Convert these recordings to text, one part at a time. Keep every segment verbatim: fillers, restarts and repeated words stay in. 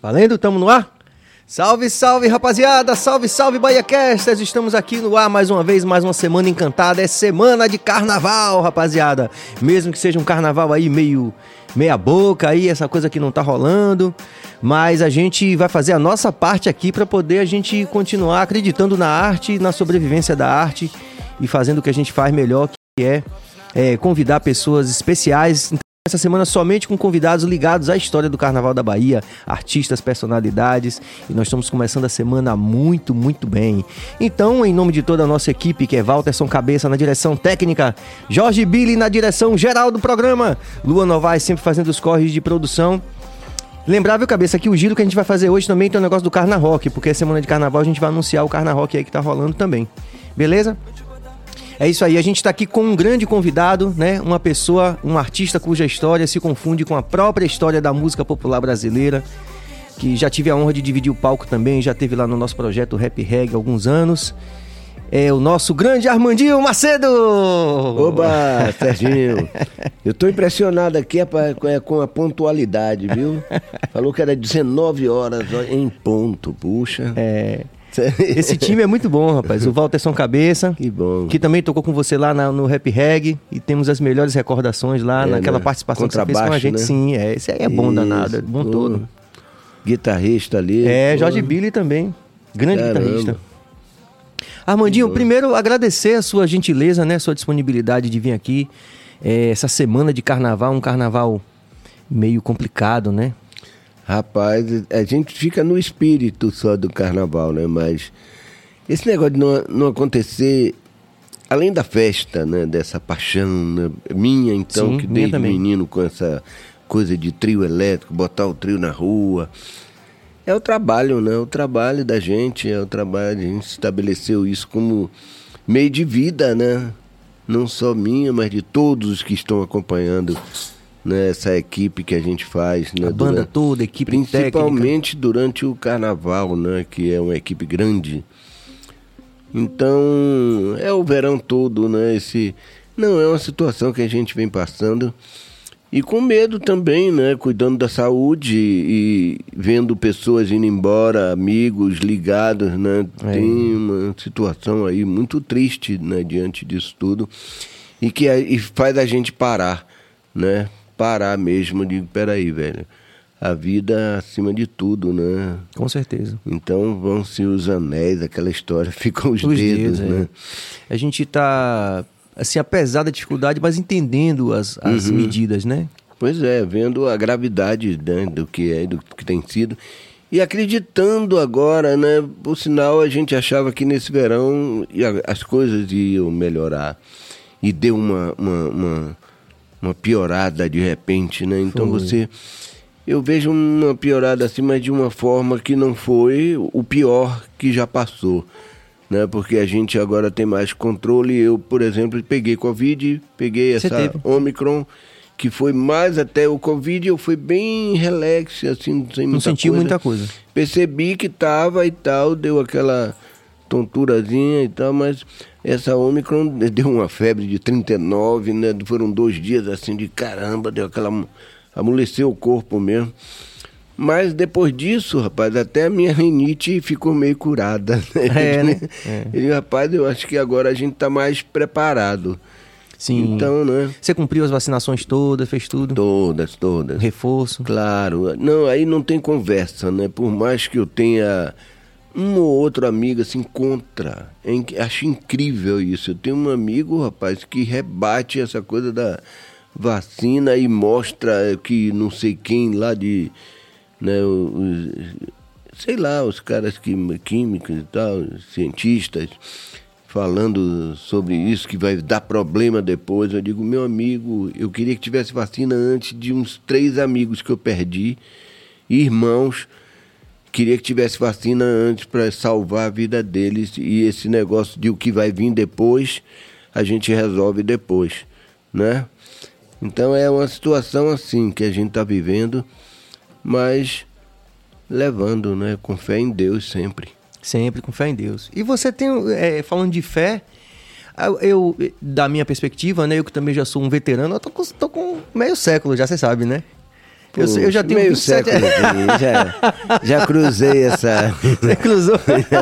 Valendo, tamo no ar? Salve, salve, rapaziada! Salve, salve, BahiaCasters! Estamos aqui no ar mais uma vez, mais uma semana encantada. É semana de carnaval, rapaziada! Mesmo que seja um carnaval aí meio meia boca aí, essa coisa que não tá rolando, mas a gente vai fazer a nossa parte aqui para poder a gente continuar acreditando na arte, na sobrevivência da arte e fazendo o que a gente faz melhor, que é, é convidar pessoas especiais. Essa semana somente com convidados ligados à história do Carnaval da Bahia, artistas, personalidades, e nós estamos começando a semana muito, muito bem. Então, em nome de toda a nossa equipe, que é Walterson Cabeça na direção técnica, Jorge Billy na direção geral do programa, Lua Novaes sempre fazendo os corres de produção. Lembrar, viu, Cabeça, que o giro que a gente vai fazer hoje também tem um negócio do Carna Rock, porque é semana de carnaval, a gente vai anunciar o Carna Rock aí que tá rolando também. Beleza? É isso aí, a gente está aqui com um grande convidado, né? Uma pessoa, um artista cuja história se confunde com a própria história da música popular brasileira, que já tive a honra de dividir o palco também, já teve lá no nosso projeto Rap Reggae há alguns anos. É o nosso grande Armandinho Macedo! Oba, Serginho! Eu tô impressionado aqui com a pontualidade, viu? Falou que era dezenove horas em ponto, puxa. É... Esse time é muito bom, rapaz. O Walterson Cabeça, que bom, que também tocou com você lá na, no Rap Reggae, e temos as melhores recordações lá, é, naquela né? participação que você fez com a gente. Né? Sim, é, esse aí é bom. Isso, danado, é bom todo. Guitarrista ali. É, Jorge Billy também, grande Caramba. guitarrista. Armandinho, primeiro agradecer a sua gentileza, né, sua disponibilidade de vir aqui. É, essa semana de carnaval, um carnaval meio complicado, né? Rapaz, a gente fica no espírito só do carnaval, né? Mas esse negócio de não, não acontecer, além da festa, né? Dessa paixão, né? Minha, então, Sim, que desde também. menino com essa coisa de trio elétrico, botar o trio na rua. É o trabalho, né? O trabalho da gente, é o trabalho, a gente estabeleceu isso como meio de vida, né? Não só minha, mas de todos os que estão acompanhando, né, essa equipe que a gente faz, né, a banda durante, toda, a equipe principalmente técnica. Durante o carnaval, né, que é uma equipe grande. Então é o verão todo, né, esse não é uma situação que a gente vem passando e com medo também, né, cuidando da saúde e vendo pessoas indo embora, amigos ligados, né, é. Tem uma situação aí muito triste, né, diante disso tudo e que e faz a gente parar, né? Parar mesmo, digo, peraí, velho, a vida acima de tudo, né? Com certeza. Então vão-se os anéis, aquela história, ficam os, os dedos, dedos, né? É. A gente tá, assim, apesar da dificuldade, mas entendendo as, as uhum. medidas, né? Pois é, vendo a gravidade, né, do que é, do que tem sido, e acreditando agora, né? Por sinal, a gente achava que nesse verão as coisas iam melhorar, e deu uma... uma, uma uma piorada de repente, né? Então foi. você... Eu vejo uma piorada assim, mas de uma forma que não foi o pior que já passou, né? Porque a gente agora tem mais controle. Eu, por exemplo, peguei Covid, peguei essa Omicron, que foi mais até o Covid, eu fui bem relax, assim, sem muita não sentiu coisa. muita coisa. Percebi que tava e tal, deu aquela tonturazinha e tal, mas essa Omicron deu uma febre de trinta e nove, né? Foram dois dias assim de caramba, deu aquela... amoleceu o corpo mesmo. Mas depois disso, rapaz, até a minha rinite ficou meio curada, né? É, né? É. E, rapaz, eu acho que agora a gente tá mais preparado. Sim. Então, né? Você cumpriu as vacinações todas, fez tudo? Todas, todas. Reforço? Claro. Não, aí não tem conversa, né? Por mais que eu tenha... um ou outro amigo assim contra, hein? Acho incrível isso. Eu tenho um amigo, rapaz, que rebate essa coisa da vacina e mostra que não sei quem lá de, né, os, sei lá, os caras que, químicos e tal, cientistas, falando sobre isso, que vai dar problema depois. Eu digo, meu amigo, eu queria que tivesse vacina antes de uns três amigos que eu perdi, irmãos. Queria que tivesse vacina antes para salvar a vida deles, e esse negócio de o que vai vir depois, a gente resolve depois, né? Então é uma situação assim que a gente está vivendo, mas levando, né? Com fé em Deus sempre. Sempre com fé em Deus. E você tem, é, falando de fé, eu, da minha perspectiva, né? Eu que também já sou um veterano, eu tô com, tô com meio século já, você sabe, né? Eu, eu já tenho meio vinte e sete século aqui, já, já cruzei essa... Você cruzou?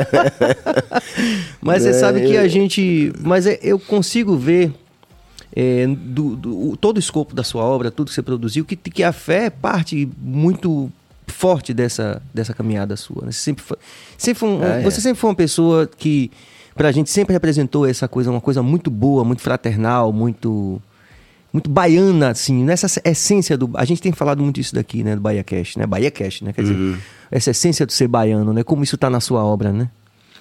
Mas você É, sabe que eu- a gente... Mas é- eu consigo ver é, do, do- o- todo o escopo da sua obra, tudo que você produziu, que, que a fé é parte muito forte dessa, dessa caminhada sua, né? Você sempre foi, sempre foi um- Ah, é. você sempre foi uma pessoa que, pra gente, sempre representou essa coisa, uma coisa muito boa, muito fraternal, muito... Muito baiana, assim, nessa essência do... A gente tem falado muito isso daqui, né, do Bahia Cash, né? Bahia Cash, né? Quer dizer, essa essência do ser baiano, né? Como isso tá na sua obra, né?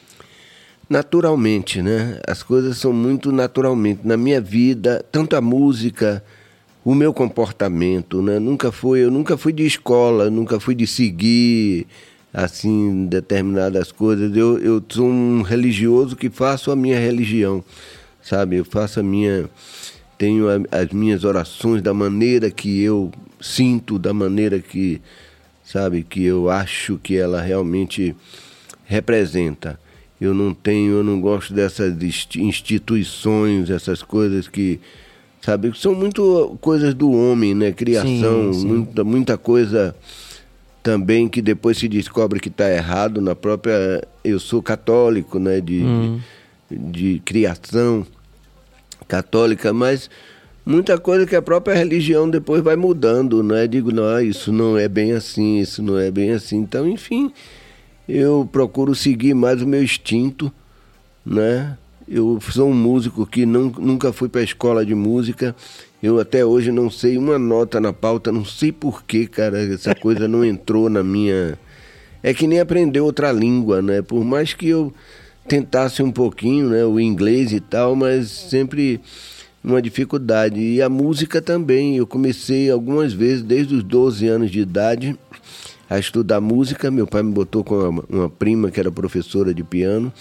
Naturalmente, né? As coisas são muito naturalmente. Na minha vida, tanto a música, o meu comportamento, né? Nunca foi, eu nunca fui de escola, nunca fui de seguir, assim, determinadas coisas. Eu, eu sou um religioso que faço a minha religião, sabe? Eu faço a minha... Tenho a, as minhas orações da maneira que eu sinto, da maneira que, sabe, que eu acho que ela realmente representa. Eu não tenho, eu não gosto dessas insti- instituições, essas coisas que, sabe, são muito coisas do homem, né? Criação, Sim, sim. muita, muita coisa também que depois se descobre que está errado na própria... Eu sou católico, né? De, Hum. de, de criação católica, mas muita coisa que a própria religião depois vai mudando, né? Digo, não, isso não é bem assim, isso não é bem assim. Então, enfim, eu procuro seguir mais o meu instinto, né? Eu sou um músico que não, nunca fui para a escola de música. Eu até hoje não sei uma nota na pauta, não sei porquê, cara, essa coisa não entrou na minha... É que nem aprender outra língua, né? Por mais que eu tentasse um pouquinho, né, o inglês e tal, mas sempre uma dificuldade. E a música também, eu comecei algumas vezes, desde os doze anos de idade, a estudar música. Meu pai me botou com uma, uma prima que era professora de piano,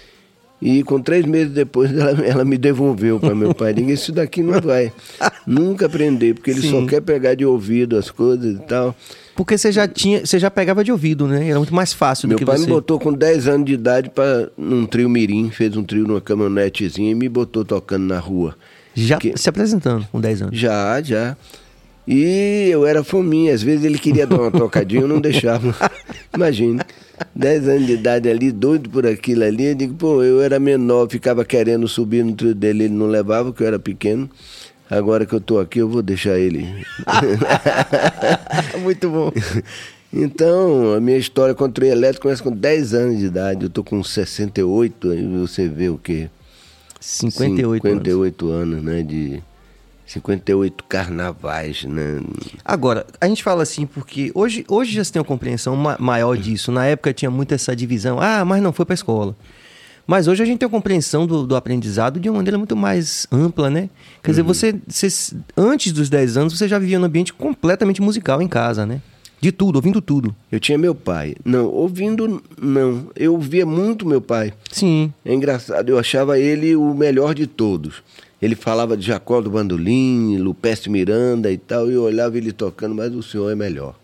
e com três meses depois ela, ela me devolveu para meu pai. Diga, isso daqui não vai nunca aprender, porque ele Sim. só quer pegar de ouvido as coisas e tal. Porque você já tinha, você já pegava de ouvido, né? Era muito mais fácil Meu do que pai você... me botou com dez anos de idade para num trio mirim, fez um trio numa caminhonetezinha e me botou tocando na rua. Já que- se apresentando com dez anos. Já, já. E eu era fominha, às vezes ele queria dar uma tocadinha, eu não deixava. Imagine, dez anos de idade ali, doido por aquilo ali, eu digo, pô, eu era menor, ficava querendo subir no trio dele, ele não levava, porque eu era pequeno. Agora que eu tô aqui, eu vou deixar ele. Muito bom. Então, a minha história com o trio elétrico começa com dez anos de idade. Eu tô com sessenta e oito, aí você vê o quê? cinquenta e oito cinquenta e anos. oito anos, né? De cinquenta e oito carnavais, né? Agora, a gente fala assim porque hoje, hoje já se tem uma compreensão ma- maior disso. Na época tinha muito essa divisão. Ah, mas não foi pra escola. Mas hoje a gente tem uma compreensão do, do aprendizado de uma maneira muito mais ampla, né? Quer dizer, você, você, antes dos dez anos, você já vivia num ambiente completamente musical em casa, né? De tudo, ouvindo tudo. Eu tinha meu pai. Não, ouvindo, não. Eu ouvia muito meu pai. Sim. É engraçado, eu achava ele o melhor de todos. Ele falava de Jacó do Bandolim, Lupécio Miranda e tal, e eu olhava ele tocando, mas o senhor é melhor.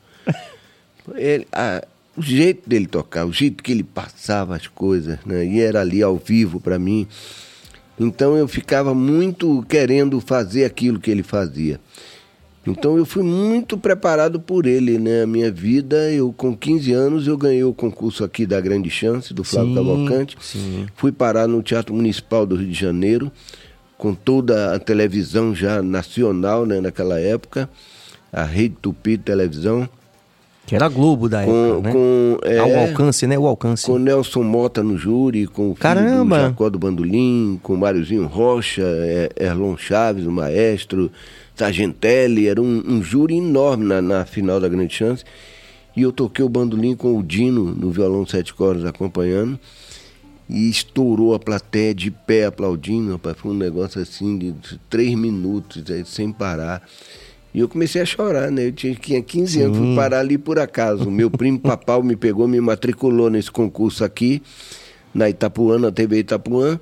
Ele, ah, o jeito dele tocar, o jeito que ele passava as coisas, né? E era ali ao vivo para mim. Então eu ficava muito querendo fazer aquilo que ele fazia. Então eu fui muito preparado por ele, né? A minha vida, eu com quinze anos eu ganhei o concurso aqui da Grande Chance, do Flávio Sim, Cavalcante. sim. Fui parar no Teatro Municipal do Rio de Janeiro, com toda a televisão já nacional, né, naquela época, a Rede Tupi de televisão. Que era a Globo da Com, época, né? com, é, Ah, o alcance, né? O alcance. com Nelson Mota no júri, com o filho Caramba! do Jacó do Bandolim, com Máriozinho Rocha, é, Erlon Chaves, o maestro, Sargentelli, era um, um júri enorme na, na final da Grande Chance. E eu toquei o bandolim com o Dino no violão sete cordas acompanhando. E estourou a plateia de pé aplaudindo, rapaz. Foi um negócio assim de três minutos, aí, sem parar. E eu comecei a chorar, né? Eu tinha, tinha quinze anos, fui parar ali por acaso. O meu primo Papau me pegou, me matriculou nesse concurso aqui, na Itapuã, na T V Itapuã.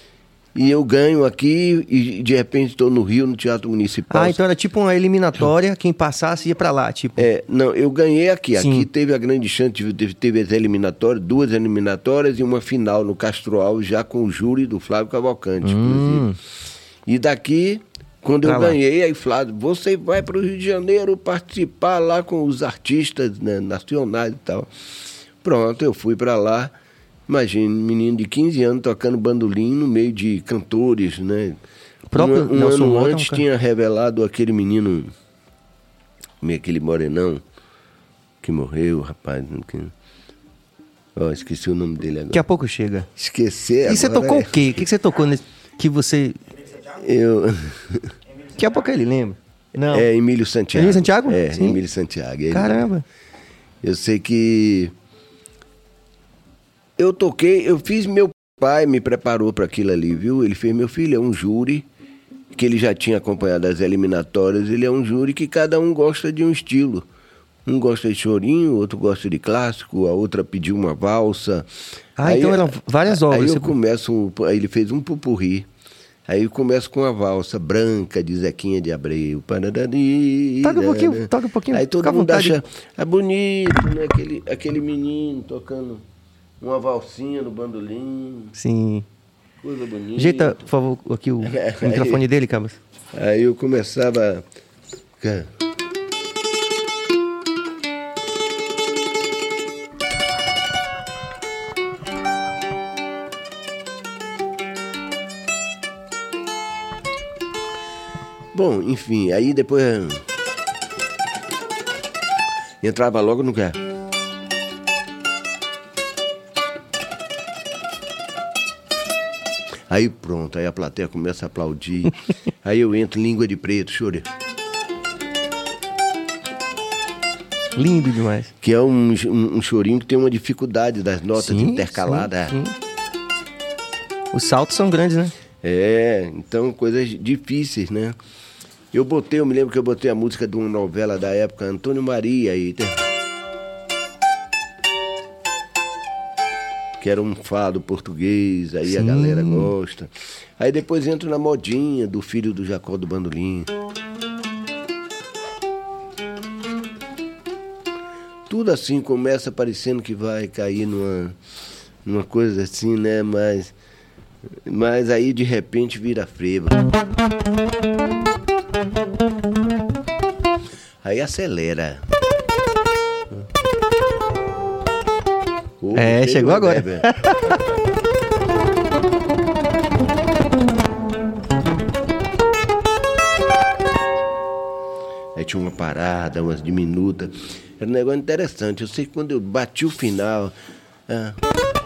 E eu ganho aqui e de repente estou no Rio, no Teatro Municipal. Ah, então era tipo uma eliminatória, quem passasse ia pra lá, tipo. É, não, eu ganhei aqui. Sim. Aqui teve a grande chance, teve, teve as eliminatórias, duas eliminatórias e uma final no Castro Alves, já com o júri do Flávio Cavalcante, Hum. inclusive. E daqui Quando Pra eu lá. ganhei, aí Flávio, você vai para o Rio de Janeiro participar lá com os artistas, né, nacionais e tal. Pronto, eu fui para lá. Imagina, um menino de quinze anos tocando bandolim no meio de cantores, né? O próprio um um Nelson ano Motta é um antes cara- tinha revelado aquele menino, meio aquele morenão, que morreu, rapaz. Que... Ó, esqueci o nome dele agora. Daqui a pouco chega. Esquecer E você agora tocou é- o quê? O que que você tocou nesse... que você... Eu... Daqui a pouco ele lembra. Não. É Emílio Santiago. Emílio Santiago? É, Sim. Emílio Santiago. Ele- Caramba. Eu sei que eu toquei, eu fiz, meu pai me preparou para aquilo ali, viu? Ele fez, meu filho, é um júri que ele já tinha acompanhado as eliminatórias, ele é um júri que cada um gosta de um estilo. Um gosta de chorinho, outro gosta de clássico, a outra pediu uma valsa. Ah, então eram várias obras. Aí Você- eu começo, um- aí ele fez um pupurri. Aí eu começo com a valsa branca de Zequinha de Abreu. Pararari, Toca um pouquinho, toca um pouquinho. Aí todo Fica à mundo vontade. acha ah, bonito, né? Aquele, aquele menino tocando uma valsinha no bandolim, Sim. coisa bonita. Ajeita, por favor, aqui o Aí- microfone dele, Cabas. Aí eu começava... Cara, bom, enfim, aí depois entrava logo no que? Aí pronto, aí a plateia começa a aplaudir. Aí eu entro, língua de preto, chore. Lindo demais. Que é um, um, um chorinho que tem uma dificuldade das notas Sim, intercaladas. sim, sim. Os saltos são grandes, né? É, então coisas difíceis, né? Eu botei, eu me lembro que eu botei a música de uma novela da época, Antônio Maria, aí, que era um fado português, aí a Sim. galera gosta. Aí depois entro na modinha do filho do Jacó do Bandolim. Tudo assim começa parecendo que vai cair numa, numa coisa assim, né? Mas, mas aí de repente vira frevo. Aí acelera. Ô, É, gostei chegou do agora. Weber. Aí tinha uma parada, umas diminutas. Era um negócio interessante. Eu sei que quando eu bati o final. ah,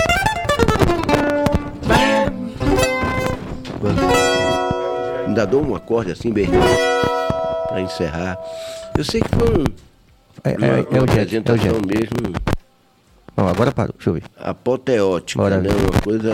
ainda dou um acorde assim, bem. Pra encerrar. Eu sei que foi um, É, uma, é, é uma o jet, é o apresentação jet. mesmo Não, agora parou, deixa eu ver. apoteótica, Bora né? ver. Uma coisa.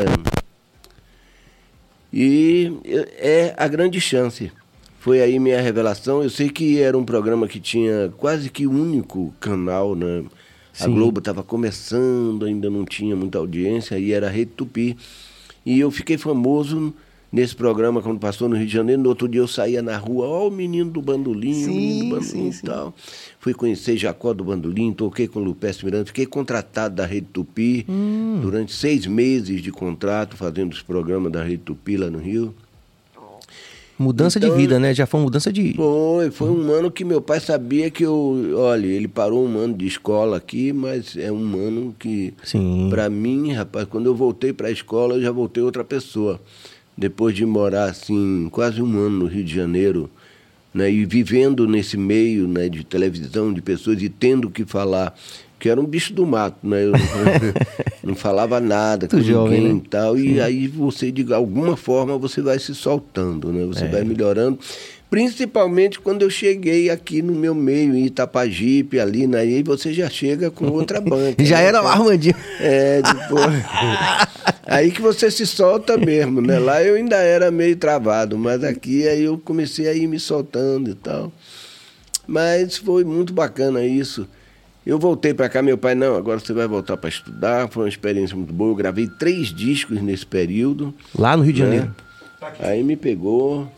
E é a grande chance. Foi aí minha revelação. Eu sei que era um programa que tinha quase que único canal, né? A Sim. Globo estava começando, ainda não tinha muita audiência, e era a Rede Tupi. E eu fiquei famoso nesse programa quando passou no Rio de Janeiro. No outro dia eu saía na rua, ó, o menino do bandolim, o menino do Sim, bandolim sim, e tal. Fui conhecer Jacó do Bandolim, toquei com o Lupécio Miranda, fiquei contratado da Rede Tupi Hum. durante seis meses de contrato, fazendo os programas da Rede Tupi lá no Rio. Mudança Então- de vida, né? Já foi uma mudança de... Foi, foi um ano que meu pai sabia que eu... Olha, ele parou um ano de escola aqui, mas é um ano que... Sim. Pra mim, rapaz, quando eu voltei pra escola, eu já voltei outra pessoa. Depois de morar, assim, quase um ano no Rio de Janeiro, né? E vivendo nesse meio, né, de televisão, de pessoas, e tendo que falar... Que era um bicho do mato, né? Eu não, não falava nada com Muito jovem, ninguém né? e tal. E aí você, de alguma forma, você vai se soltando, né? Você É. vai melhorando. Principalmente quando eu cheguei aqui no meu meio, em Itapajipe, ali, né? Aí você já chega com outra banca. Já né? era o Armandinho. É, tipo... aí que você se solta mesmo, né? Lá eu ainda era meio travado, mas aqui aí eu comecei a ir me soltando e tal. Mas foi muito bacana isso. Eu voltei para cá, meu pai, não, agora você vai voltar para estudar. Foi uma experiência muito boa. Eu gravei três discos nesse período. Lá no Rio de né? Janeiro. Aí me pegou.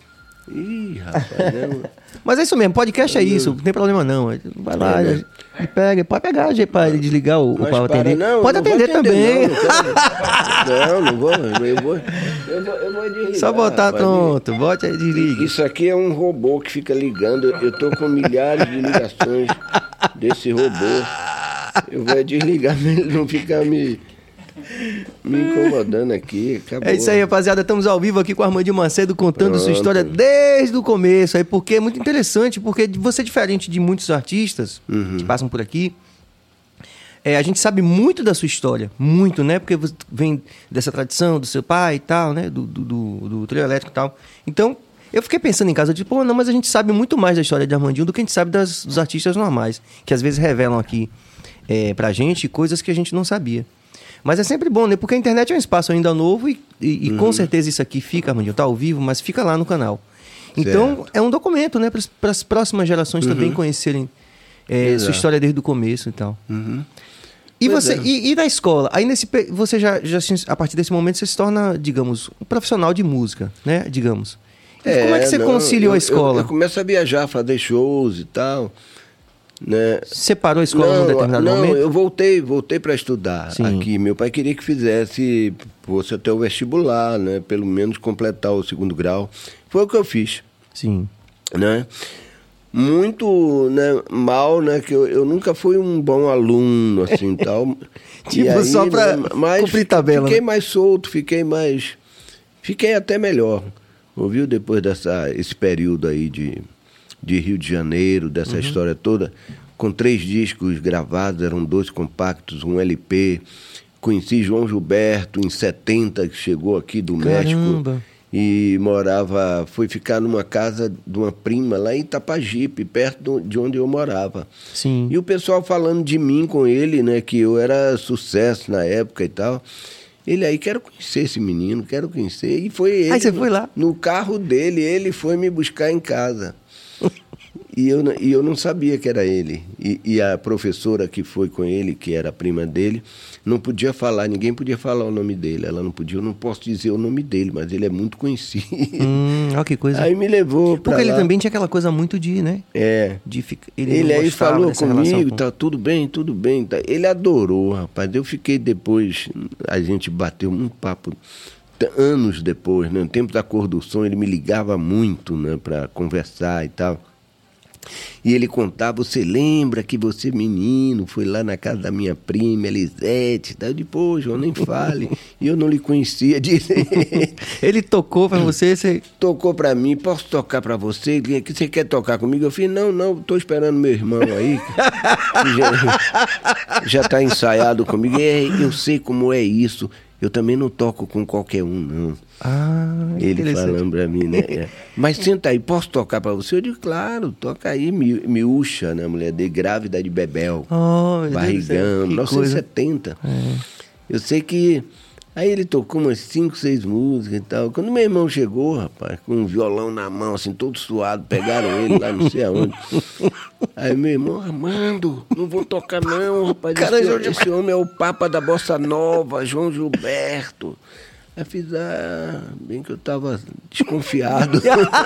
Ih, rapaz, né? Mas é isso mesmo, podcast é isso, não tem problema não. Vai lá, É, né? ele pega, pode pegar gente, pra ele desligar o, o Mas para para, atender. não, Pode não vou atender também. Não, não, não, não vou, eu vou, eu vou, eu vou desligar. Só botar, rapaz. pronto, bote aí, desliga. Isso aqui é um robô que fica ligando. Eu tô com milhares de ligações desse robô. Eu vou desligar pra ele não ficar me, me incomodando aqui. Acabou. É isso aí, rapaziada. Estamos ao vivo aqui com o Armandinho Macedo contando Pronto. sua história desde o começo. Aí, porque é muito interessante, porque você é diferente de muitos artistas Uhum. que passam por aqui. É, a gente sabe muito da sua história, muito, né? Porque você vem dessa tradição do seu pai e tal, né? Do, do, do, do trio elétrico e tal. Então, eu fiquei pensando em casa, tipo, pô, não, mas a gente sabe muito mais da história de Armandinho do que a gente sabe das, dos artistas normais, que às vezes revelam aqui é, pra gente coisas que a gente não sabia. Mas é sempre bom, né? Porque a internet é um espaço ainda novo e, e, e com certeza isso aqui fica, Armandinho, tá ao vivo, mas fica lá no canal. Então, Certo. é um documento, né? Para as próximas gerações também conhecerem é, sua Exato. história desde o começo e tal. Uhum. E Pois você, é. e, e na escola? Aí nesse, pe- você já, já, se- a partir desse momento, você se torna, digamos, um profissional de música, né? Digamos. E como é que você não, conciliou eu- a escola? Eu, eu começo a viajar, fazer shows e tal, né? Você parou a escola num determinado não, momento? eu voltei, voltei para estudar Sim. aqui. Meu pai queria que fizesse, fosse até o vestibular, né? Pelo menos completar o segundo grau. Foi o que eu fiz, Sim. né? Muito, né, mal, né? Que eu, eu nunca fui um bom aluno, assim, tal. Tipo, E aí, só pra né, mas cumprir tabela, Fiquei né? mais solto, fiquei mais... Fiquei até melhor, ouviu? Depois dessa, esse período aí de, de Rio de Janeiro, dessa Uhum. história toda, com três discos gravados, eram dois compactos, um L P. Conheci João Gilberto em setenta, que chegou aqui do Caramba. México e morava, foi ficar numa casa de uma prima lá em Itapajipe, perto do- de onde eu morava. Sim. E o pessoal falando de mim com ele, né, que eu era sucesso na época e tal. Ele aí, quero conhecer esse menino, quero conhecer. E foi ele. Aí você foi lá? No carro dele, ele foi me buscar em casa. E eu, não- e eu não sabia que era ele. E, e a professora que foi com ele, que era a prima dele, não podia falar, ninguém podia falar o nome dele. Ela não podia, eu não posso dizer o nome dele, mas ele é muito conhecido. Hum, olha que coisa. Aí me levou pra Porque ele lá. também tinha aquela coisa muito de, né? É. De ficar, Ele, não aí gostava falou dessa relação comigo, com- tá tudo bem, tudo bem. Tá. Ele adorou, rapaz. Eu fiquei depois, a gente bateu um papo t- anos depois, né? No tempo da Cor do Som, ele me ligava muito, né, para conversar e tal. E ele contava, você lembra que você, menino, foi lá na casa da minha prima, Elisete, tá? Eu disse, pô, João, nem fale. E eu não lhe conhecia direito. Ele tocou pra você, você... Tocou pra mim, posso tocar pra você? Que você quer tocar comigo? Eu falei, não, não, tô esperando meu irmão aí, que já, já tá ensaiado comigo. É, eu sei como é isso, eu também não toco com qualquer um, não. Ah, Ele interessante. falando pra mim, né? É. Mas senta aí, posso tocar pra você? Eu digo, claro, toca aí, Mi- Miúcha, né? Mulher de grávida de Bebel, Oh, meu Deus do céu, barrigão, que mil novecentos e coisa. setenta. É. Eu sei que... Aí ele tocou umas cinco, seis músicas e tal. Quando meu irmão chegou, rapaz, com um violão na mão, assim, todo suado, pegaram ele lá, não sei aonde. Aí meu irmão, Armando, não vou tocar não, rapaz. Cara, esse, João esse homem é o Papa da Bossa Nova, João Gilberto. Aí fiz, ah, bem que eu tava desconfiado.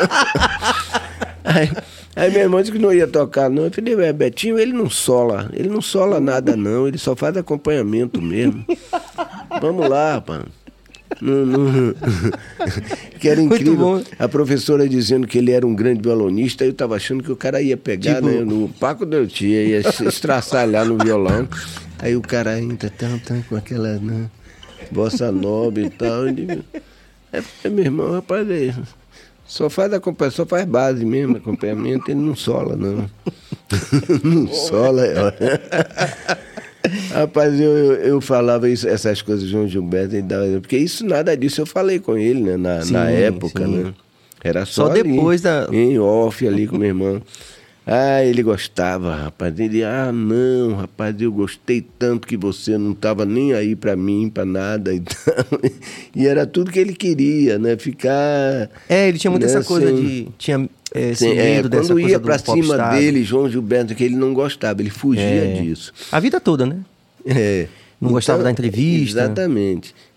aí, aí meu irmão disse que não ia tocar, não. Eu falei, "Ué, Betinho, ele não sola, ele não sola nada, não, ele só faz acompanhamento mesmo. Vamos lá, rapaz. Não, não... que era Muito incrível. bom. A professora dizendo que ele era um grande violonista, eu tava achando que o cara ia pegar, Tipo- né, no Paco Del Tia, ia se estraçalhar no violão. Aí o cara ainda tá, tá com aquela, né, bossa nova e tal. Eu digo, é, é, meu irmão, rapaz, é, só faz acompanhamento, só faz base mesmo, acompanhamento, ele não sola, não. Não sola, é. Rapaz, eu, eu, eu falava isso, essas coisas de João Gilberto, ele dava, porque isso, nada disso eu falei com ele, né, na, Sim, na época, sim. né? Era só, Só ali, depois da- em off ali com meu irmão. Ah, ele gostava, rapaz. Ele, ah, não, rapaz, eu gostei tanto que você não estava nem aí para mim, para nada e tal. E era tudo que ele queria, né? Ficar... É, ele tinha muito né, essa coisa sem- de... Tinha é, esse sem- é, medo dessa quando coisa ia do para cima popstar. dele, João Gilberto, que ele não gostava, ele fugia É. disso. A vida toda, né? É. Não gostava da entrevista. Exatamente.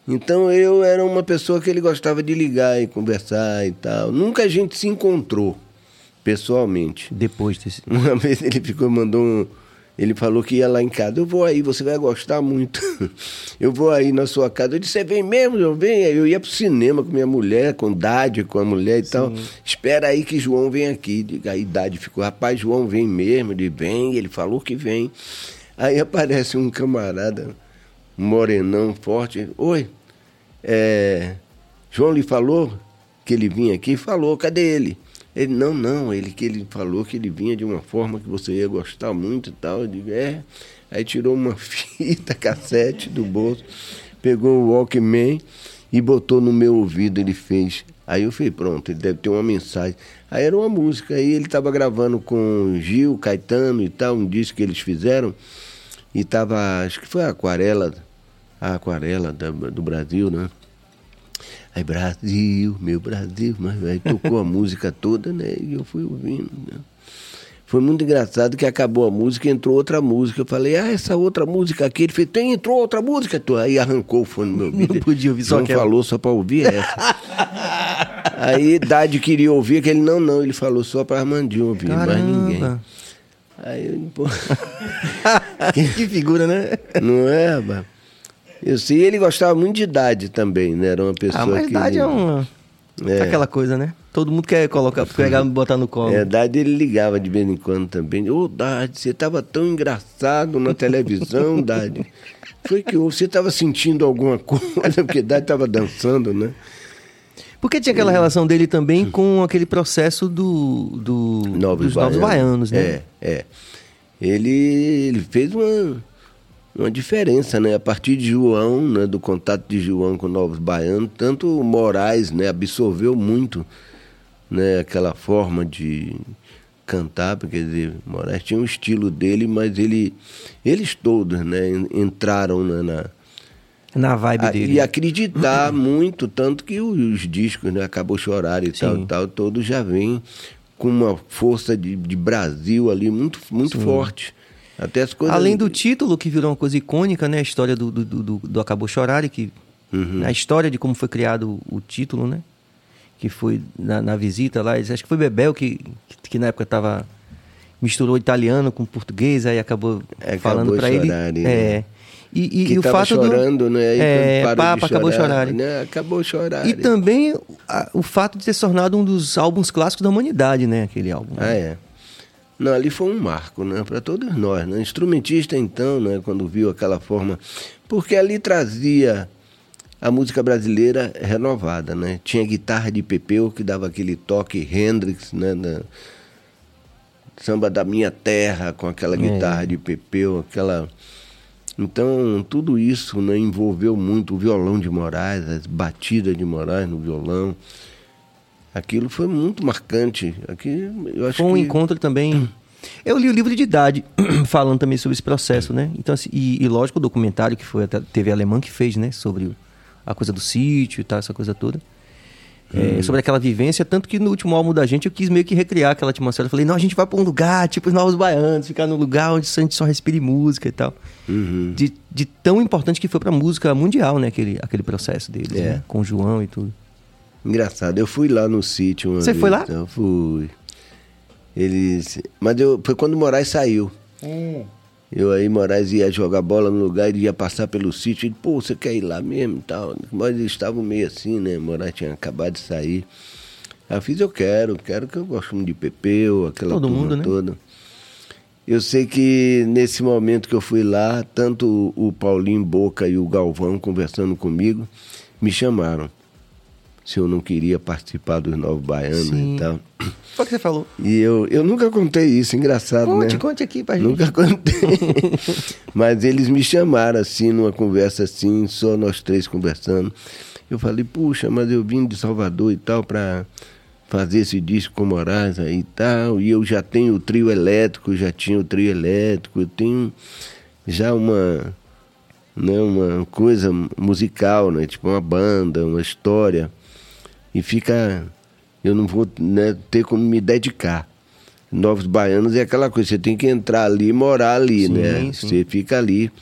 Então eu era uma pessoa que ele gostava de ligar e conversar e tal. Nunca a gente se encontrou pessoalmente. Depois desse... Uma vez ele ficou, mandou um... Ele falou que ia lá em casa. Eu vou aí, você vai gostar muito. Eu vou aí na sua casa. Eu disse, você vem mesmo? Eu venho. Eu ia pro cinema com minha mulher, com Dade, com a mulher e Sim. tal. Espera aí que João vem aqui. Aí Dade ficou, rapaz, João vem mesmo. Ele vem, ele falou que vem. Aí aparece um camarada, um morenão forte. Oi, é... João lhe falou que ele vinha aqui? Falou, cadê ele? Ele, não, não, ele que ele falou que ele vinha de uma forma que você ia gostar muito e tal. Eu digo, é. Aí tirou uma fita cassete do bolso, pegou o Walkman e botou no meu ouvido, ele fez. Aí eu falei, pronto, ele deve ter uma mensagem. Aí era uma música, aí ele estava gravando com Gil, Caetano e tal, um disco que eles fizeram. E estava, acho que foi a Aquarela, a Aquarela da, do Brasil, né? Aí, Brasil, meu Brasil, mas aí tocou a música toda, né? E eu fui ouvindo, né? Foi muito engraçado que acabou a música e entrou outra música. Eu falei, ah, essa outra música aqui. Ele fez, tem, entrou outra música. Aí arrancou o fone no meu ouvido. Não podia ouvir só João aquela. Falou só pra ouvir essa. Aí Dade queria ouvir, que ele, não, não, ele falou só pra Armandinho ouvir, Caramba. mais ninguém. Aí eu, pô... Que figura, né? Não é, rapaz? Eu sei, ele gostava muito de Dade também, né? Era uma pessoa Ah, mas que... idade é uma... É. Aquela coisa, né? Todo mundo quer colocar, pegar e botar no colo. É, Dade ele ligava de vez em quando também. Ô, Dade, você estava tão engraçado na televisão, Dade. Foi que você estava sentindo alguma coisa, porque Dade estava dançando, né? Porque tinha aquela relação dele também com aquele processo do, do, Novos dos Novos Baianos, né? É, é. Ele, ele fez uma... uma diferença, né? A partir de João, né? Do contato de João com Novos Baianos, tanto o Moraes, né? Absorveu muito, né? Aquela forma de cantar, porque quer dizer, Moraes tinha um estilo dele, mas ele, eles todos, né? Entraram na, na, na vibe a, dele. E acreditar muito, tanto que os, os discos, né? Acabou Chorar e Sim. tal, tal, todos já vêm com uma força de, de Brasil ali muito, muito forte. Até as coisas... Além do título, que virou uma coisa icônica, né? A história do, do, do, do Acabou Chorar, que uhum. a história de como foi criado o, o título, né? Que foi na, na visita lá. Acho que foi Bebel que, que, que na época tava... misturou italiano com português, aí acabou é, falando para ele. Chorar, é. E, e, que e o fato chorando, do... né? E é, Papa Acabou Chorar. Né? Acabou Chorar. E também a, o fato de ter se tornado um dos álbuns clássicos da humanidade, né? Aquele álbum. Ah, né? é. Não, ali foi um marco, né, para todos nós, né? Instrumentista, então, né, quando viu aquela forma, porque ali trazia a música brasileira renovada, né? Tinha guitarra de Pepeu que dava aquele toque Hendrix, né, da... samba da minha terra com aquela guitarra é. de Pepeu, aquela. Então tudo isso, né, envolveu muito o violão de Moraes, as batidas de Moraes no violão. Aquilo foi muito marcante. Aqui, eu acho foi um que... encontro também. Eu li o livro de Idade, falando também sobre esse processo, né? Então, assim, e, e lógico, o documentário que foi a T V alemã que fez, né? Sobre a coisa do sítio e tal, essa coisa toda. Hum. É, sobre aquela vivência, tanto que no último álbum da gente eu quis meio que recriar aquela atmosfera. Eu falei, não, a gente vai pra um lugar, tipo os Novos Baianos, ficar num lugar onde a gente só respire música e tal. Uhum. De, de tão importante que foi pra música mundial, né? Aquele, aquele processo deles, é. né? Com o João e tudo. Engraçado, eu fui lá no sítio uma Você vez, foi lá? Eu fui. Eles... Mas eu... foi quando o Moraes saiu. Hum. Eu aí, Moraes ia jogar bola no lugar, ele ia passar pelo sítio, ele, pô, você quer ir lá mesmo e tal? Mas eles estavam meio assim, né? Moraes tinha acabado de sair. Aí eu fiz, eu quero, quero que eu gosto muito de Pepeu, aquela Todo turma mundo, né? toda. Eu sei que nesse momento que eu fui lá, tanto o Paulinho Boca e o Galvão conversando comigo, me chamaram. Se eu não queria participar dos Novos Baianos Sim. e tal. Foi o que você falou. E eu, eu nunca contei isso, engraçado, conte, né? Conte, conte aqui pra gente. Nunca contei. Mas eles me chamaram assim, numa conversa assim, só nós três conversando. Eu falei, puxa, mas eu vim de Salvador e tal pra fazer esse disco com Moraes aí e tal. E eu já tenho o trio elétrico, já tinha o trio elétrico, eu tenho já uma, né, uma coisa musical, né? Tipo uma banda, uma história. E fica... Eu não vou, né, ter como me dedicar. Novos Baianos é aquela coisa, você tem que entrar ali e morar ali, sim, né? Sim. Você fica ali.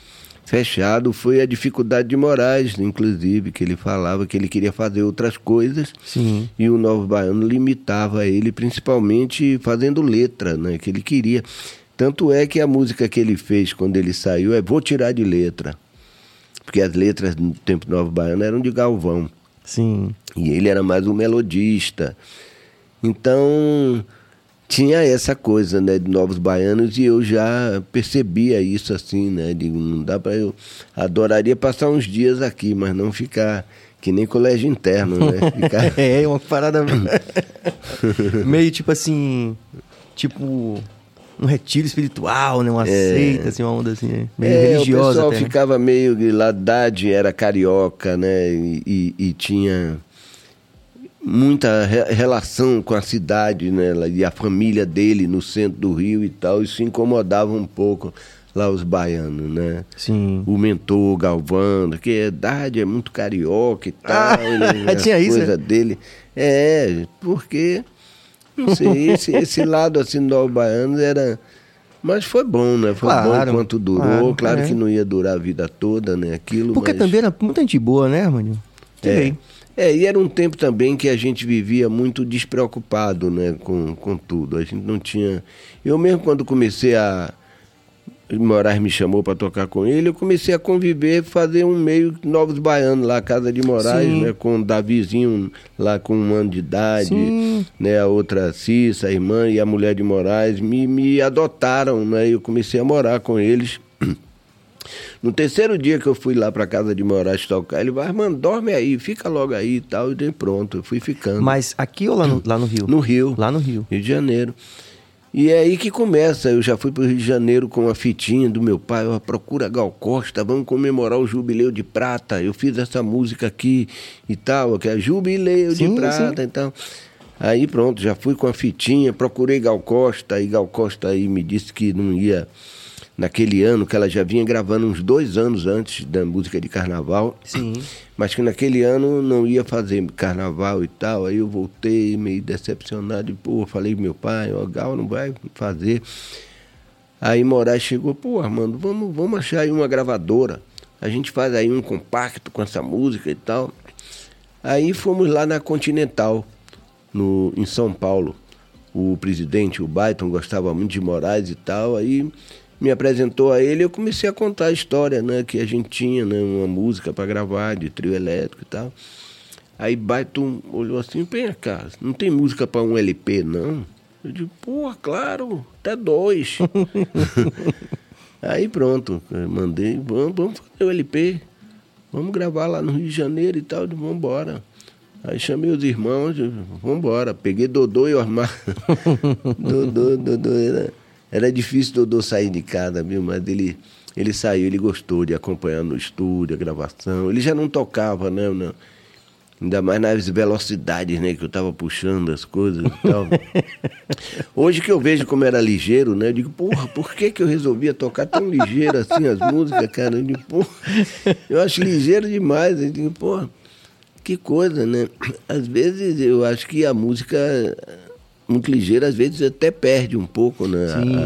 fechado foi a dificuldade de Moraes, inclusive, que ele falava que ele queria fazer outras coisas. Sim. E o Novos Baianos limitava ele, principalmente fazendo letra, né, que ele queria. Tanto é que a música que ele fez quando ele saiu é Vou Tirar de Letra, porque as letras no tempo do Novos Baianos eram de Galvão. Sim. E ele era mais um melodista. Então tinha essa coisa, né, de Novos Baianos, e eu já percebia isso assim, né? Digo, não dá para eu. Adoraria passar uns dias aqui, mas não ficar que nem colégio interno, né? Ficar... é, uma parada meio tipo assim, tipo um retiro espiritual, né? Uma é... seita, assim, uma onda assim, meio é, religiosa. O pessoal até, né? ficava meio. Ladade era carioca, né? E, e, e tinha muita re- relação com a cidade, né? E a família dele no centro do Rio e tal. Isso incomodava um pouco lá os baianos, né? Sim. O mentor Galvão, que a idade é muito carioca e tal. Ah, né? tinha isso, coisa é? dele. É, porque. Não sei, esse, esse lado assim do Novos Baianos era. Mas foi bom, né? Foi Claro, bom enquanto durou. claro, Claro, é. que não ia durar a vida toda, né? Aquilo. Porque mas... também era muita gente boa, né, Armandinho? É. é, e era um tempo também que a gente vivia muito despreocupado, né? Com, com tudo. A gente não tinha. Eu mesmo, quando comecei a. Moraes me chamou para tocar com ele, eu comecei a conviver, fazer um meio Novos Baianos lá, Casa de Moraes, Sim. né, com o Davizinho lá com um ano de idade, Sim. né, a outra Cissa, a irmã e a mulher de Moraes, me, me adotaram, né, eu comecei a morar com eles. No terceiro dia que eu fui lá para Casa de Moraes tocar, ele vai, mano, dorme aí, fica logo aí e tal, e daí pronto, eu fui ficando. Mas aqui ou lá no, lá no Rio? No Rio. Lá no Rio. Rio de Janeiro. E é aí que começa, eu já fui para o Rio de Janeiro com a fitinha do meu pai, ó, procura Gal Costa, vamos comemorar o Jubileu de Prata, eu fiz essa música aqui e tal, que é Jubileu Sim, de Prata, sim. então... Aí pronto, já fui com a fitinha, procurei Gal Costa, e Gal Costa aí me disse que não ia, naquele ano, que ela já vinha gravando uns dois anos antes da música de carnaval, Sim. mas que naquele ano não ia fazer carnaval e tal. Aí eu voltei meio decepcionado e, pô, falei pro meu pai, ó, Gal não vai fazer. Aí Moraes chegou, pô, Armando, vamos, vamos achar aí uma gravadora, a gente faz aí um compacto com essa música e tal. Aí fomos lá na Continental, no, em São Paulo. O presidente, o Baiton, gostava muito de Moraes e tal, aí me apresentou a ele e eu comecei a contar a história, né, que a gente tinha, né, uma música para gravar de trio elétrico e tal. Aí Baiton olhou assim, vem cá, não tem música para um L P, não? Eu digo, pô, claro, até dois. Aí pronto, mandei, vamos, vamos fazer o L P, vamos gravar lá no Rio de Janeiro e tal, vamos embora. Aí chamei os irmãos, vamos embora, peguei Dodô e Osmar. Dodô, Dodô, era, era difícil Dodô sair de casa, viu? Mas ele, ele saiu, ele gostou de acompanhar no estúdio, a gravação. Ele já não tocava, né? Não. Ainda mais nas velocidades, né? Que eu tava puxando as coisas e tal. Hoje que eu vejo como era ligeiro, né? Eu digo, porra, por que que eu resolvia tocar tão ligeiro assim as músicas, cara? Eu digo, porra, eu acho ligeiro demais. Eu digo, porra, que coisa, né? Às vezes eu acho que a música muito ligeira, às vezes até perde um pouco, né?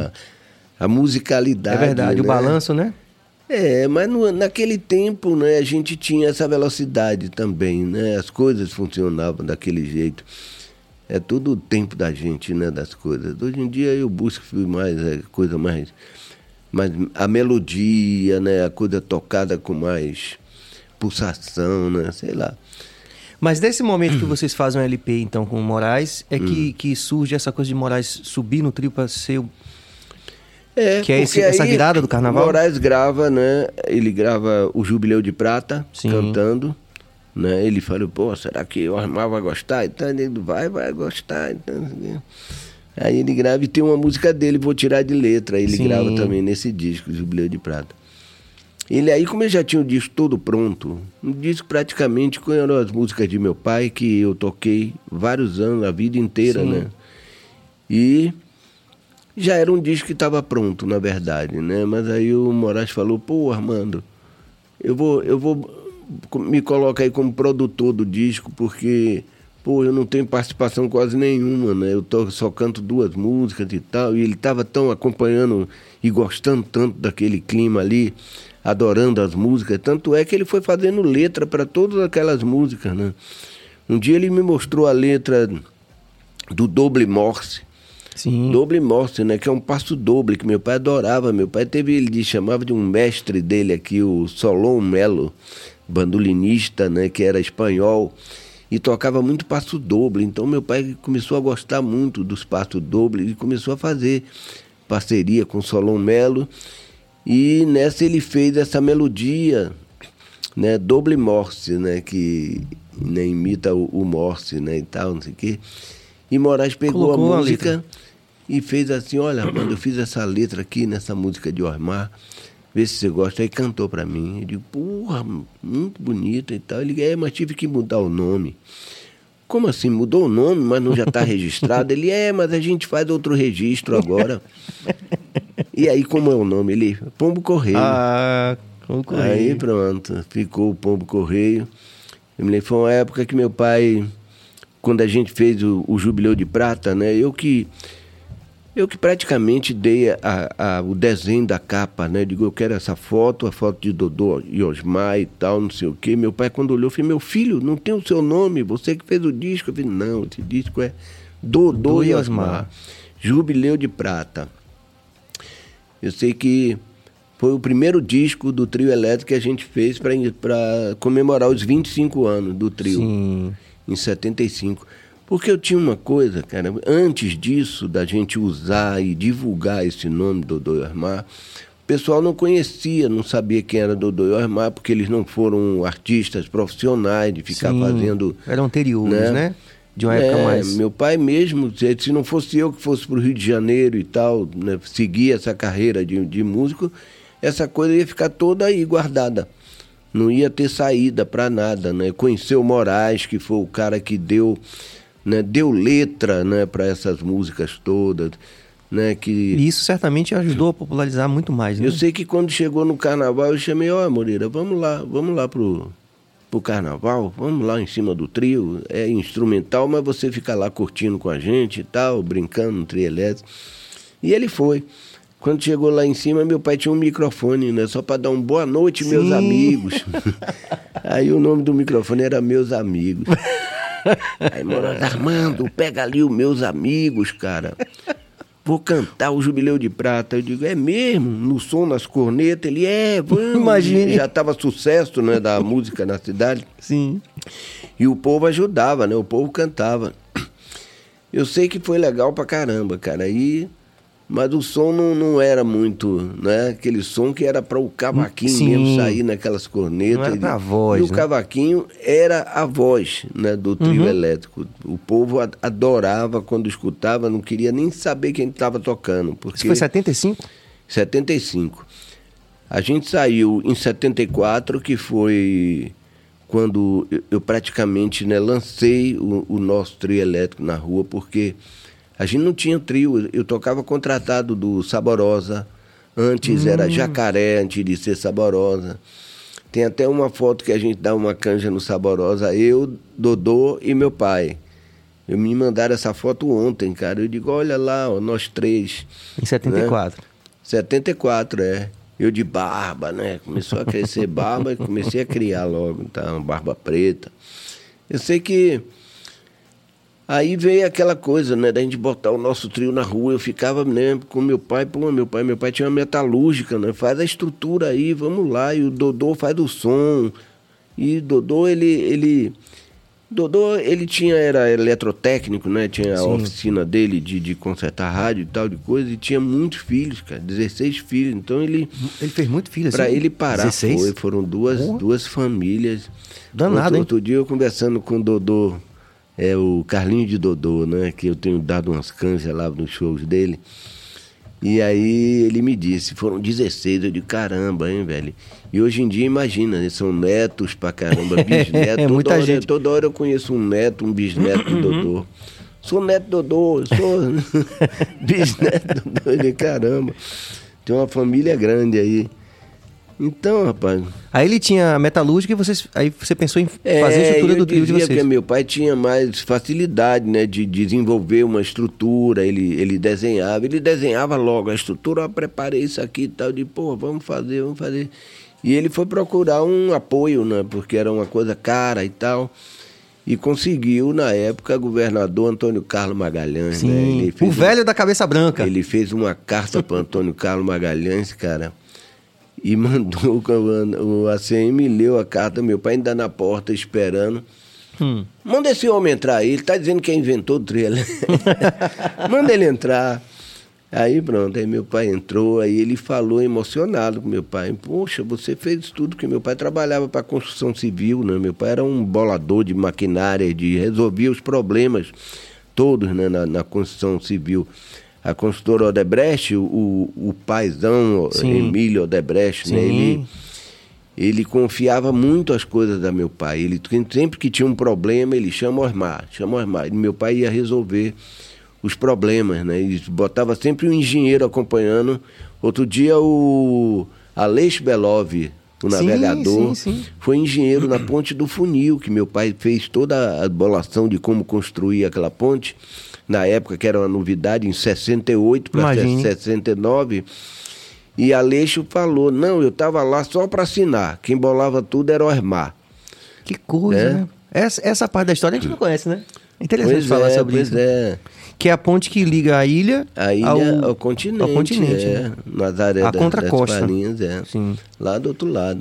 A, a musicalidade. É verdade, né? o balanço, né? É, mas no, naquele tempo, né, a gente tinha essa velocidade também, né? As coisas funcionavam daquele jeito. É tudo o tempo da gente, né, das coisas. Hoje em dia eu busco mais é, coisa mais, mais a melodia, né, a coisa tocada com mais pulsação, né, sei lá. Mas desse momento que vocês fazem um L P, então, com o Moraes, é que, que surge essa coisa de Moraes subir no trio para ser o... É, que é esse, essa virada do carnaval? Moraes grava, né? Ele grava o Jubileu de Prata, Sim. cantando, né? Ele falou, pô, será que o Osmar vai gostar? Então ele vai, vai gostar. Então... Aí ele grava e tem uma música dele, Vou Tirar de Letra. Aí ele Sim. grava também nesse disco, Jubileu de Prata. Ele aí, como ele já tinha o disco todo pronto, um disco praticamente com as músicas de meu pai, que eu toquei vários anos, a vida inteira, Sim. né? E já era um disco que estava pronto, na verdade, né? Mas aí o Moraes falou, pô, Armando, eu vou, eu vou me colocar aí como produtor do disco, porque, pô, eu não tenho participação quase nenhuma, né? Eu tô, só canto duas músicas e tal, e ele estava tão acompanhando e gostando tanto daquele clima ali. adorando as músicas. Tanto é que ele foi fazendo letra para todas aquelas músicas, né? Um dia ele me mostrou a letra do Doble Morse. Sim. Doble Morse, né? Que é um passo doble, que meu pai adorava. Meu pai teve, ele chamava de um mestre dele aqui, o Solon Melo, bandolinista, né? Que era espanhol. E tocava muito passo doble. Então meu pai começou a gostar muito dos passos dobles e começou a fazer parceria com o Solon Melo. E nessa ele fez essa melodia, né? Doble Morse, né? Que né, imita o, o Morse, né? E tal, não sei o quê. E Moraes pegou Colocou a música a e fez assim, olha, mano, eu fiz essa letra aqui nessa música de Osmar, vê se você gosta. Aí cantou pra mim. Eu digo, porra, muito bonita e tal. Ele disse, é, mas tive que mudar o nome. Como assim? Mudou o nome, mas não já está registrado? Ele, é, mas a gente faz outro registro agora. E aí, como é o nome? Ele, Pombo Correio. Ah, Pombo Correio. Aí pronto, ficou o Pombo Correio. Eu me lembro, foi uma época que meu pai, quando a gente fez o, o Jubileu de Prata, né? Eu que... Eu que praticamente dei a, a, o desenho da capa, né? Digo, eu quero essa foto, a foto de Dodô e Osmar e tal, não sei o quê. Meu pai, quando olhou, falou, meu filho, não tem o seu nome, você que fez o disco. Eu falei, não, esse disco é Dodô, Dodô e Osmar. Osmar, Jubileu de Prata. Eu sei que foi o primeiro disco do Trio Elétrico que a gente fez para comemorar os vinte e cinco anos do trio, Sim. em setenta e cinco. Porque eu tinha uma coisa, cara, antes disso, da gente usar e divulgar esse nome, Dodô e Osmar, o pessoal não conhecia, não sabia quem era Dodô e Osmar, porque eles não foram artistas profissionais de ficar Sim, fazendo... eram anteriores, né? né? De uma é, época mais... Meu pai mesmo, se não fosse eu que fosse para o Rio de Janeiro e tal, né, seguir essa carreira de, de músico, essa coisa ia ficar toda aí guardada. Não ia ter saída para nada, né? Conhecer o Moraes, que foi o cara que deu... Né, deu letra, né, para essas músicas todas, né, que... E isso certamente ajudou a popularizar muito mais, né? Eu sei que quando chegou no carnaval, eu chamei, ó, Moreira, vamos lá, vamos lá pro, pro carnaval, vamos lá em cima do trio, é instrumental, mas você fica lá curtindo com a gente e tal, brincando no trio elétrico. E ele foi. Quando chegou lá em cima, meu pai tinha um microfone, né, só para dar um boa noite, Sim. meus amigos. Aí o nome do microfone era Meus Amigos. Aí, Moraes, Armando, pega ali os Meus Amigos, cara. Vou cantar o Jubileu de Prata. Eu digo, é mesmo? No som, nas cornetas? Ele, é, vamos. Imagine. Já estava sucesso, né, da música na cidade. Sim. E o povo ajudava, né? O povo cantava. Eu sei que foi legal pra caramba, cara. Aí... Mas o som não, não era muito, né? Aquele som que era para o cavaquinho Sim. mesmo sair naquelas cornetas. Não era para a voz, E o né? cavaquinho era a voz, né, do trio uhum. elétrico. O povo adorava quando escutava, não queria nem saber quem estava tocando. Porque... Isso foi setenta e cinco? setenta e cinco. A gente saiu em setenta e quatro, que foi quando eu, eu praticamente, né, lancei o, o nosso trio elétrico na rua, porque... A gente não tinha trio, eu tocava contratado do Saborosa, antes hum. era Jacaré, antes de ser Saborosa. Tem até uma foto que a gente dá uma canja no Saborosa, eu, Dodô e meu pai. Eu me mandaram essa foto ontem, cara. Eu digo, olha lá, ó, nós três. Em setenta e quatro. Né? setenta e quatro, é. Eu de barba, né? Começou a crescer barba e comecei a criar logo, tá? Uma barba preta. Eu sei que... Aí veio aquela coisa, né, da gente botar o nosso trio na rua. Eu ficava, né, com meu pai, pô, meu pai, meu pai tinha uma metalúrgica, né, faz a estrutura aí, vamos lá. E o Dodô faz o som. E Dodô, ele, ele, Dodô, ele tinha, era eletrotécnico, né, tinha Sim. a oficina dele de, de consertar rádio e tal de coisa, e tinha muitos filhos, cara, dezesseis filhos. Então ele... Ele fez muito filho, assim? Pra ele parar, foi, foram duas, oh. duas famílias. Danado, outro, hein? Outro dia eu conversando com o Dodô, é o Carlinho de Dodô, né? Que eu tenho dado umas canjas lá nos shows dele. E aí ele me disse, foram dezesseis, eu digo, caramba, hein, velho? E hoje em dia, imagina, né? São netos pra caramba, bisnetos. É muita toda hora, gente. Toda hora eu conheço um neto, um bisneto do Dodô. Sou neto do Dodô, sou bisneto do Dodô, eu digo, caramba. Tem uma família grande aí. Então, rapaz... Aí ele tinha metalúrgica e vocês, aí você pensou em fazer é, a estrutura do trio de vocês. Que meu pai tinha mais facilidade, né, de desenvolver uma estrutura, ele, ele desenhava, ele desenhava logo a estrutura, ó, preparei isso aqui e tal, de pô, vamos fazer, vamos fazer. E ele foi procurar um apoio, né? Porque era uma coisa cara e tal. E conseguiu, na época, governador Antônio Carlos Magalhães. Sim, né? Ele fez o velho da cabeça branca. Ele fez uma carta para Antônio Carlos Magalhães, cara, e mandou, o A C M leu a carta, meu pai ainda na porta esperando. Hum. Manda esse homem entrar aí, ele tá dizendo que é inventor do trailer. Manda ele entrar. Aí pronto, aí meu pai entrou, aí ele falou emocionado com meu pai. Poxa, você fez tudo, porque meu pai trabalhava para construção civil, né? Meu pai era um bolador de maquinária, de resolver os problemas todos, né, na, na construção civil. A construtora Odebrecht, o, o paizão Sim. Emílio Odebrecht, né, ele, ele confiava muito as coisas da meu pai. Ele, sempre que tinha um problema, ele chama o Osmar, chama o Osmar. E meu pai ia resolver os problemas, né? E botava sempre um engenheiro acompanhando. Outro dia o Aleixo Belov, o sim, navegador, sim, sim. foi engenheiro na Ponte do Funil, que meu pai fez toda a bolação de como construir aquela ponte, na época que era uma novidade, em sessenta e oito para sessenta e nove. E Aleixo falou, não, eu estava lá só para assinar, quem bolava tudo era o Osmar. Que coisa, é? né? Essa, essa parte da história a gente não conhece, né? É interessante pois falar é, sobre pois isso. É. Que é a ponte que liga a ilha, a ilha ao, ao continente. Ao continente é, né? Nas áreas a da, contracosta. das Farinhas, é. Sim. Lá do outro lado.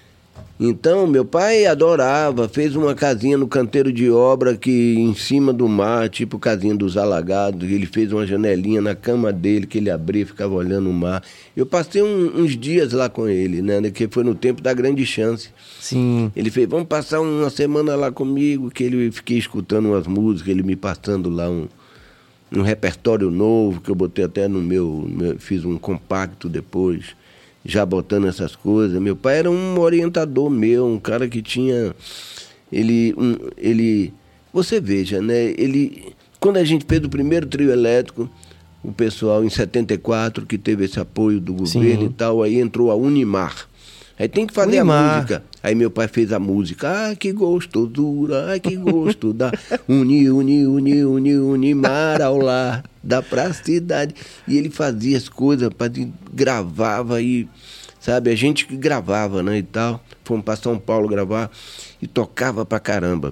Então, meu pai adorava, fez uma casinha no canteiro de obra que em cima do mar, tipo casinha dos alagados, ele fez uma janelinha na cama dele que ele abria e ficava olhando o mar. Eu passei um, uns dias lá com ele, né, que foi no tempo da Grande Chance. Sim. Ele fez, vamos passar uma semana lá comigo, que ele fiquei escutando umas músicas, ele me passando lá um, um repertório novo, que eu botei até no meu, meu fiz um compacto depois, já botando essas coisas. Meu pai era um orientador meu, um cara que tinha, ele, um, ele, você veja, né, ele, quando a gente fez o primeiro trio elétrico, o pessoal em setenta e quatro, que teve esse apoio do governo Sim. e tal, aí entrou a Unimar. Aí tem que fazer Unimar. a música. Aí meu pai fez a música. Ah, que gostosura, ai que gosto da uni, uni, uni, uni, Unimar ao lar da pracidade. E ele fazia as coisas, gravava e, sabe, a gente que gravava, né, e tal. Fomos para São Paulo gravar e tocava pra caramba.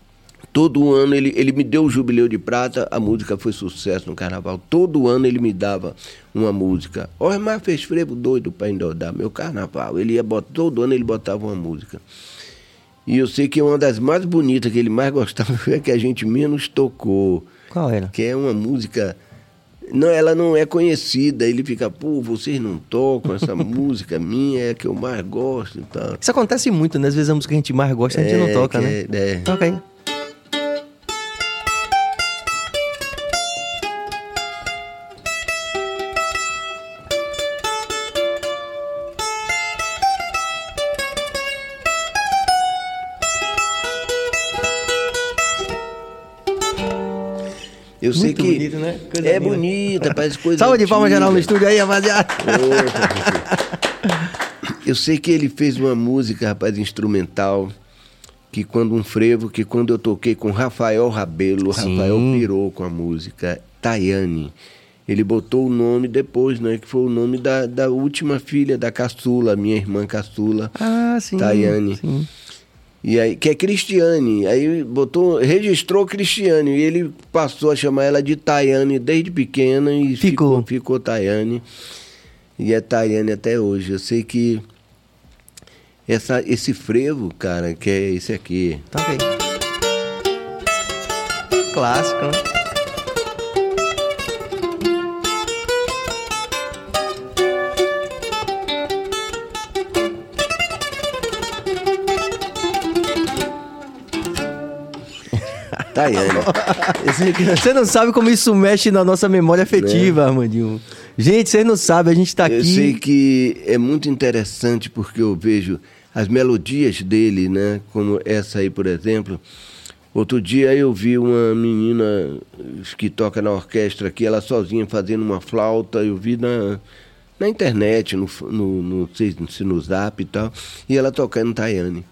Todo ano ele, ele me deu o Jubileu de Prata, a música foi sucesso no carnaval. Todo ano ele me dava uma música. O Osmar fez frevo doido para endodar meu carnaval. Ele ia botar, todo ano ele botava uma música. E eu sei que uma das mais bonitas que ele mais gostava foi a que a gente menos tocou. Qual era? Que é uma música... Não, ela não é conhecida. Ele fica, pô, vocês não tocam essa música minha, é a que eu mais gosto e tal. Isso acontece muito, né? Às vezes a música que a gente mais gosta, a gente é, não toca, né? É, é. Toca aí. Eu Muito sei que bonito, né? Coisa é linda. bonita, parece coisa Salve de palmas antiga. geral no estúdio aí, rapaziada. Eu sei que ele fez uma música, rapaz, instrumental, que quando um frevo, que quando eu toquei com Rafael Rabelo, o Rafael pirou com a música, Tayane. Ele botou o nome depois, né? Que foi o nome da, da última filha da caçula, minha irmã caçula, ah, sim, Tayane. Sim. E aí, que é Cristiane, aí botou, registrou Cristiane, e ele passou a chamar ela de Tayane desde pequena e ficou, ficou, ficou Tayane, e é Tayane até hoje. Eu sei que essa, esse frevo, cara, que é esse aqui. Tá aí. Clássico, né? Tayane. Você não sabe como isso mexe na nossa memória afetiva, né? Armandinho. Gente, vocês não sabem, a gente tá aqui... Eu sei que é muito interessante porque eu vejo as melodias dele, né? Como essa aí, por exemplo. Outro dia eu vi uma menina que toca na orquestra aqui, ela sozinha fazendo uma flauta, eu vi na, na internet, no, no, no, sei se no Zap e tal, e ela tocando Tayane.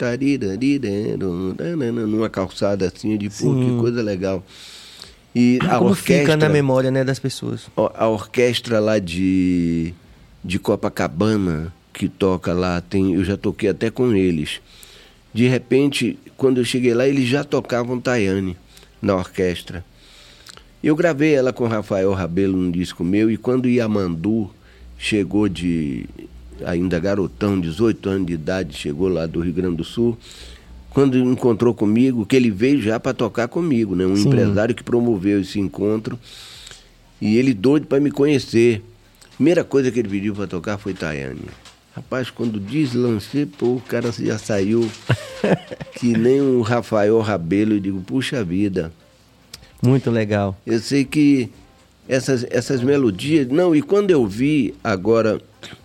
Numa calçada assim, de pô, que coisa legal. E a Como orquestra, fica na memória, né, das pessoas. A orquestra lá de, de Copacabana, que toca lá, tem, eu já toquei até com eles. De repente, quando eu cheguei lá, eles já tocavam Tayane na orquestra. Eu gravei ela com Rafael Rabelo num disco meu, e quando Yamandu chegou de, ainda garotão, dezoito anos de idade, chegou lá do Rio Grande do Sul, quando encontrou comigo, que ele veio já para tocar comigo, né? Um Sim. empresário que promoveu esse encontro, e ele doido para me conhecer. Primeira coisa que ele pediu para tocar foi Tayane. Rapaz, quando deslancei, pô, o cara já saiu que nem o Rafael Rabelo. Eu digo, puxa vida. Muito legal. Eu sei que essas, essas melodias... Não, e quando eu vi agora,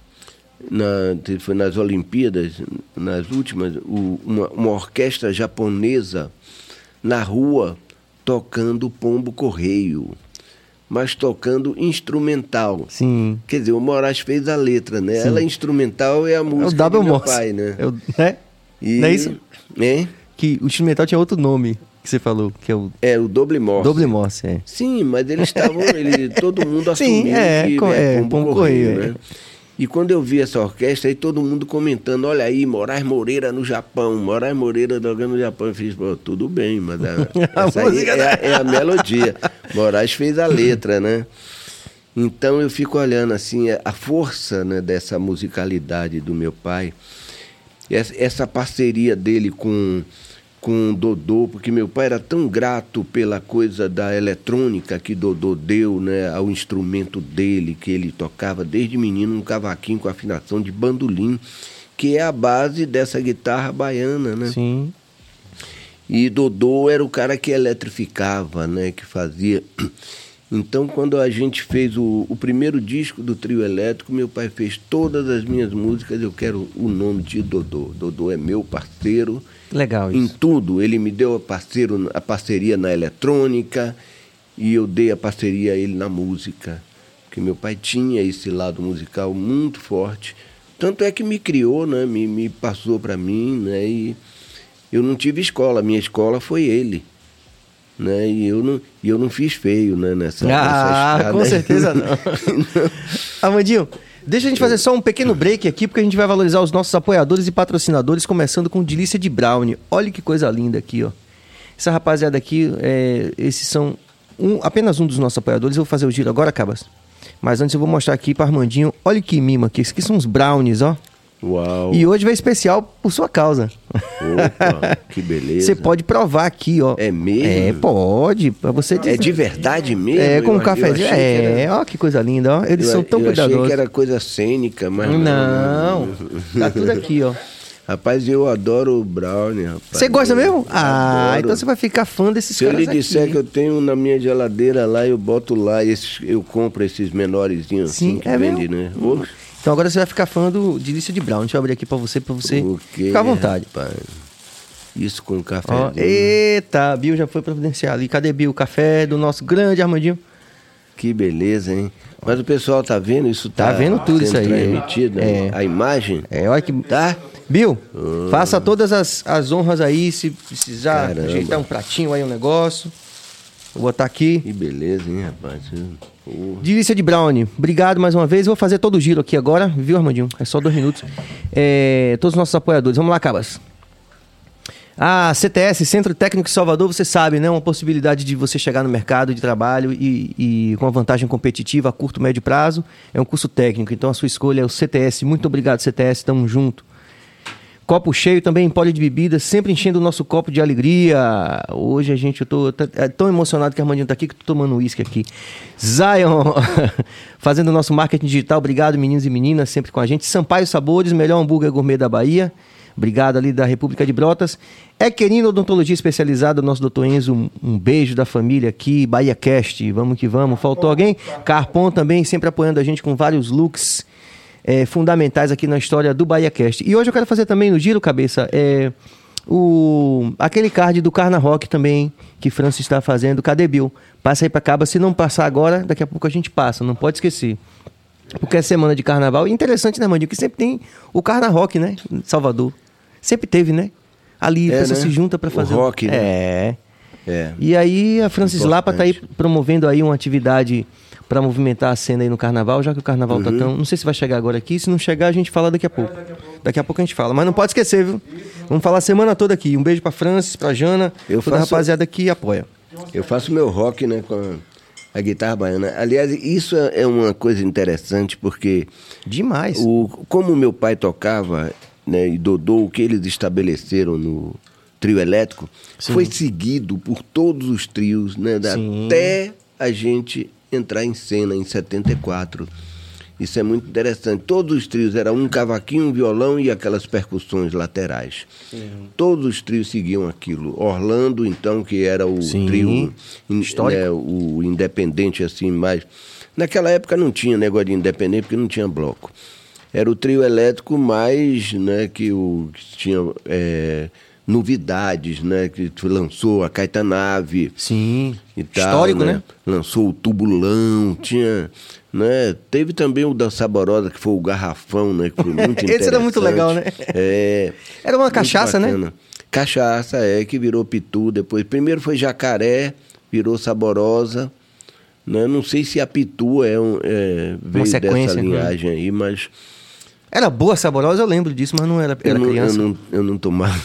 na, foi nas Olimpíadas, nas últimas, o, uma, uma orquestra japonesa na rua tocando Pombo Correio, mas tocando instrumental. Sim. Quer dizer, o Moraes fez a letra, né? Sim. Ela instrumental é a música é o do meu Morse. pai, né? É o, né? E, não é isso? É? Que o instrumental tinha outro nome que você falou, que é o... É, o Doble Morse. Doble Morse, é. Sim, mas eles estavam... ele, todo mundo assumiu Sim, é, que é, é Pombo Pombo Correio, Correio, né? E quando eu vi essa orquestra, aí todo mundo comentando, olha aí, Moraes Moreira no Japão, Moraes Moreira tocando no Japão. Eu fiz, pô, tudo bem, mas a, essa aí é a, é a melodia. Moraes fez a letra, né? Então eu fico olhando assim, a força, né, dessa musicalidade do meu pai, essa parceria dele com, com Dodô, porque meu pai era tão grato pela coisa da eletrônica que Dodô deu, né, ao instrumento dele, que ele tocava desde menino, um cavaquinho com afinação de bandolim, que é a base dessa guitarra baiana, né? Sim. E Dodô era o cara que eletrificava, né, que fazia... Então, quando a gente fez o, o primeiro disco do Trio Elétrico, meu pai fez todas as minhas músicas, eu quero o nome de Dodô. Dodô é meu parceiro. Legal isso. Em tudo. Ele me deu a, parceiro, a parceria na eletrônica e eu dei a parceria a ele na música. Porque meu pai tinha esse lado musical muito forte. Tanto é que me criou, né, me, me passou para mim, né, e eu não tive escola. A minha escola foi ele. Né? E eu não, e eu não fiz feio, né, nessa, ah, nessa com certeza não. não. Amandinho, deixa a gente fazer só um pequeno break aqui, porque a gente vai valorizar os nossos apoiadores e patrocinadores, começando com Delícia de Brownie. Olha que coisa linda aqui, ó. Essa rapaziada aqui, é, esses são um, apenas um dos nossos apoiadores. Eu vou fazer o giro agora, Cabas. Mas antes eu vou mostrar aqui para Armandinho. Olha que mimo aqui. Esses aqui são os brownies, ó. Uau. E hoje vai especial por sua causa. Opa, que beleza. Você pode provar aqui, ó. É mesmo? É, pode. Pra você dizer. É de verdade mesmo? É, com eu, um cafezinho. É, era... ó, que coisa linda, ó. Eles eu, são tão eu cuidadosos. Eu achei que era coisa cênica, mas... Não, tá tudo aqui, ó. Rapaz, eu adoro o brownie, rapaz. Você gosta mesmo? Ah, adoro. Então você vai ficar fã desses Se caras aqui. Se eu lhe disser que eu tenho na minha geladeira lá, eu boto lá, esses, eu compro esses menorzinhos assim, que é vende, mesmo? né? Oxe. Então agora você vai ficar fã do Delícia de Brown. Deixa eu abrir aqui pra você, pra você ficar à vontade. Rapaz? Isso com café. Ó, eita, Bill já foi providenciar ali. Cadê Bill? O café do nosso grande Armandinho. Que beleza, hein? Mas o pessoal tá vendo isso? Tá, tá vendo tudo isso aí. Transmitido, é. A imagem? É, olha que... Tá? Bill, hum. faça todas as, as honras aí, se precisar. Caramba. Ajeitar um pratinho aí, um negócio. Vou botar aqui. Que beleza, hein, rapaz? Uh. Delícia de Brownie. Obrigado mais uma vez. Vou fazer todo o giro aqui agora, viu, Armandinho? É só dois minutos. É, todos os nossos apoiadores. Vamos lá, Cabas. Ah, C T S, Centro Técnico de Salvador, você sabe, né? Uma possibilidade de você chegar no mercado de trabalho e, e com uma vantagem competitiva a curto, médio prazo. É um curso técnico, então a sua escolha é o C T S. Muito obrigado, C T S. Tamo junto. Copo cheio também, Empório de Bebidas, sempre enchendo o nosso copo de alegria. Hoje a gente, eu tô é tão emocionado que a Armandinho tá aqui que tô tomando uísque aqui. Zion, fazendo o nosso marketing digital. Obrigado, meninos e meninas, sempre com a gente. Sampaio Sabores, melhor hambúrguer gourmet da Bahia. Obrigado ali da República de Brotas. Equerino Odontologia Especializada, nosso doutor Enzo, um, um beijo da família aqui. Bahia Cast, vamos que vamos. Faltou alguém? Carpon também, sempre apoiando a gente com vários looks É, fundamentais aqui na história do BahiaCast. E hoje eu quero fazer também no Giro Cabeça é, o, aquele card do Carna Rock também, que Francis está fazendo. Cadê Bill? Passa aí para Caba. Se não passar agora, daqui a pouco a gente passa, não pode esquecer. Porque é semana de carnaval. E interessante, né, Mandinho? Que sempre tem o Carna Rock, né? Em Salvador. Sempre teve, né? Ali a é, pessoa né? se junta para fazer. O rock, né? É. É. E aí a Francis Importante. Lapa tá aí promovendo aí uma atividade para movimentar a cena aí no carnaval, já que o carnaval Uhum. tá tão... Não sei se vai chegar agora aqui, se não chegar a gente fala daqui a pouco. Daqui a pouco a gente fala, mas não pode esquecer, viu? Vamos falar a semana toda aqui. Um beijo pra Francis, pra Jana, Eu toda a faço- rapaziada que apoia. Eu faço meu rock, né, com a, a guitarra baiana. Aliás, isso é uma coisa interessante, porque Demais. o, como meu pai tocava, né, e Dodô, o que eles estabeleceram no trio elétrico, Sim. foi seguido por todos os trios, né, da- Sim. até a gente entrar em cena em setenta e quatro. Isso é muito interessante. Todos os trios, era um cavaquinho, um violão e aquelas percussões laterais. Todos os trios seguiam aquilo. Orlando, então, que era o Sim. trio in- Histórico. né, o independente, assim, mais... Naquela época não tinha negócio de independente, porque não tinha bloco. Era o trio elétrico mais, né, que, o, que tinha é, novidades, né, que lançou a Caetanave Sim. e tal, Histórico, né? Lançou o Tubulão, tinha... Né? Teve também o da Saborosa, que foi o Garrafão, né? Que foi muito interessante. Esse era muito legal, né? É. Era uma muito cachaça, né? bacana. Cachaça, é, que virou Pitu depois. Primeiro foi Jacaré, virou Saborosa. Né? Não sei se a Pitu é, um, é veio sequência, dessa né? linhagem aí, mas... Era boa, saborosa, eu lembro disso, mas não era, Eu era não, criança. eu, não, eu não tomava.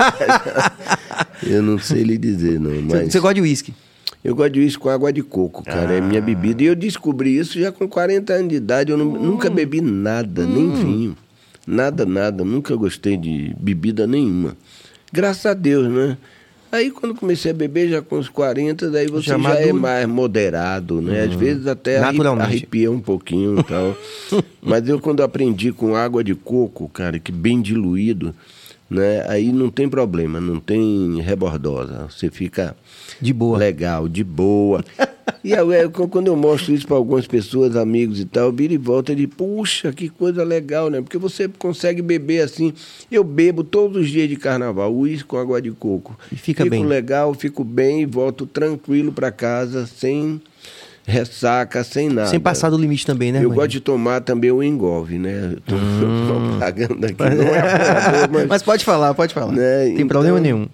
Eu não sei lhe dizer, não. Você- Mas... Você gosta de uísque? Eu gosto de uísque com água de coco, cara. Ah. É minha bebida. E eu descobri isso já com quarenta anos de idade. Eu não- Hum. nunca bebi nada, nem vinho. Nada, nada. Nunca gostei de bebida nenhuma. Graças a Deus, né? Aí quando comecei a beber, já com os quarenta, daí você Já já, é maduro. mais moderado, né? Às vezes até arri- Naturalmente. arrepia um pouquinho e tal. Mas eu quando aprendi com água de coco, cara, que bem diluído, né? Aí não tem problema, não tem rebordosa. Você fica... De boa. Legal, de boa. E aí, eu- quando eu mostro isso para algumas pessoas, amigos e tal, vira e volta e diz, puxa, que coisa legal, né? Porque você consegue beber assim. Eu bebo todos os dias de carnaval, uísque com água de coco. E fica fico bem. legal, fico bem e volto tranquilo para casa, sem ressaca, sem nada. Sem passar do limite também, né, Eu Armandinho? gosto de tomar também o engolve, né? Eu tô propaganda aqui, não é apoiador, mas... Mas pode falar, pode falar. Né, Tem então- problema nenhum.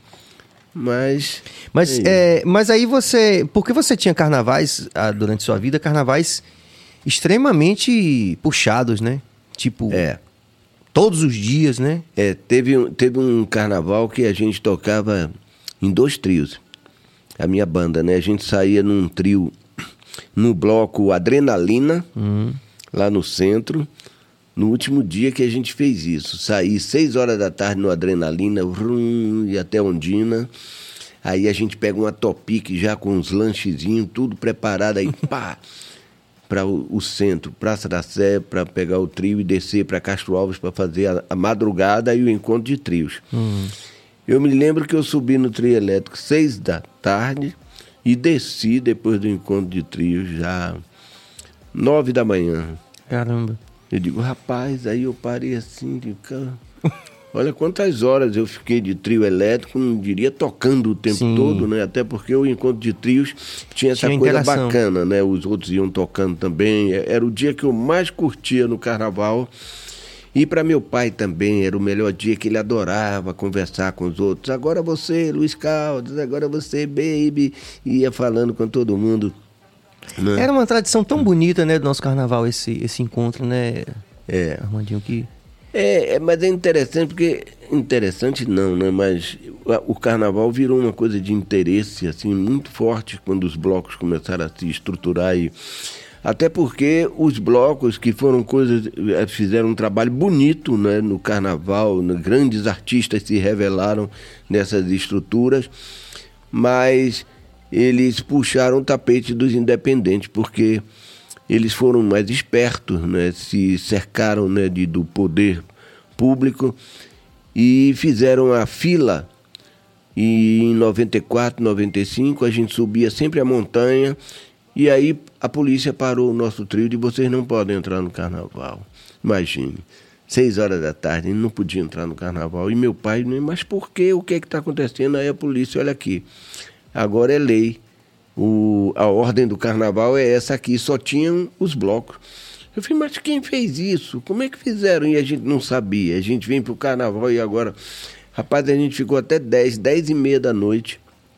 Mas... Mas, é é, mas aí você... Porque você tinha carnavais, ah, durante sua vida, carnavais extremamente puxados, né? Tipo, É. todos os dias, né? É, teve, um- teve um carnaval que a gente tocava em dois trios. A minha banda, né? A gente saía num trio, no bloco Adrenalina, lá no centro. No último dia que a gente fez isso. Saí seis horas da tarde no Adrenalina, vrum, e até Ondina. Aí a gente pega uma Topic já com uns lanchezinhos, tudo preparado, aí pá, para o, o centro, Praça da Sé, para pegar o trio e descer para Castro Alves para fazer a, a madrugada e o encontro de trios. Eu me lembro que eu subi no trio elétrico seis da tarde e desci depois do encontro de trios já nove da manhã. Caramba. Eu digo, rapaz, aí eu parei assim, de cara, olha quantas horas eu fiquei de trio elétrico, não diria tocando o tempo Sim. todo, né? Até porque o encontro de trios tinha essa Tinha coisa interação. bacana, né? Os outros iam tocando também. Era o dia que eu mais curtia no carnaval. E para meu pai também era o melhor dia, que ele adorava conversar com os outros. Agora você, Luiz Caldas, agora você, Baby. Ia falando com todo mundo. Né? Era uma tradição tão bonita, né, do nosso carnaval, esse, esse encontro, né, É. Armandinho, que... É, é, mas é interessante porque... Interessante não, né? Mas o carnaval virou uma coisa de interesse, assim, muito forte quando os blocos começaram a se estruturar e... Até porque os blocos que foram coisas... Fizeram um trabalho bonito, né? No carnaval, né? Grandes artistas se revelaram nessas estruturas, mas eles puxaram o tapete dos independentes, porque... Eles foram mais espertos, né? Se cercaram, né, de, do poder público e fizeram a fila. E em noventa e quatro, noventa e cinco, a gente subia sempre a montanha e aí a polícia parou o nosso trio de vocês não podem entrar no carnaval. Imagine, seis horas da tarde, não podia entrar no carnaval. E meu pai, mas por quê? O que é que está acontecendo? Aí a polícia, olha aqui, agora é lei. O, a ordem do carnaval é essa aqui, só tinham os blocos. Eu falei, mas quem fez isso? Como é que fizeram? E a gente não sabia. A gente vem pro carnaval e agora... Rapaz, a gente ficou até dez, dez e meia da noite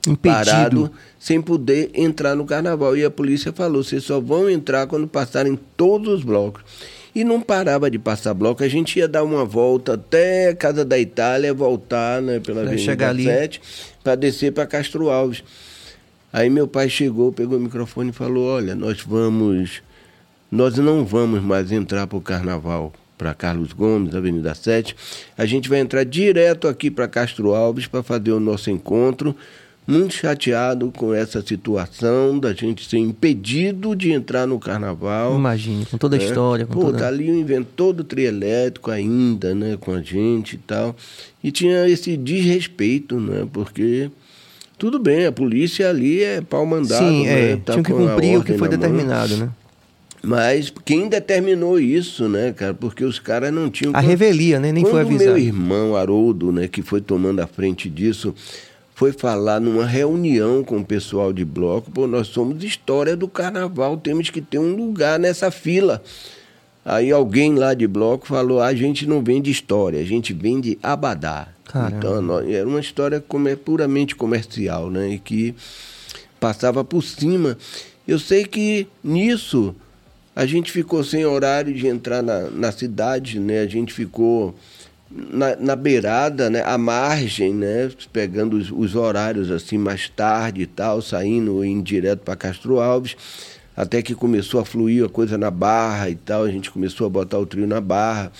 Impedido. Parado, sem poder entrar no carnaval. E a polícia falou, vocês só vão entrar quando passarem todos os blocos. E não parava de passar bloco, a gente ia dar uma volta até a Casa da Itália, voltar, né, pela Avenida sete, para descer para Castro Alves. Aí meu pai chegou, pegou o microfone e falou, olha, nós vamos, nós não vamos mais entrar para o carnaval, para Carlos Gomes, Avenida sete, a gente vai entrar direto aqui para Castro Alves para fazer o nosso encontro, muito chateado com essa situação da gente ser impedido de entrar no carnaval. Imagine, com toda a né? história. Com Pô, toda... tá ali o inventor do trio elétrico ainda, né, com a gente e tal. E tinha esse desrespeito, né, porque tudo bem, a polícia ali é pau mandado. Sim, né, é, tá tinha que cumprir o que foi determinado, mão. né? Mas quem determinou isso, né, cara? Porque os caras não tinham... A revelia, né? Nem Quando foi avisado. Quando meu irmão Haroldo, né, que foi tomando a frente disso... foi falar numa reunião com o pessoal de bloco, pô, nós somos história do carnaval, temos que ter um lugar nessa fila. Aí alguém lá de bloco falou, a gente não vende história, a gente vende abadá. Caramba. Então, era uma história como é puramente comercial, né, e que passava por cima. Eu sei que nisso a gente ficou sem horário de entrar na, na cidade, né, a gente ficou... Na, na beirada, né, à margem, né, pegando os, os horários assim mais tarde e tal, saindo indo direto para Castro Alves, até que começou a fluir a coisa na Barra e tal, a gente começou a botar o trio na Barra.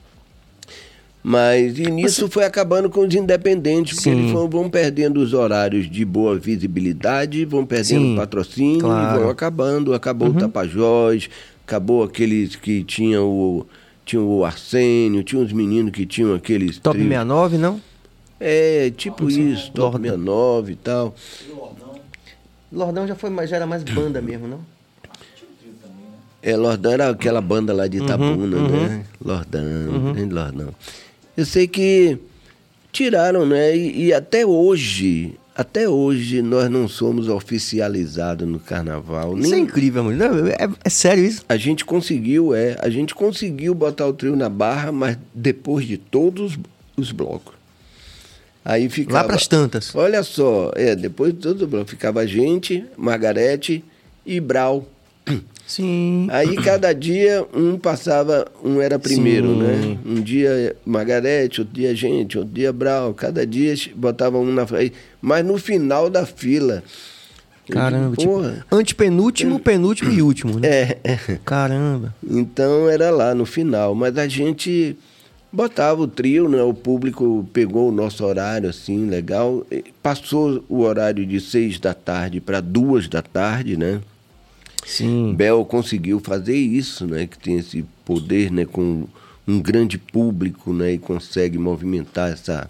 Mas e nisso Você... foi acabando com os independentes, porque Sim. eles vão, vão perdendo os horários de boa visibilidade, vão perdendo Sim, patrocínio, claro. e vão acabando. Acabou uhum. o Tapajós, acabou aqueles que tinham o... Tinha o Arsênio, tinha uns meninos que tinham aqueles... Top trios. sessenta e nove, não? É, tipo Sim. isso, Top Lordão. sessenta e nove e tal. Lordão. Lordão já, foi, já era mais banda mesmo, não? É, Lordão era aquela banda lá de Itabuna, uhum, né? Uhum. Lordão, uhum. né? Lordão. Eu sei que tiraram, né? E, e até hoje... Até hoje nós não somos oficializados no carnaval. Isso Nem... é incrível, mano. É, é sério isso? A gente conseguiu, é. A gente conseguiu botar o trio na Barra, mas depois de todos os blocos. Aí ficava... Lá pras tantas. Olha só, é, depois de todos os blocos. Ficava a gente, Margarete e Brau. Sim. Aí cada dia um passava, um era primeiro, Sim. né? Um dia Margarete, outro dia gente, outro dia Brau. Cada dia botava um na frente. Mas no final da fila. Caramba, digo, tipo, antepenúltimo, penúltimo e último, né? É. Caramba. Então era lá no final. Mas a gente botava o trio, né? O público pegou o nosso horário, assim, legal. Passou o horário de seis da tarde para duas da tarde, né? Sim. Bel conseguiu fazer isso, né? Que tem esse poder, né? Com um grande público, né? E consegue movimentar essa,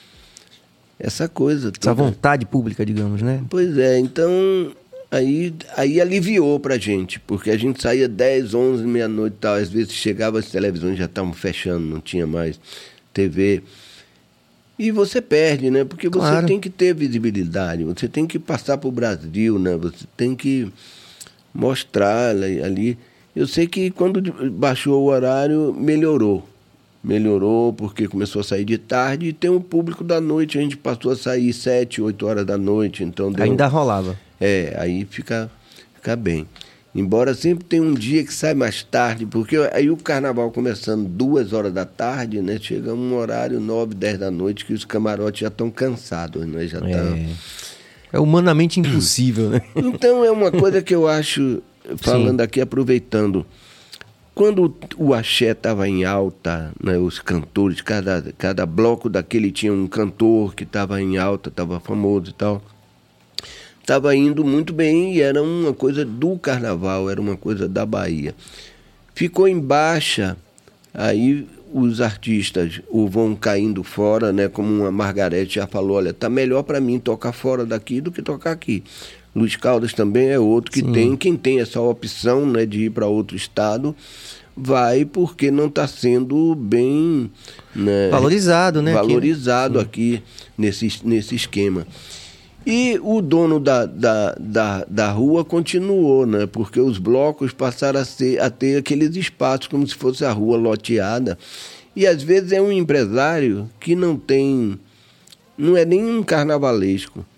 essa coisa. Essa toda. vontade pública, digamos, né? Pois é, então aí, aí aliviou pra gente, porque a gente saía dez, onze, meia-noite e tal. Às vezes chegava, as televisões já estavam fechando, não tinha mais T V. E você perde, né? Porque você claro. tem que ter visibilidade, você tem que passar pro Brasil, né? Você tem que mostrar ali. Eu sei que quando baixou o horário, melhorou. Melhorou porque começou a sair de tarde e tem um público da noite. A gente passou a sair sete, oito horas da noite. Então deu... Ainda rolava. É, aí fica, fica bem. Embora sempre tenha um dia que sai mais tarde, porque aí o carnaval começando duas horas da tarde, né? Chega um horário nove, dez da noite que os camarotes já estão cansados, né? Já é. Tá... É humanamente impossível, né? Então é uma coisa que eu acho, falando Sim. aqui, aproveitando, quando o axé estava em alta, né, os cantores, cada, cada bloco daquele tinha um cantor que estava em alta, estava famoso e tal, estava indo muito bem e era uma coisa do carnaval, era uma coisa da Bahia. Ficou em baixa, aí... os artistas o vão caindo fora, né? Como a Margarete já falou, olha, tá melhor para mim tocar fora daqui do que tocar aqui. Luiz Caldas também é outro que Sim. tem, quem tem essa opção, né, de ir para outro estado, vai porque não está sendo bem... Né, valorizado, né? Valorizado aqui, aqui nesse, nesse esquema. E o dono da, da, da, da rua continuou, né? Porque os blocos passaram a, ser, a ter aqueles espaços como se fosse a rua loteada. E às vezes é um empresário que não tem, não é nem um carnavalesco,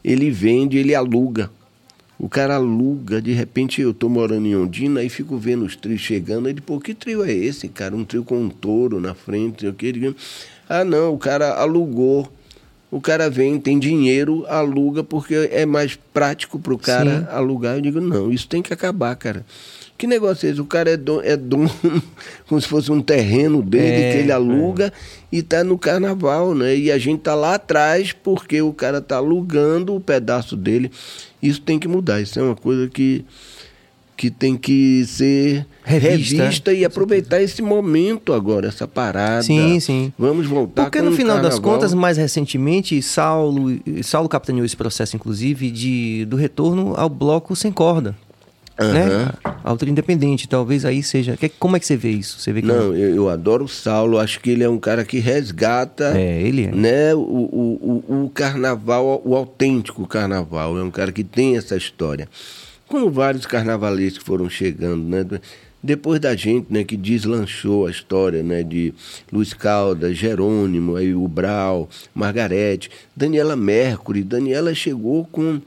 ele vende, ele aluga. O cara aluga, de repente eu tô morando em Ondina e fico vendo os trios chegando. Ele, pô, que trio é esse, cara? Um trio com um touro na frente, o que ele... Ah, não, o cara alugou. O cara vem, tem dinheiro, aluga, porque é mais prático pro cara Sim. alugar. Eu digo, não, isso tem que acabar, cara. Que negócio é esse? O cara é dono, é dono como se fosse um terreno dele, é, que ele aluga é. e tá no carnaval, né? E a gente tá lá atrás porque o cara tá alugando o pedaço dele. Isso tem que mudar, isso é uma coisa que, que tem que ser revista, revista e aproveitar esse momento agora, essa parada. Sim, sim. Vamos voltar Porque com no final carnaval. das contas, mais recentemente, Saulo, Saulo capitaneou esse processo, inclusive, de, do retorno ao bloco sem corda. Uhum. Né? Autor independente, talvez aí seja. Como é que você vê isso? Você vê que não, eu, eu adoro o Saulo, acho que ele é um cara que resgata é, ele é. Né, o, o, o, o carnaval, o autêntico carnaval. É um cara que tem essa história. Como vários carnavaleiros que foram chegando, né? Depois da gente, né, que deslanchou a história, né, de Luiz Caldas, Jerônimo, aí o Brau, Margarete, Daniela Mercury. Daniela chegou com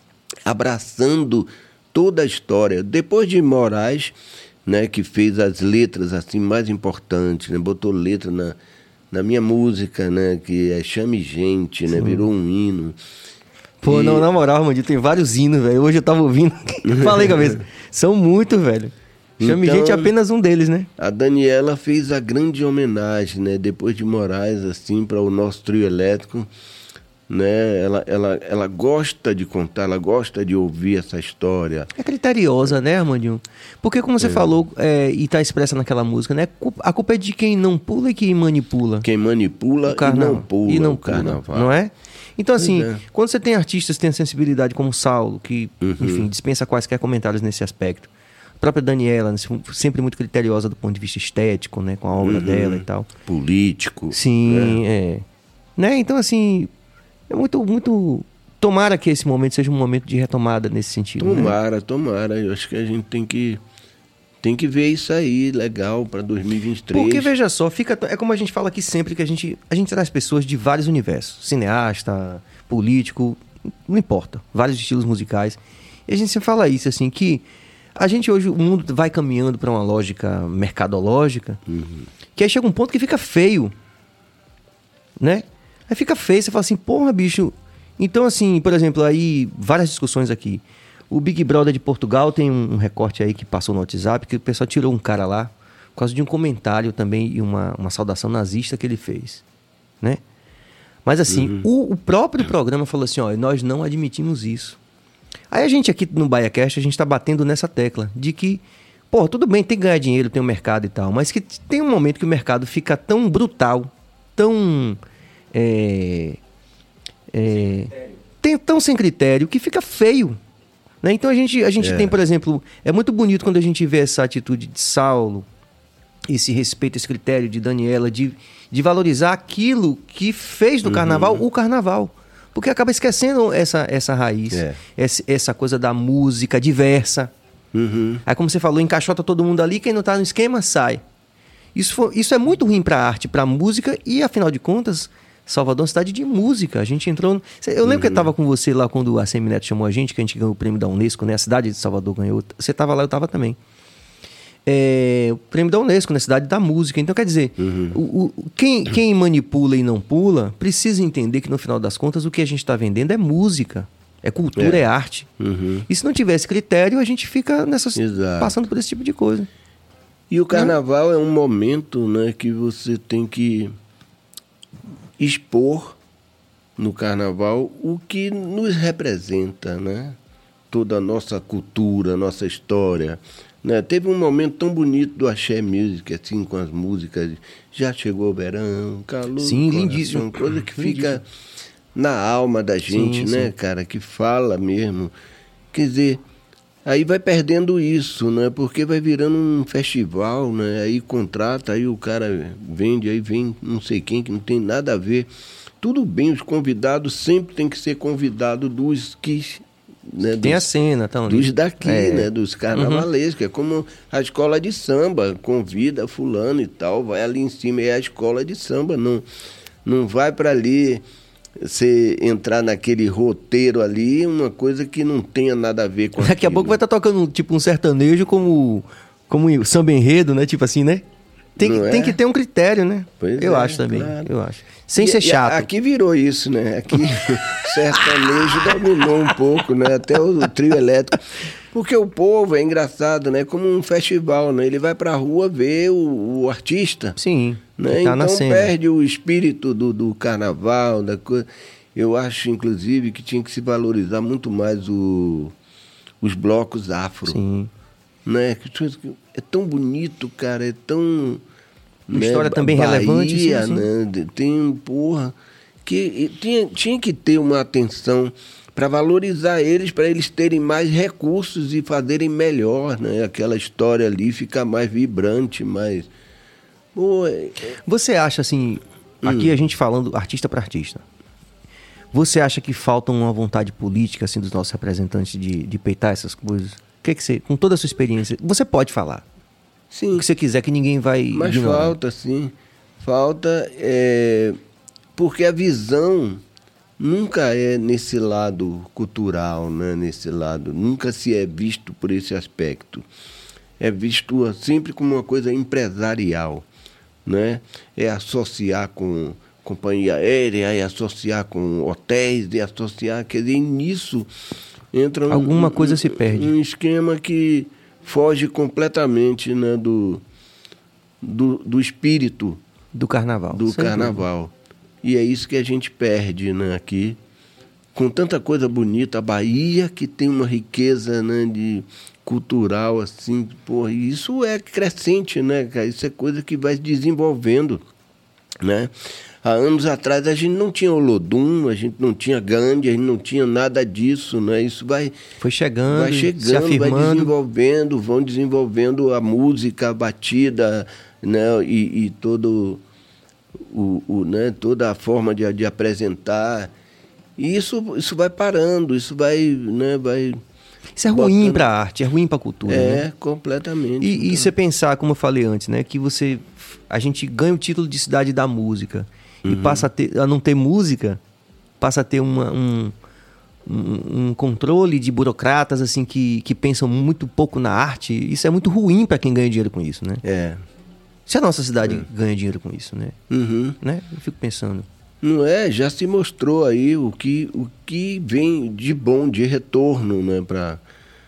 abraçando toda a história. Depois de Moraes, né, que fez as letras assim mais importantes, né, botou letra na, na minha música, né, que é Chame Gente, né, virou um hino. Pô, e... não, na moral, Armandinho, tem vários hinos, velho. Hoje eu tava ouvindo, falei cabeça, são muito, velho. Chame então, Gente é apenas um deles, né? A Daniela fez a grande homenagem, né, depois de Moraes, assim, para o nosso trio elétrico. Né? Ela, ela, ela gosta de contar, ela gosta de ouvir essa história. É criteriosa, né, Armandinho? Porque como você é. falou, é, e está expressa naquela música, né? A culpa é de quem não pula e quem manipula. Quem manipula e não pula e não o pula, carnaval. Não é? Então, assim, é. quando você tem artistas que têm sensibilidade como Saulo, que, uhum. enfim, dispensa quaisquer comentários nesse aspecto. A própria Daniela, sempre muito criteriosa do ponto de vista estético, né? Com a obra uhum. dela e tal. Político. Sim, né? é. Né? Então, assim... É muito, muito... Tomara que esse momento seja um momento de retomada nesse sentido. Tomara, né? tomara. Eu acho que a gente tem que, tem que ver isso aí, legal, para dois mil e vinte e três. Porque, veja só, fica, é como a gente fala aqui sempre, que a gente, a gente traz pessoas de vários universos. Cineasta, político, não importa. Vários estilos musicais. E a gente sempre fala isso, assim, que a gente hoje, o mundo vai caminhando para uma lógica mercadológica, uhum. que aí chega um ponto que fica feio, né? Aí fica feio, você fala assim, porra, bicho... Então, assim, por exemplo, aí, várias discussões aqui. O Big Brother de Portugal tem um, um recorte aí que passou no WhatsApp, que o pessoal tirou um cara lá, por causa de um comentário também e uma, uma saudação nazista que ele fez, né? Mas, assim, uhum. o, o próprio programa falou assim, ó, nós não admitimos isso. Aí a gente aqui no BaiaCast, a gente tá batendo nessa tecla de que, pô, tudo bem, tem que ganhar dinheiro, tem um mercado e tal, mas que tem um momento que o mercado fica tão brutal, tão... É, é, tem, tão sem critério que fica feio, né? Então a gente, a gente é. tem, por exemplo, é muito bonito quando a gente vê essa atitude de Saulo, esse respeito, esse critério de Daniela, de, de valorizar aquilo que fez do carnaval uhum. o carnaval, porque acaba esquecendo essa, essa raiz, é. essa, essa coisa da música diversa. Uhum. Aí, como você falou, encaixota todo mundo ali, quem não tá no esquema sai. Isso, for, isso é muito ruim pra arte, pra música e, afinal de contas, Salvador é uma cidade de música. A gente entrou... No... Eu lembro uhum. que eu estava com você lá quando a Semineto chamou a gente, que a gente ganhou o prêmio da Unesco, né? A cidade de Salvador ganhou. Você estava lá, eu estava também. É... O prêmio da Unesco, na cidade da música. Então, quer dizer, uhum. o, o, quem, quem manipula e não pula precisa entender que, no final das contas, o que a gente está vendendo é música. É cultura, é, é arte. Uhum. E se não tivesse critério, a gente fica nessas... passando por esse tipo de coisa. E o carnaval é um momento, né, que você tem que... expor no carnaval o que nos representa, né? Toda a nossa cultura, nossa história, né? Teve um momento tão bonito do Axé Music, assim, com as músicas, já chegou o verão, calor, sim, lindíssimo, coisa que fica na alma da gente, sim, né, sim. cara, que fala mesmo. Quer dizer, aí vai perdendo isso, né? Porque vai virando um festival, né? Aí contrata, aí o cara vende, aí vem não sei quem, que não tem nada a ver. Tudo bem, os convidados sempre tem que ser convidado dos que... Né, tem dos, a cena, então, dos daqui, é. né? Dos carnavalescos. Uhum. É como a escola de samba, convida fulano e tal, vai ali em cima, é a escola de samba, não, não vai para ali... você entrar naquele roteiro ali, uma coisa que não tenha nada a ver com Daqui aquilo. a pouco vai estar tocando tipo um sertanejo como, como o samba enredo, né? Tipo assim, né? Tem, que, Não é? tem que ter um critério, né? Pois eu é, acho também, claro. eu acho. Sem E- ser e chato. Aqui virou isso, né? Aqui o sertanejo dominou um pouco, né? Até o, o trio elétrico. Porque o povo é engraçado, né? Como um festival, né? Ele vai pra rua ver o, o artista. Sim, Né? que tá Então na cena. perde o espírito do, do carnaval, da coisa. Eu acho, inclusive, que tinha que se valorizar muito mais o, os blocos afro. Sim. Né? Que é tão bonito, cara, é tão... Uma né? história também Bahia, relevante, sim, sim. né? Tem, porra, que tinha, tinha que ter uma atenção para valorizar eles, para eles terem mais recursos e fazerem melhor, né? Aquela história ali ficar mais vibrante, mais... Pô, é- Você acha assim, aqui a gente falando artista para artista, você acha que falta uma vontade política assim dos nossos representantes de, de peitar essas coisas? O que que você, com toda a sua experiência, você pode falar sim. o que você quiser que ninguém vai Mas ignorar. falta, sim. Falta, é, porque a visão nunca é nesse lado cultural, né? Nesse lado, nunca se é visto por esse aspecto. É visto sempre como uma coisa empresarial, né? É associar com companhia aérea, é associar com hotéis, é associar, quer dizer, nisso entra um, Alguma coisa um, se perde. um esquema que foge completamente, né, do, do, do espírito Do carnaval. do sem carnaval. E é isso que a gente perde, né, aqui. Com tanta coisa bonita, a Bahia que tem uma riqueza, né, de cultural, assim, porra, e isso é crescente, né, cara? Isso é coisa que vai se desenvolvendo, né? Há anos atrás a gente não tinha Olodum, a gente não tinha Gandhi, a gente não tinha nada disso, né? Isso vai... Foi chegando, vai se chegando, vai afirmando. desenvolvendo, vão desenvolvendo a música, a batida, né? E, e todo o, o, né? toda a forma de, de apresentar. E isso, isso vai parando, isso vai, né? vai Isso é ruim botando- para a arte, é ruim para a cultura, É, né? completamente. E, e Então, você pensar, como eu falei antes, né, que você a gente ganha o título de cidade da música e passa a, ter, a não ter música, passa a ter uma, um, um, um controle de burocratas assim que, que pensam muito pouco na arte. Isso é muito ruim para quem ganha dinheiro com isso, né? É. Se a nossa cidade ganha dinheiro com isso, né? Uhum. né? Eu fico pensando. Não é? Já se mostrou aí o que, o que vem de bom, de retorno, né? Pra,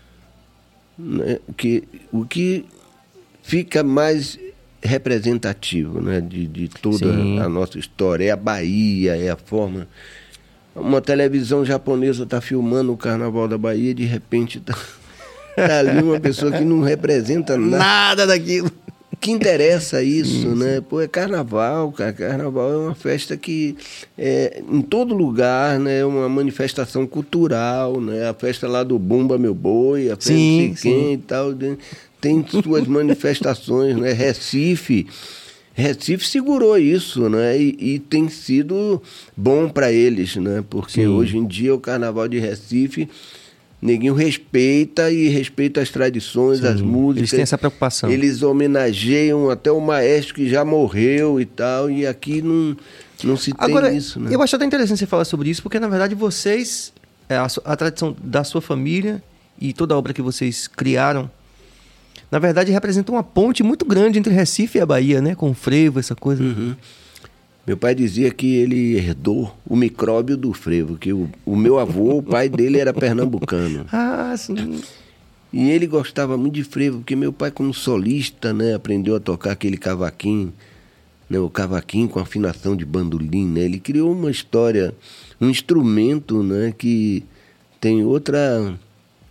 né? Que, o que fica mais representativo, né? De, de toda Sim. a nossa história. É a Bahia, é a forma... Uma televisão japonesa está filmando o Carnaval da Bahia e de repente tá, tá ali uma pessoa que não representa nada. Nada daquilo. O que interessa isso, né? Pô, é carnaval, cara. Carnaval é uma festa que é, em todo lugar, né? É uma manifestação cultural, né? A festa lá do Bumba Meu Boi, a festa Sim, não sei quem sim. e tal, né? Tem suas manifestações, né? Recife, Recife segurou isso, né? E, e tem sido bom para eles, né? Porque Sim. hoje em dia o Carnaval de Recife, neguinho respeita e respeita as tradições, Sim, as músicas. eles têm essa preocupação. Eles homenageiam até o maestro que já morreu e tal, e aqui não, não se tem Agora, isso, né? eu acho até interessante você falar sobre isso, porque na verdade vocês, é, a, su- a tradição da sua família e toda a obra que vocês criaram, na verdade representa uma ponte muito grande entre Recife e a Bahia, né? Com o frevo, essa coisa. Uhum. Meu pai dizia que ele herdou o micróbio do frevo, que o, o meu avô, o pai dele era pernambucano. Ah, sim. E ele gostava muito de frevo, porque meu pai, como solista, né, aprendeu a tocar aquele cavaquinho, né, o cavaquinho com afinação de bandolim, né? Ele criou uma história, um instrumento, né, que tem outra...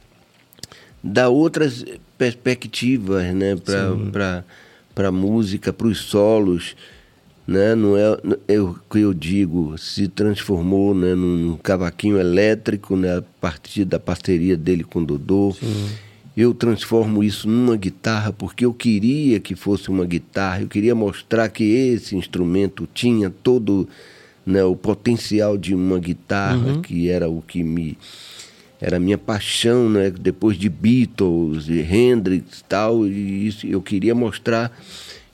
dá outras perspectivas, né, para para música, para os solos, né? Não é, é o que eu digo, se transformou, né, num cavaquinho elétrico, né, a partir da parceria dele com o Dodô. Sim. Eu transformo isso numa guitarra porque eu queria que fosse uma guitarra, eu queria mostrar que esse instrumento tinha todo, né, o potencial de uma guitarra, Uhum. que era o que me... era a minha paixão, né? Depois de Beatles e Hendrix e tal, e isso, eu queria mostrar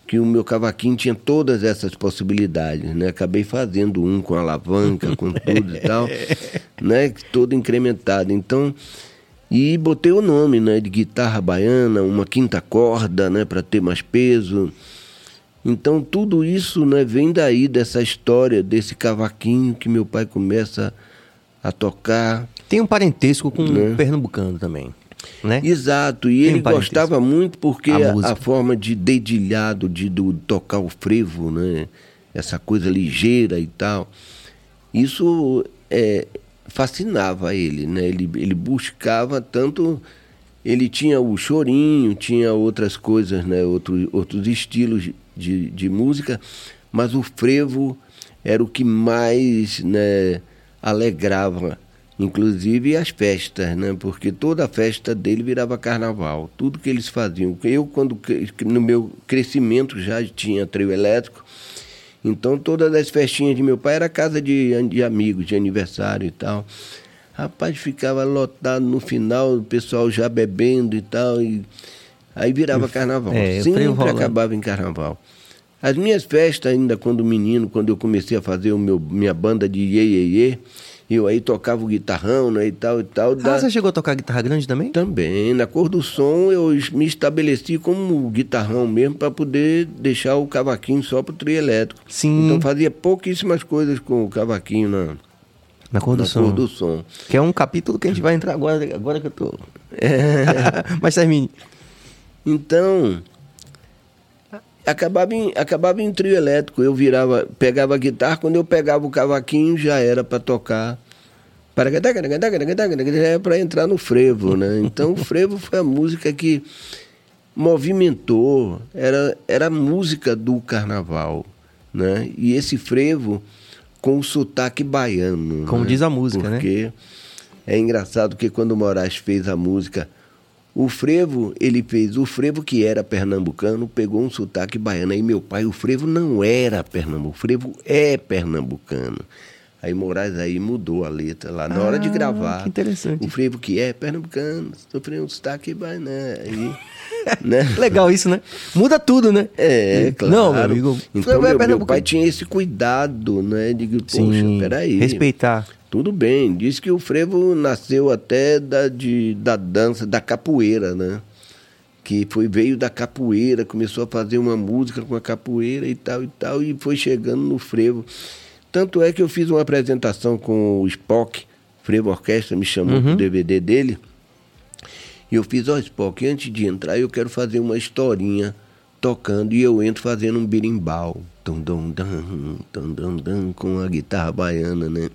que o meu cavaquinho tinha todas essas possibilidades, né? Acabei fazendo um com alavanca, com tudo e tal, né? Todo incrementado. Então, e botei o nome, né? De guitarra baiana, uma quinta corda, né? Para ter mais peso. Então, tudo isso, né? Vem daí, dessa história, desse cavaquinho que meu pai começa a tocar. Tem um parentesco com né? o pernambucano também. Né? Exato, e Tem ele um parentesco. gostava muito porque A a, música. a forma de dedilhado, de do, tocar o frevo, né? Essa coisa ligeira e tal, isso é, fascinava ele, né? Ele, ele buscava tanto, ele tinha o chorinho, tinha outras coisas, né? Outro, outros estilos de, de música, mas o frevo era o que mais, né, alegrava, inclusive as festas, né? Porque toda a festa dele virava carnaval, tudo que eles faziam. Eu, quando no meu crescimento já tinha trio elétrico, então todas as festinhas de meu pai era casa de, de amigos, de aniversário e tal. Rapaz, ficava lotado no final, o pessoal já bebendo e tal, e aí virava carnaval, é, sempre acabava em carnaval. As minhas festas ainda quando menino, quando eu comecei a fazer o meu, minha banda de iê, iê, iê, eu aí tocava o guitarrão, né, e tal, e tal. Ah, da... você chegou a tocar guitarra grande também? Também. Na Cor do Som eu me estabeleci como guitarrão mesmo para poder deixar o cavaquinho só pro trio elétrico. Sim. Então fazia pouquíssimas coisas com o cavaquinho na, na Cor do na Som. Cor do Som. Que é um capítulo que a gente vai entrar agora, agora que eu tô... É. Mas termine. Então... Acabava em, acabava em trio elétrico, eu virava, pegava a guitarra, quando eu pegava o cavaquinho já era para tocar, para para entrar no frevo, né? Então o frevo foi a música que movimentou, era, era a música do carnaval, né? E esse frevo com o sotaque baiano. Como né? diz a música, Porque né? é engraçado que quando o Moraes fez a música... O frevo, ele fez, o frevo que era pernambucano, pegou um sotaque baiano. Aí meu pai, o frevo não era pernambucano, o frevo é pernambucano. Aí Moraes aí mudou a letra lá na ah, hora de gravar. Que interessante. O frevo que é pernambucano, sofreu um sotaque baiano. Aí, né? Legal isso, né? Muda tudo, né? É, claro. Não, meu amigo. Então meu, meu pai tinha esse cuidado, né? De que, poxa, Sim, peraí. respeitar. Tudo bem, diz que o frevo nasceu até da, de, da dança, da capoeira, né? Que foi, veio da capoeira, começou a fazer uma música com a capoeira e tal e tal, e foi chegando no frevo. Tanto é que eu fiz uma apresentação com o Spock, Frevo Orquestra, me chamou uhum. pro D V D dele, e eu fiz, ó, oh, Spock, antes de entrar eu quero fazer uma historinha tocando, e eu entro fazendo um birimbau, tum, dum, dum, tum, dum, dum, com a guitarra baiana, né?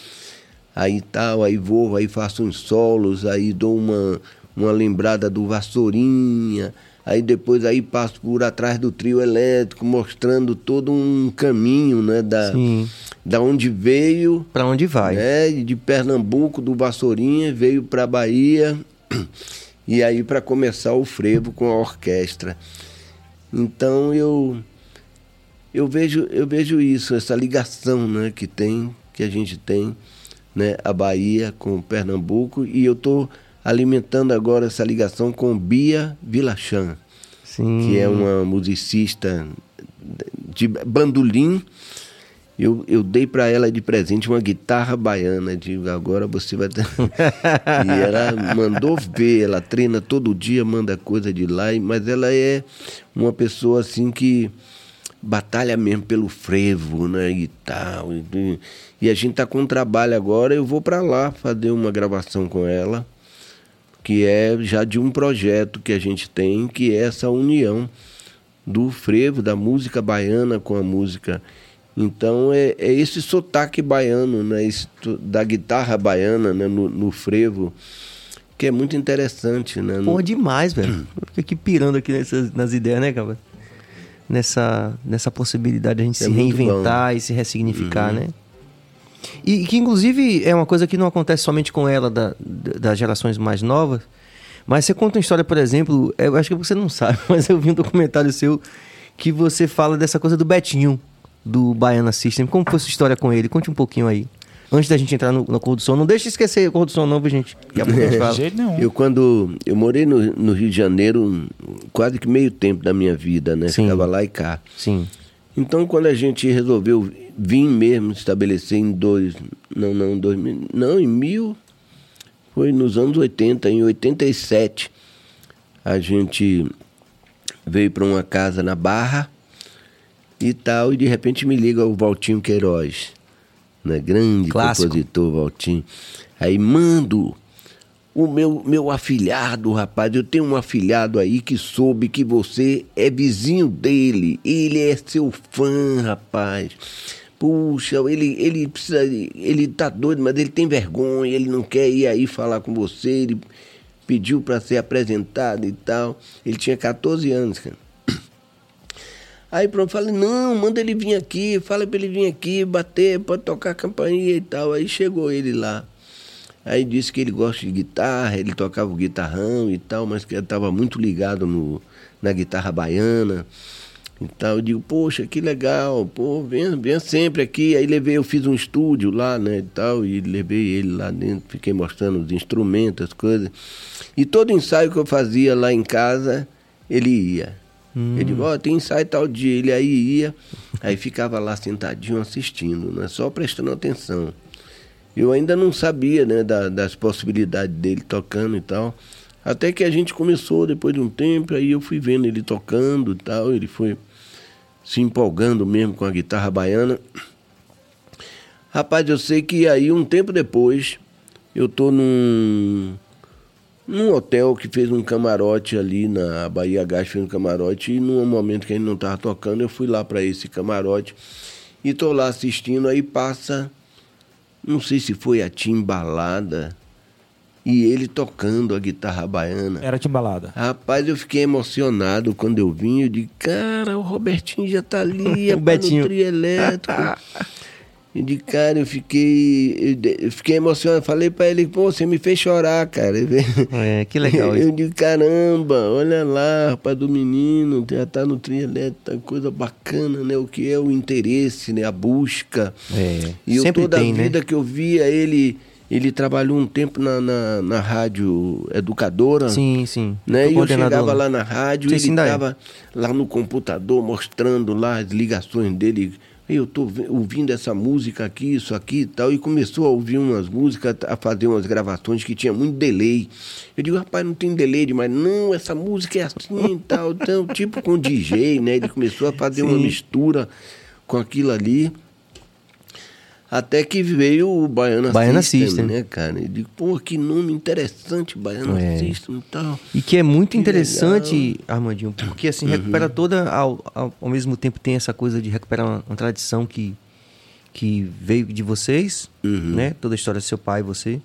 Aí tal, aí vou, aí faço uns solos, aí dou uma, uma lembrada do Vassourinha, aí depois aí passo por atrás do trio elétrico, mostrando todo um caminho, né, da, da onde veio... Para onde vai. Né, de Pernambuco, do Vassourinha, veio para Bahia, e aí para começar o frevo com a orquestra. Então eu, eu, vejo, eu vejo isso, essa ligação, né, que, tem, que a gente tem... Né, a Bahia com Pernambuco, e eu estou alimentando agora essa ligação com Bia Vilachan, que é uma musicista de bandolim. Eu, eu dei para ela de presente uma guitarra baiana, digo, agora você vai ter... E ela mandou ver, ela treina todo dia, manda coisa de lá, mas ela é uma pessoa assim que batalha mesmo pelo frevo, né, e tal, e, e a gente tá com um trabalho agora, eu vou para lá fazer uma gravação com ela, que é já de um projeto que a gente tem, que é essa união do frevo, da música baiana com a música. Então é, é esse sotaque baiano, né, esse, da guitarra baiana, né, no, no frevo, que é muito interessante, né? Pô, demais, velho. Eu fico aqui pirando aqui nessas, nas ideias, né, cara? Nessa, nessa possibilidade de a gente é se reinventar e se ressignificar, uhum. né? E que, inclusive, é uma coisa que não acontece somente com ela, da, das gerações mais novas, mas você conta uma história, por exemplo, eu acho que você não sabe, mas eu vi um documentário seu que você fala dessa coisa do Betinho, do Baiana System. Como foi essa história com ele? Conte um pouquinho aí. antes da gente entrar no, no Cor do Som. Não deixa de esquecer o Cor do Som não, viu, gente? Que a pouco a gente fala. De jeito nenhum. Eu quando... Eu morei no, no Rio de Janeiro quase que meio tempo da minha vida, né? Sim. Ficava lá e cá. Sim. Então, quando a gente resolveu vir mesmo estabelecer em dois... Não, não, dois mil... Não, em mil... Foi nos anos oitenta. Em oitenta e sete, a gente veio para uma casa na Barra e tal, e de repente me liga o Valtinho Queiroz, né? Grande Clássico. Compositor Valtinho. Aí mando o meu, meu afilhado, rapaz, eu tenho um afilhado aí que soube que você é vizinho dele, ele é seu fã, rapaz. Puxa, ele, ele precisa, ele tá doido, mas ele tem vergonha, ele não quer ir aí falar com você, ele pediu para ser apresentado e tal. Ele tinha catorze anos, cara. Aí pronto, falei, não, manda ele vir aqui, fala para ele vir aqui, bater, pode tocar a campainha e tal. Aí chegou ele lá. Aí disse que ele gosta de guitarra, ele tocava o guitarrão e tal, mas que ele estava muito ligado no, na guitarra baiana. Então eu digo, poxa, que legal, pô, venha, venha sempre aqui. Aí levei, eu fiz um estúdio lá, né, e tal, e levei ele lá dentro, fiquei mostrando os instrumentos, as coisas. E todo ensaio que eu fazia lá em casa, ele ia. Hum. Ele disse, ó, oh, tem ensaio tal dia, ele aí ia, aí ficava lá sentadinho assistindo, né, só prestando atenção. Eu ainda não sabia, né, da, das possibilidades dele tocando e tal. Até que a gente começou, depois de um tempo, aí eu fui vendo ele tocando e tal, ele foi se empolgando mesmo com a guitarra baiana. Rapaz, eu sei que aí um tempo depois, eu tô num, num hotel que fez um camarote ali na Bahia Gás, fez um camarote, e num momento que a gente não tava tocando, eu fui lá para esse camarote e tô lá assistindo, aí passa, não sei se foi a Timbalada, e ele tocando a guitarra baiana. Era Timbalada. Rapaz, eu fiquei emocionado quando eu vim. Eu disse, cara, o Robertinho já tá ali, o Betinho. No trio elétrico. E de cara, eu fiquei, eu, eu fiquei emocionado. Falei pra ele, pô, você me fez chorar, cara. É, que legal isso. Eu disse, caramba, olha lá, rapaz do menino, já tá no trio elétrico, tá coisa bacana, né? O que é o interesse, né? A busca. É, e eu sempre toda tem, a vida né? que eu via ele... Ele trabalhou um tempo na, na, na rádio educadora. Sim, sim. Né? E eu chegava né? lá na rádio, Sim, ele sim, daí. estava lá no computador mostrando lá as ligações dele. Eu estou ouvindo essa música aqui, isso aqui e tal. E começou a ouvir umas músicas, a fazer umas gravações que tinha muito delay. Eu digo, rapaz, não tem delay demais. Não, essa música é assim e tal. Então, tipo com D J, né? Ele começou a fazer sim. uma mistura com aquilo ali. Até que veio o Baiana, Baiana System, System, né, cara? Eu digo, pô, que nome interessante, Baiana é. System e tal. E que é muito que interessante, legal. Armandinho, porque assim, Uhum. recupera toda, ao, ao, ao mesmo tempo tem essa coisa de recuperar uma, uma tradição que, que veio de vocês, Uhum. né? Toda a história do seu pai e você.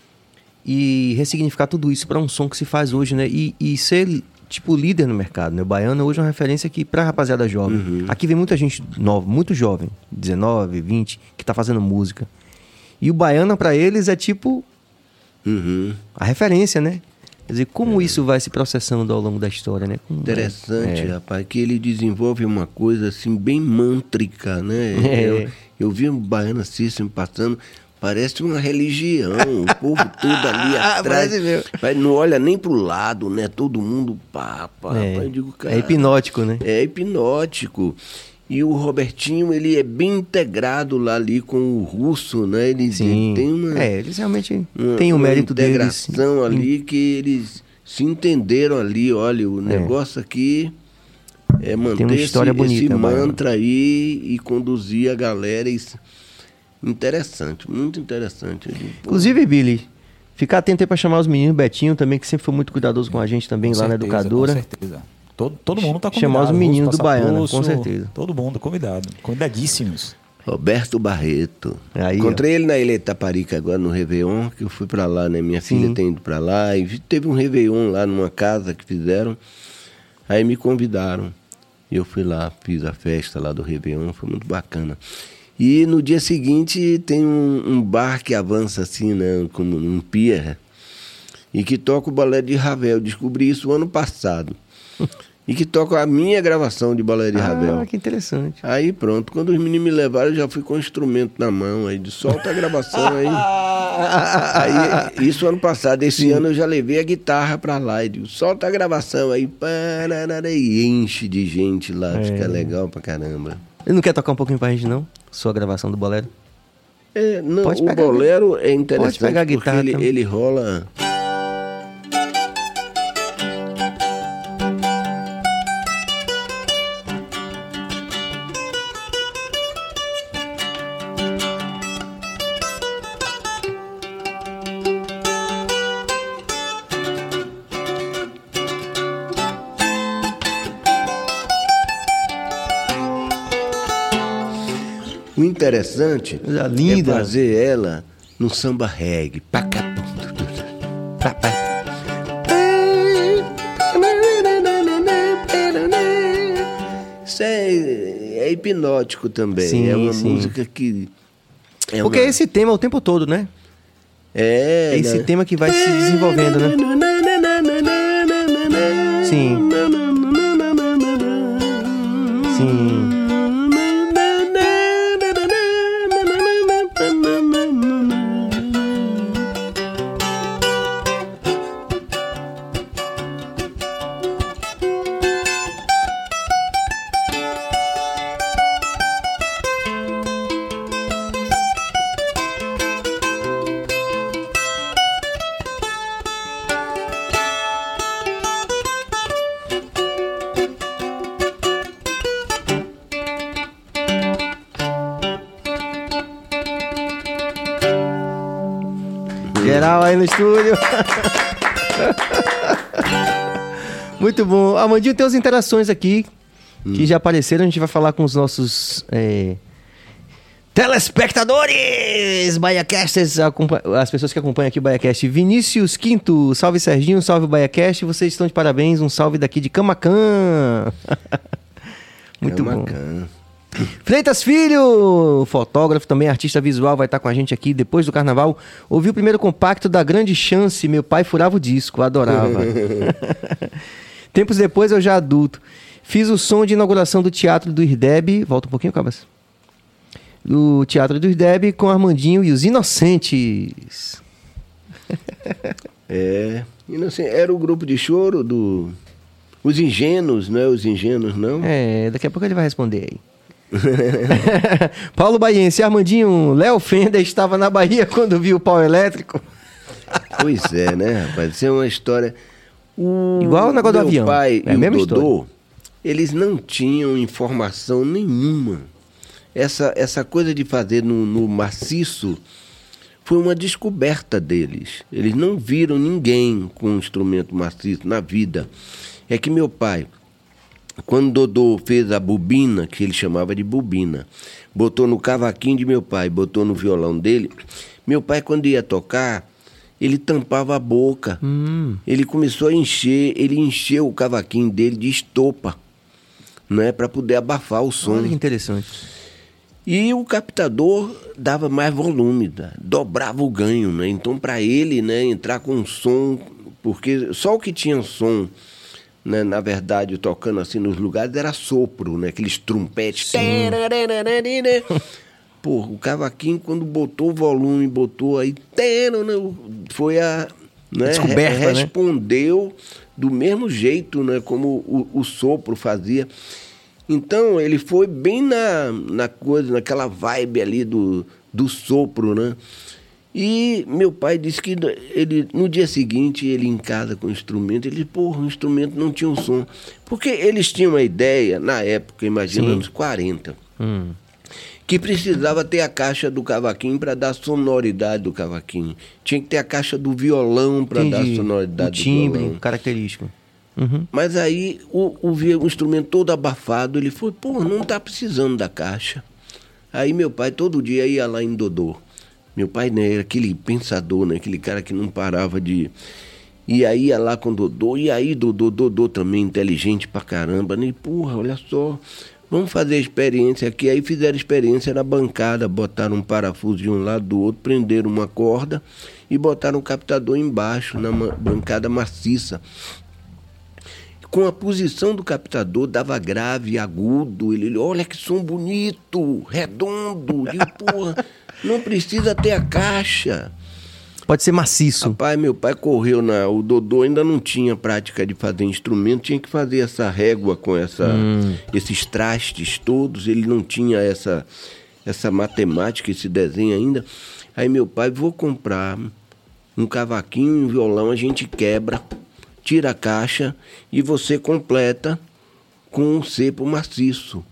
E ressignificar tudo isso para um som que se faz hoje, né? E, e ser, tipo, líder no mercado, né? O Baiana hoje é uma referência aqui pra rapaziada jovem. Uhum. Aqui vem muita gente nova, muito jovem, dezenove, vinte, que tá fazendo música. E o Baiana pra eles é tipo Uhum. a referência, né? Quer dizer, como é. isso vai se processando ao longo da história, né? Como Interessante, é. rapaz, que ele desenvolve uma coisa assim bem mântrica, né? É. Eu, eu vi o Baiana System passando, parece uma religião, o povo todo ali atrás, mas não olha nem pro lado, né? Todo mundo pá, pá, é. pá. Eu digo, cara, é hipnótico, né? É hipnótico. E o Robertinho, ele é bem integrado lá ali com o Russo, né? Ele, Sim. ele tem uma... É, eles realmente uma, têm o mérito uma deles. integração ali que eles se entenderam ali. Olha, o é. negócio aqui é manter tem uma história esse, bonita, esse Baiana. mantra aí e conduzir a galera. Isso, interessante, muito interessante. Inclusive, Billy, ficar atento aí pra chamar os meninos, Betinho também, que sempre foi muito cuidoso com a gente também com lá certeza, na educadora. Com certeza. Todo, todo mundo tá convidado. Chamar os meninos Russo, do Baiana, Passapoço, com certeza. Todo mundo convidado. Convidadíssimos. Roberto Barreto. Aí, Encontrei ó. ele na Ilha Itaparica agora no Réveillon, que eu fui pra lá, né? Minha Sim. filha tem ido pra lá. E teve um Réveillon lá numa casa que fizeram. Aí me convidaram. E eu fui lá, fiz a festa lá do Réveillon, foi muito bacana. E no dia seguinte tem um, um bar que avança assim, né? Como um pier. E que toca o balé de Ravel. Descobri isso ano passado. E que tocam a minha gravação de Bolero de Ravel. Ah, que interessante. Aí pronto, quando os meninos me levaram, eu já fui com o instrumento na mão, aí de solta a gravação aí. Aí, isso ano passado, esse Sim. ano eu já levei a guitarra pra lá, e digo, solta a gravação aí, pararara, e enche de gente lá, é. Fica legal pra caramba. Ele não quer tocar um pouquinho pra gente, não? Sua gravação do Bolero? É, não, Pode o Bolero é interessante, Pode pegar a guitarra porque ele, ele rola... O interessante linda. é fazer ela no samba reggae. Isso é, é hipnótico também. Sim, é uma sim. música que... É Porque uma... é esse tema o tempo todo, né? É. É esse né? tema que vai se desenvolvendo, né? Sim. Sim. Geral aí no estúdio. Muito bom. Amandinho, tem as interações aqui hum. que já apareceram. A gente vai falar com os nossos é, telespectadores, BahiaCasters, as pessoas que acompanham aqui o BahiaCast. Vinícius Quinto, salve Serginho, salve BahiaCast. Vocês estão de parabéns. Um salve daqui de Camacan. Muito Camacan. Bom. Freitas Filho, fotógrafo, também artista visual, vai estar com a gente aqui depois do carnaval. Ouvi o primeiro compacto da Grande Chance, meu pai furava o disco, adorava. Tempos depois, eu já adulto, fiz o som de inauguração do Teatro do Irdeb, volta um pouquinho, Cabas. Do Teatro do Irdeb com Armandinho e os Inocentes. É, inocente. Era o grupo de choro do... Os Ingênuos, não é os Ingênuos, não? É, daqui a pouco ele vai responder aí. Paulo Baiense, Armandinho, Léo Fenda estava na Bahia quando viu o pau elétrico. Pois é, né, rapaz? Isso é uma história... O Igual o negócio do avião. Meu pai é e a o Dodô, história. Eles não tinham informação nenhuma. Essa, essa coisa de fazer no, no maciço foi uma descoberta deles. Eles não viram ninguém com um instrumento maciço na vida. É que meu pai... Quando Dodô fez a bobina, que ele chamava de bobina, botou no cavaquinho de meu pai, botou no violão dele, meu pai, quando ia tocar, ele tampava a boca. Hum. Ele começou a encher, ele encheu o cavaquinho dele de estopa, né, para poder abafar o som. Olha que interessante. E o captador dava mais volume, dobrava o ganho, né? Então, para ele, né, entrar com um som, porque só o que tinha som... Né, na verdade, tocando assim nos lugares, era sopro, né? Aqueles trompetes. Pô, o cavaquinho, quando botou o volume, botou aí... Foi a... Né, Descoberta, re- respondeu, né? Do mesmo jeito, né? Como o, o sopro fazia. Então, ele foi bem na, na coisa, naquela vibe ali do, do sopro, né? E meu pai disse que ele, no dia seguinte, ele em casa com o instrumento, ele disse, porra, o instrumento não tinha um som. Porque eles tinham a ideia, na época, imagina, anos quarenta, hum. que precisava ter a caixa do cavaquinho para dar sonoridade do cavaquinho. Tinha que ter a caixa do violão para dar sonoridade o timbre, do violão. Característico. Uhum. Mas aí, o, o, o instrumento todo abafado, ele foi, pô, não tá precisando da caixa. Aí meu pai todo dia ia lá em Dodô. Meu pai, né, era aquele pensador, né, aquele cara que não parava de... E aí ia lá com o Dodô, e aí Dodô, Dodô também inteligente pra caramba, né? Porra, olha só, vamos fazer a experiência aqui. Aí fizeram experiência na bancada, botaram um parafuso de um lado do outro, prenderam uma corda e botaram um captador embaixo, na bancada maciça. com a posição do captador, dava grave, agudo. Ele, olha que som bonito, redondo. Digo, porra, não precisa ter a caixa. Pode ser maciço. Rapaz, meu pai correu na... O Dodô ainda não tinha prática de fazer instrumento, tinha que fazer essa régua com essa, hum. esses trastes todos. Ele não tinha essa, essa matemática, esse desenho ainda. Aí meu pai, vou comprar um cavaquinho e um violão, a gente quebra, tira a caixa e você completa com um cepo maciço.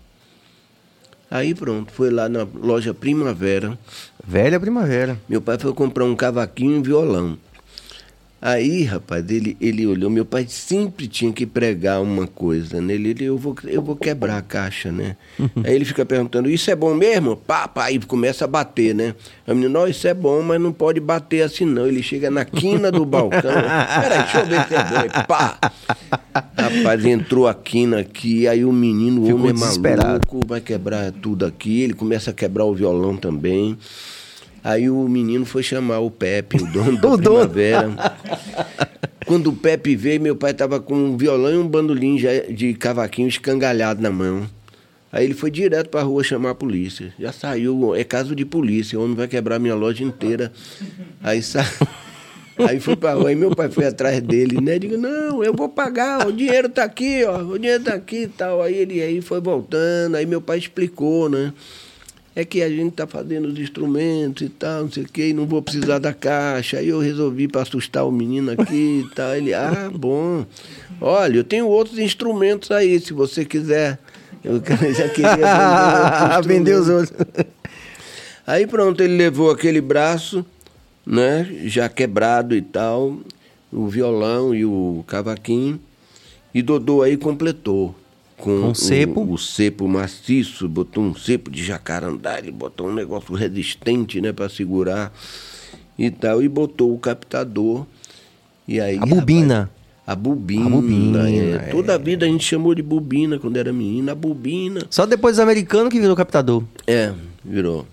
Aí pronto, foi lá na loja Primavera. Velha Primavera. Meu pai foi comprar um cavaquinho e um violão. Aí, rapaz, ele, ele olhou, meu pai sempre tinha que pregar uma coisa, né? Ele, ele eu, vou, eu vou quebrar a caixa, né? Aí ele fica perguntando, isso é bom mesmo? Pá, pá, aí começa a bater, né? A menina, não, isso é bom, mas não pode bater assim não. Ele chega na quina do balcão, peraí, deixa eu ver se é bom. E pá! Rapaz, entrou a quina aqui, aí o menino, o homem é maluco, vai quebrar tudo aqui. Ele começa a quebrar o violão também. Aí o menino foi chamar o Pepe, o dono da Primavera. Quando o Pepe veio, meu pai estava com um violão e um bandolim já de cavaquinho escangalhado na mão. Aí ele foi direto para a rua chamar a polícia. Já saiu, é caso de polícia, o homem vai quebrar minha loja inteira. Aí sa... Aí foi para a rua, aí meu pai foi atrás dele, né? Digo, não, eu vou pagar, o dinheiro tá aqui, ó, o dinheiro tá aqui e tal. Aí ele aí foi voltando, aí meu pai explicou, né? É que a gente tá fazendo os instrumentos e tal, não sei o quê, e não vou precisar da caixa. Aí eu resolvi para assustar o menino aqui e tal. Ele, ah, bom. Olha, eu tenho outros instrumentos aí, se você quiser. Eu já queria vender, vender os outros. Aí pronto, ele levou aquele braço, né, já quebrado e tal, o violão e o cavaquinho, e Dodô aí completou. Com um cepo? O, o cepo maciço, botou um cepo de jacarandá, ele botou um negócio resistente, né, para segurar e tal, e botou o captador. E aí, a bobina. Rapaz, a bobina. A bobina, é. é. Toda a vida a gente chamou de bobina quando era menina, a bobina. Só depois dos americanos que virou captador. É, virou.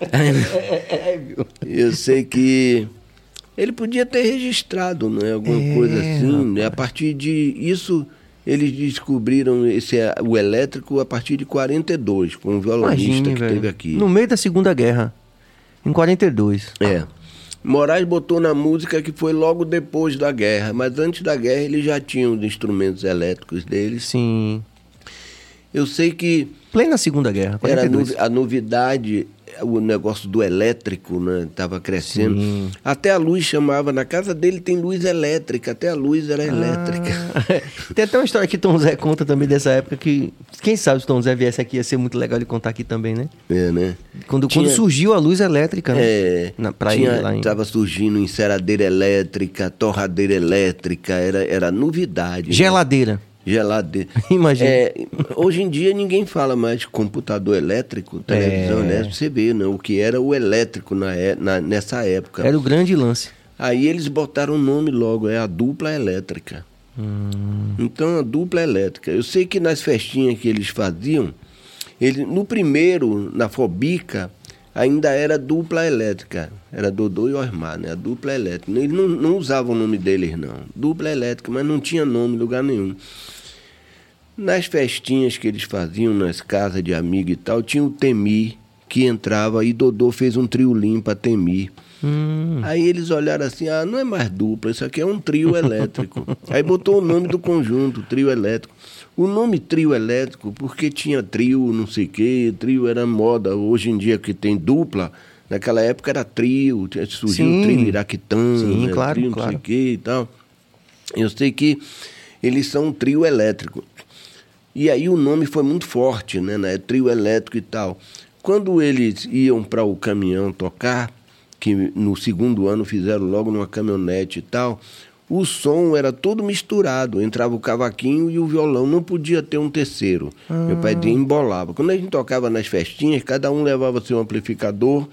Eu sei que ele podia ter registrado, né, alguma é, coisa assim, né, a partir de isso... Eles descobriram esse, o elétrico a partir de quarenta e dois, com um violonista Imagine, que velho. teve aqui. No meio da Segunda Guerra, em quarenta e dois. É. Moraes botou na música que foi logo depois da guerra, mas antes da guerra eles já tinham os instrumentos elétricos deles. Sim. Eu sei que... Plena Segunda Guerra, quarenta e dois. Era a novidade... O negócio do elétrico, né, estava crescendo. Sim. Até a luz chamava. Na casa dele tem luz elétrica. Até a luz era ah. elétrica. Tem até uma história que Tom Zé conta também dessa época que... Quem sabe se Tom Zé viesse aqui ia ser muito legal de contar aqui também, né? É, né? Quando, tinha, quando surgiu a luz elétrica, né? É. Na, pra tinha, ele lá em... Tava surgindo enceradeira elétrica, torradeira elétrica. Era, era novidade. Geladeira. Né? Geladeira. Imagina. É, hoje em dia ninguém fala mais de computador elétrico, televisão é. elétrica. Você vê, né, o que era o elétrico na, na, nessa época. Era o grande lance. Aí eles botaram o nome logo, é a dupla elétrica. Hum. Então, a dupla elétrica. Eu sei que nas festinhas que eles faziam, ele, no primeiro, na Fobica, ainda era dupla elétrica. Era Dodô e Osmar, né? A dupla elétrica. Eles não, não usavam o nome deles, não. Dupla elétrica, mas não tinha nome em lugar nenhum. Nas festinhas que eles faziam, nas casas de amigo e tal, tinha o Temi, que entrava, e Dodô fez um triolim para Temi. Hum. Aí eles olharam assim, ah, não é mais dupla, isso aqui é um trio elétrico. Aí botou o nome do conjunto, trio elétrico. O nome trio elétrico, porque tinha trio, não sei o quê, trio era moda. Hoje em dia que tem dupla, naquela época era trio, surgiu o trio Iraquitã, Sim, né, claro, trio não claro. sei o quê e tal. Eu sei que eles são um trio elétrico. E aí o nome foi muito forte, né, né? Trio elétrico e tal. Quando eles iam para o caminhão tocar, que no segundo ano fizeram logo numa caminhonete e tal, o som era todo misturado. Entrava o cavaquinho e o violão, não podia ter um terceiro. Ah. Meu pai embolava. Quando a gente tocava nas festinhas, cada um levava seu amplificador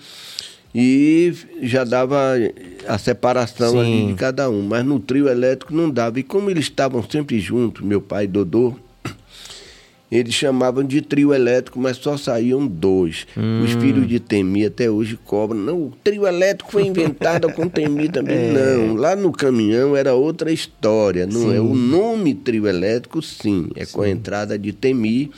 e já dava a separação ali de cada um. Mas no trio elétrico não dava. E como eles estavam sempre juntos, meu pai e Dodô, Eles chamavam de trio elétrico, mas só saíam dois. Hum. Os filhos de Temi até hoje cobram. Não, o trio elétrico foi inventado com Temi também. É. Não, lá no caminhão era outra história. Não sim. é o nome trio elétrico, sim. É sim. com a entrada de Temi,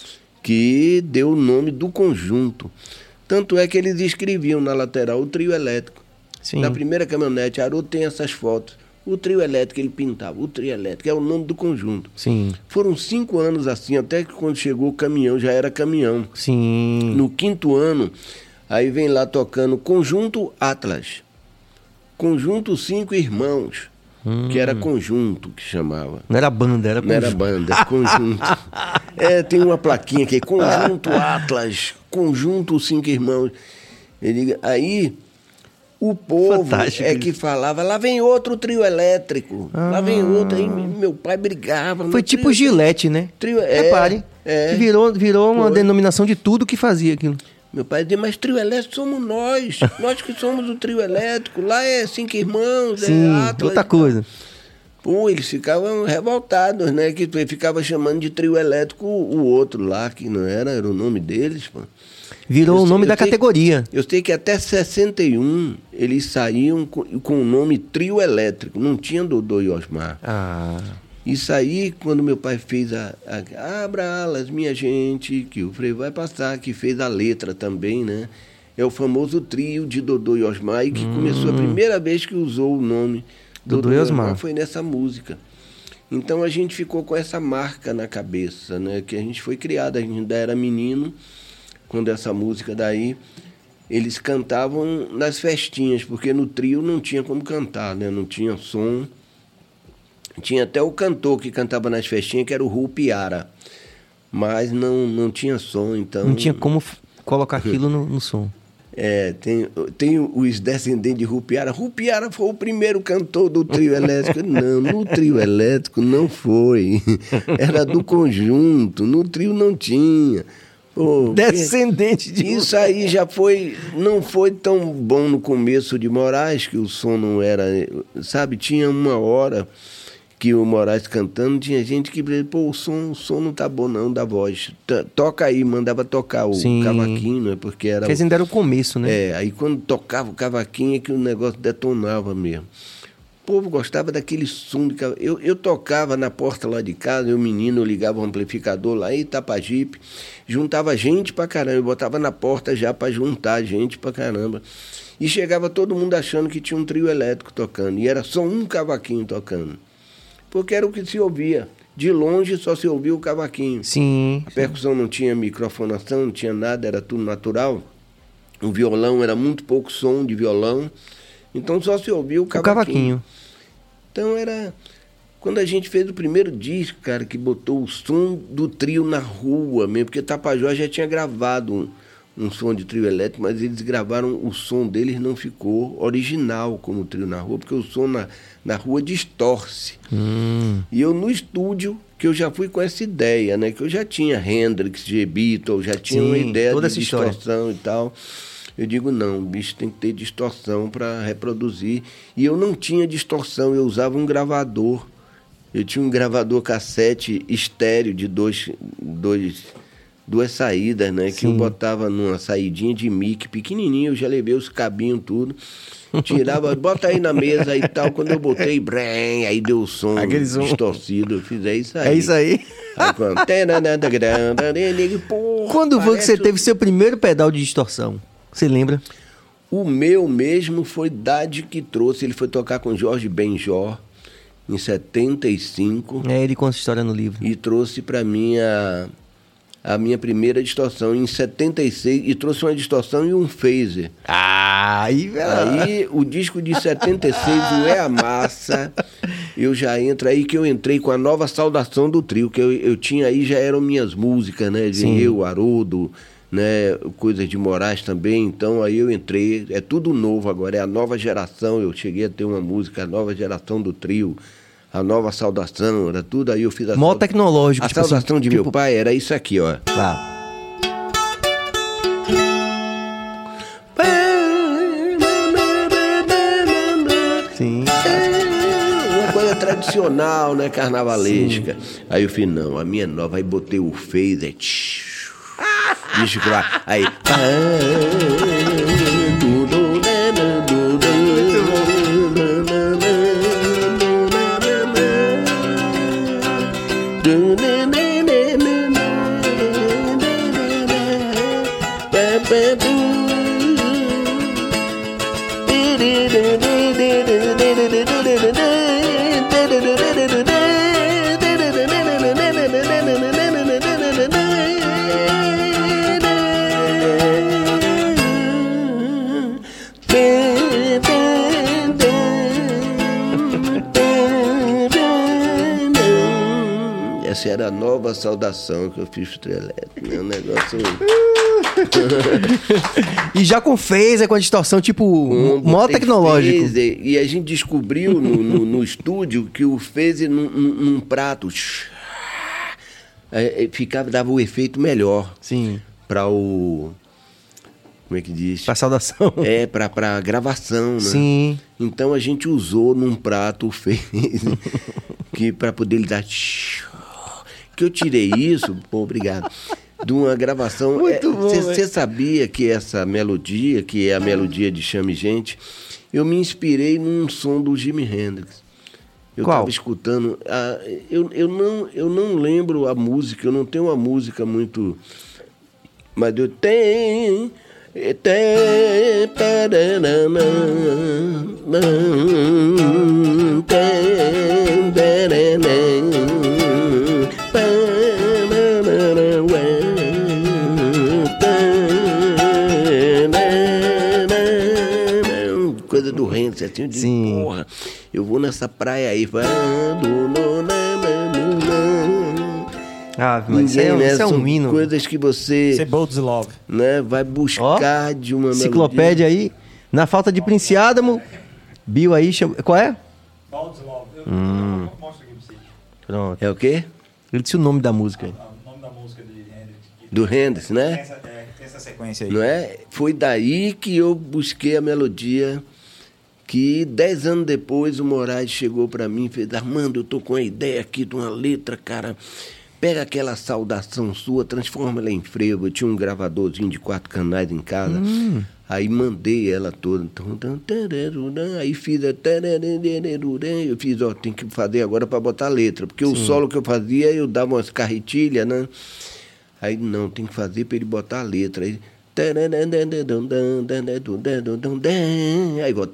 que deu o nome do conjunto. Tanto é que eles escreviam na lateral o trio elétrico. Sim. Na primeira caminhonete, Haroldo tem essas fotos. O trio elétrico ele pintava, o trio elétrico é o nome do conjunto. Sim. Foram cinco anos assim, até que quando chegou o caminhão, já era caminhão. Sim. No quinto ano, aí vem lá tocando Conjunto Atlas, Conjunto Cinco Irmãos, hum. que era conjunto que chamava. Não era banda, era conjunto. Não era banda, era conjunto. É, tem uma plaquinha aqui, Conjunto Atlas, Conjunto Cinco Irmãos. Ele, aí... O povo Fantástico. é que falava, lá vem outro trio elétrico, ah. lá vem outro. Aí meu pai brigava. Foi tipo trio, Gillette, né? Trio, é, Repare, é. virou, virou uma denominação de tudo que fazia aquilo. Meu pai dizia, mas trio elétrico somos nós, nós que somos o trio elétrico, lá é Cinco Irmãos, Sim, é Atlas. outra coisa. Pô, eles ficavam revoltados, né? Que ficava chamando de trio elétrico o outro lá, que não era, era o nome deles, pô. Virou eu o nome sei, da sei, categoria. Eu sei que até sessenta e um eles saíam com, com o nome Trio Elétrico. Não tinha Dodô e Osmar. Ah. Isso aí, quando meu pai fez a, a Abra alas, minha gente, que o freio vai passar, que fez a letra também, né? É o famoso trio de Dodô e Osmar, e que hum. começou a primeira vez que usou o nome Dodô, Dodô e Osmar. Osmar. Foi nessa música. Então a gente ficou com essa marca na cabeça, né? Que a gente foi criado, a gente ainda era menino. Quando essa música daí, eles cantavam nas festinhas, porque no trio não tinha como cantar, né? Não tinha som. Tinha até o cantor que cantava nas festinhas, que era o Rupiara, mas não, não tinha som, então... Não tinha como colocar aquilo no, no som. É, tem, tem os descendentes de Rupiara. Rupiara foi o primeiro cantor do trio elétrico. Não, no trio elétrico não foi. Era do conjunto, no trio não tinha. Pô, descendente de... Isso aí já foi... Não foi tão bom no começo de Moraes, que o som não era... Sabe, tinha uma hora que o Moraes cantando, tinha gente que... Pô, o som, o som não tá bom não, da voz. Toca aí, mandava tocar o Sim. cavaquinho, né? Porque era... Porque ainda era o começo, né? É, aí quando tocava o cavaquinho é que o negócio detonava mesmo. O povo gostava daquele som de cavaquinho. Eu, eu tocava na porta lá de casa, eu menino, eu ligava o amplificador lá em Itapajipe, juntava gente pra caramba, eu botava na porta já pra juntar gente pra caramba. E chegava todo mundo achando que tinha um trio elétrico tocando, e era só um cavaquinho tocando. Porque era o que se ouvia. De longe só se ouvia o cavaquinho. Sim. A percussão não tinha microfonação, não tinha nada, era tudo natural. O violão era muito pouco som de violão. Então só se ouvia o cavaquinho. O cavaquinho. Então era... Quando a gente fez o primeiro disco, cara, que botou o som do trio na rua mesmo, porque Tapajós já tinha gravado um, um som de trio elétrico, mas eles gravaram, o som deles não ficou original como o trio na rua, porque o som na, na rua distorce. Hum. E eu no estúdio, que eu já fui com essa ideia, né? Que eu já tinha Hendrix, G Beatles, já tinha Sim, uma ideia de distorção história. E tal. Eu digo, não, o bicho tem que ter distorção para reproduzir. E eu não tinha distorção, eu usava um gravador. Eu tinha um gravador cassete estéreo de dois, dois, duas saídas, né? Sim. Que eu botava numa saidinha de mic pequenininho, eu já levei os cabinhos tudo. Tirava, bota aí na mesa e tal. Quando eu botei, brem, aí deu o som, som distorcido. Eu fiz, é isso aí. É isso aí. Aí, quando... Quando foi que você teve seu primeiro pedal de distorção? Você lembra? O meu mesmo foi Dade que trouxe. Ele foi tocar com Jorge Benjor em setenta e cinco. É, ele conta a história no livro. E trouxe para mim a, a minha primeira distorção em setenta e seis. E trouxe uma distorção e um phaser. Ah, aí, velho. Aí o disco de setenta e seis, o É a Massa, eu já entro aí que eu entrei com a nova saudação do trio, que eu, eu tinha aí, já eram minhas músicas, né? De Sim. eu, Haroldo, né? Coisas de Moraes também. Então aí eu entrei, é tudo novo agora, é a nova geração. Eu cheguei a ter uma música, a nova geração do trio. A nova saudação, era tudo, aí eu fiz a... Mó saud... tecnológico. A tipo saudação assim, de tipo... meu pai era isso aqui, ó. Tá. Sim. Uma coisa tradicional, né, carnavalesca. Sim. Aí eu falei, não, a minha nova, aí botei o phaser, bicho lá, aí... Essa era a nova saudação que eu fiz pro trio elétrico, né? Um negócio... E já com phaser, com a distorção, tipo, um, mó tecnológico. Phaser, e a gente descobriu no, no, no estúdio que o phaser num, num, num prato é, ficava, dava o efeito melhor. Sim. Para o... Como é que diz? Pra saudação. É, pra, pra gravação, né? Sim. Então a gente usou num prato o phaser que para poder ele dar... Que eu tirei isso, pô, obrigado, de uma gravação. Você é, sabia que essa melodia, que é a melodia de Chame Gente, eu me inspirei num som do Jimi Hendrix. Eu estava escutando. A, eu, eu, não, eu não lembro a música, eu não tenho uma música muito. Mas eu tenho. Tem, coisa do Hendrix, assim, eu digo, sim, porra, eu vou nessa praia aí, vai. Ah, mas isso é, né, isso é um hino. Coisas que você... Você Bold's Love. Né, vai buscar oh, de uma enciclopédia aí. Na falta de Prince Adamo, Bill aí, chama... qual é? Bold's Love. Eu, hum. eu mostro aqui pra vocês. Pronto. É o quê? Ele disse o nome da música aí. Ah, o nome da música de Hendrix. Do Hendrix, né? Tem essa, é, tem essa sequência aí. Não é? Foi daí que eu busquei a melodia, que dez anos depois o Moraes chegou pra mim e fez, Armando, eu tô com a ideia aqui de uma letra, cara... Pega aquela saudação sua, transforma ela em frevo. Eu tinha um gravadorzinho de quatro canais em casa. Hum. Aí mandei ela toda. Aí fiz a... Eu fiz, ó, tem que fazer agora para botar a letra. Porque Sim. o solo que eu fazia, eu dava umas carretilhas, né? Aí, não, tem que fazer para ele botar a letra. Aí... Aí vou...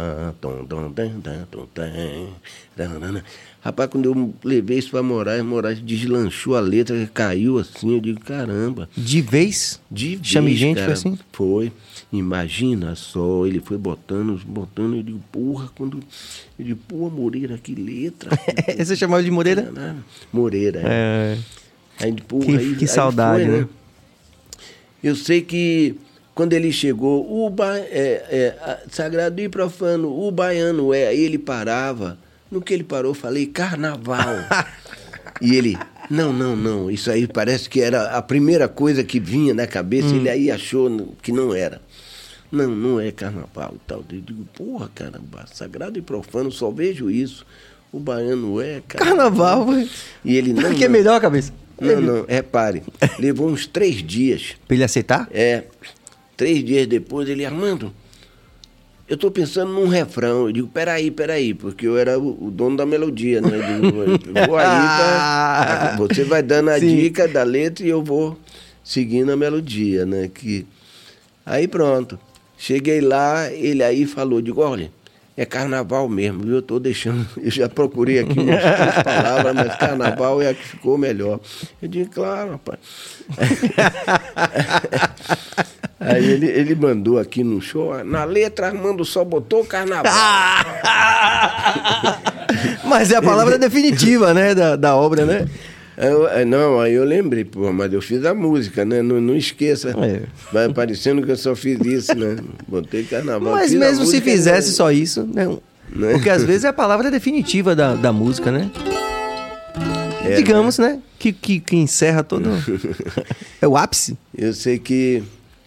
Rapaz, quando eu levei isso pra Moraes, Moraes deslanchou a letra, caiu assim, eu digo, caramba. De vez? De vez, Chame Gente, cara, foi assim? Foi. Imagina só, ele foi botando, botando, eu digo, porra, quando... Eu digo, pô, Moreira, que letra. Você chamava de Moreira? Moreira, é. é. Aí, porra, que aí, que saudade, aí foi, né? Eu sei que quando ele chegou, o ba... é, é, sagrado e profano, o baiano é, aí ele parava... No que ele parou, eu falei, carnaval. E ele, não, não, não, isso aí parece que era a primeira coisa que vinha na cabeça, hum. ele aí achou que não era. Não, não é carnaval e tal. Eu digo, porra, caramba, sagrado e profano, só vejo isso. O baiano é carnaval. Carnaval, e ele não. que é melhor, cabeça? Não, não, repare, levou uns três dias. Pra ele aceitar? É, três dias depois ele, Armando, eu tô pensando num refrão. Eu digo, peraí, peraí, porque eu era o, o dono da melodia, né? Eu digo, eu vou aí, pra, você vai dando a Sim. dica da letra e eu vou seguindo a melodia, né? Que... Aí pronto. Cheguei lá, ele aí falou, digo, olha, é carnaval mesmo, viu? Eu tô deixando, eu já procurei aqui umas três palavras, mas carnaval é a que ficou melhor. Eu digo, claro, rapaz. Aí ele, ele mandou aqui no show, na letra Armando só botou carnaval. Mas é a palavra ele... definitiva, né, da, da obra, né? Eu, não, aí eu lembrei, pô, mas eu fiz a música, né? Não, não esqueça. É. Vai parecendo que eu só fiz isso, né? Botei carnaval. Mas mesmo se fizesse só isso, né? Né? Porque às vezes é a palavra definitiva da, da música, né? É, digamos, né? né? Que, que, que encerra todo... É o ápice. Eu sei que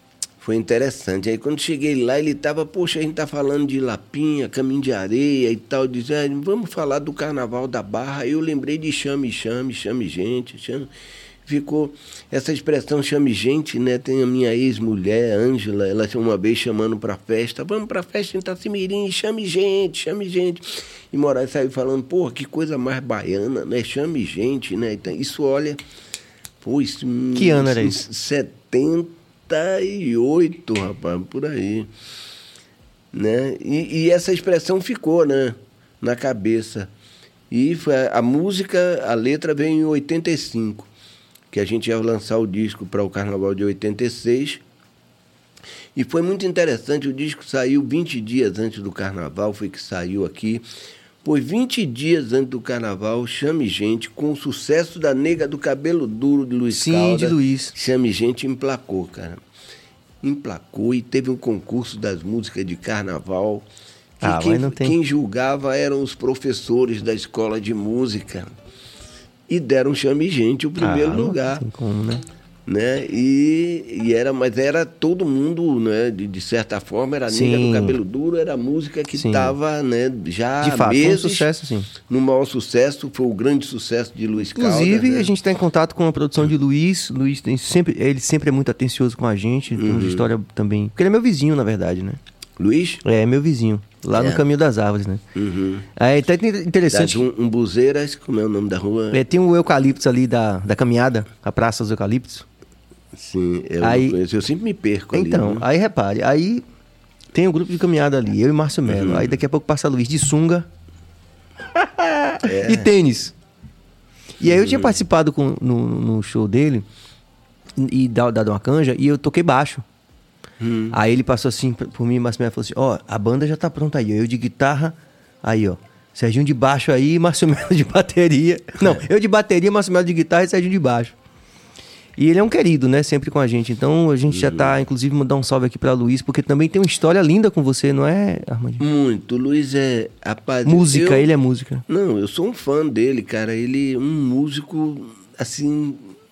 Foi interessante. Aí quando cheguei lá, ele tava, poxa, a gente tá falando de Lapinha, Caminho de Areia e tal, dizendo, vamos falar do Carnaval da Barra. Aí eu lembrei de chame, chame, chame gente, chame... Ficou essa expressão chame gente, né? Tem a minha ex-mulher, Ângela, ela uma vez chamando pra festa, vamos pra festa em Itacimirim, chame gente, chame gente. E Moraes saiu falando, porra, que coisa mais baiana, né? Chame gente, né? Então, isso, olha, pô, isso... Que ano era isso? setenta e oito, rapaz, por aí. Né? E, e essa expressão ficou, né? Na cabeça. E foi a, a música, a letra veio em oitenta e cinco, que a gente ia lançar o disco para o Carnaval de oitenta e seis. E foi muito interessante, o disco saiu vinte dias antes do Carnaval, foi que saiu aqui. Pois vinte dias antes do Carnaval, Chame Gente, com o sucesso da Nega do Cabelo Duro de Luiz Sim, Caldas. de Luiz. Chame Gente emplacou, cara. Emplacou e teve um concurso das músicas de Carnaval. Que Ah, quem, mas não tem... quem julgava eram os professores da escola de música. E deram Chame Gente o primeiro ah, não lugar. Tem como, né? Né? E, e era, mas era todo mundo, né? De, de certa forma, era a Nega do Cabelo Duro, era a música que estava, né, já de fato, meses foi um sucesso, sim. no maior sucesso, foi o grande sucesso de Luiz Caldas. Inclusive, né? a gente está em contato com a produção de Luiz. Luiz tem sempre, ele sempre é muito atencioso com a gente, tem uma história também. Porque ele é meu vizinho, na verdade, né? Luiz? É, meu vizinho. Lá É. no Caminho das Árvores, né? Uhum. Aí tá interessante. Das um, Umbuzeiras, como é o nome da rua? É, tem o eucalipto ali da, da caminhada, a Praça dos Eucaliptos. Sim, eu Aí- não conheço, eu sempre me perco ali. Então, né? aí repare, aí tem um grupo de caminhada ali, eu e Márcio Melo. Uhum. Aí daqui a pouco passa Luiz de sunga É. e tênis. E aí eu Uhum. tinha participado com, no, no show dele e dado dado uma canja e eu toquei baixo. Hum. Aí ele passou assim p- por mim e Márcio Melo falou assim, ó, a banda já tá pronta aí. Eu de guitarra, aí ó, Serginho de baixo aí e Márcio Melo de bateria. Não, eu de bateria, Márcio Melo de guitarra e Serginho de baixo. E ele é um querido, né? Sempre com a gente. Então a gente já tá, inclusive, mandar um salve aqui pra Luiz, porque também tem uma história linda com você, não é, Armandinho? Muito. O Luiz é... Rapaz, Música, eu- ele é música. Não, eu sou um fã dele, cara. Ele é um músico, assim,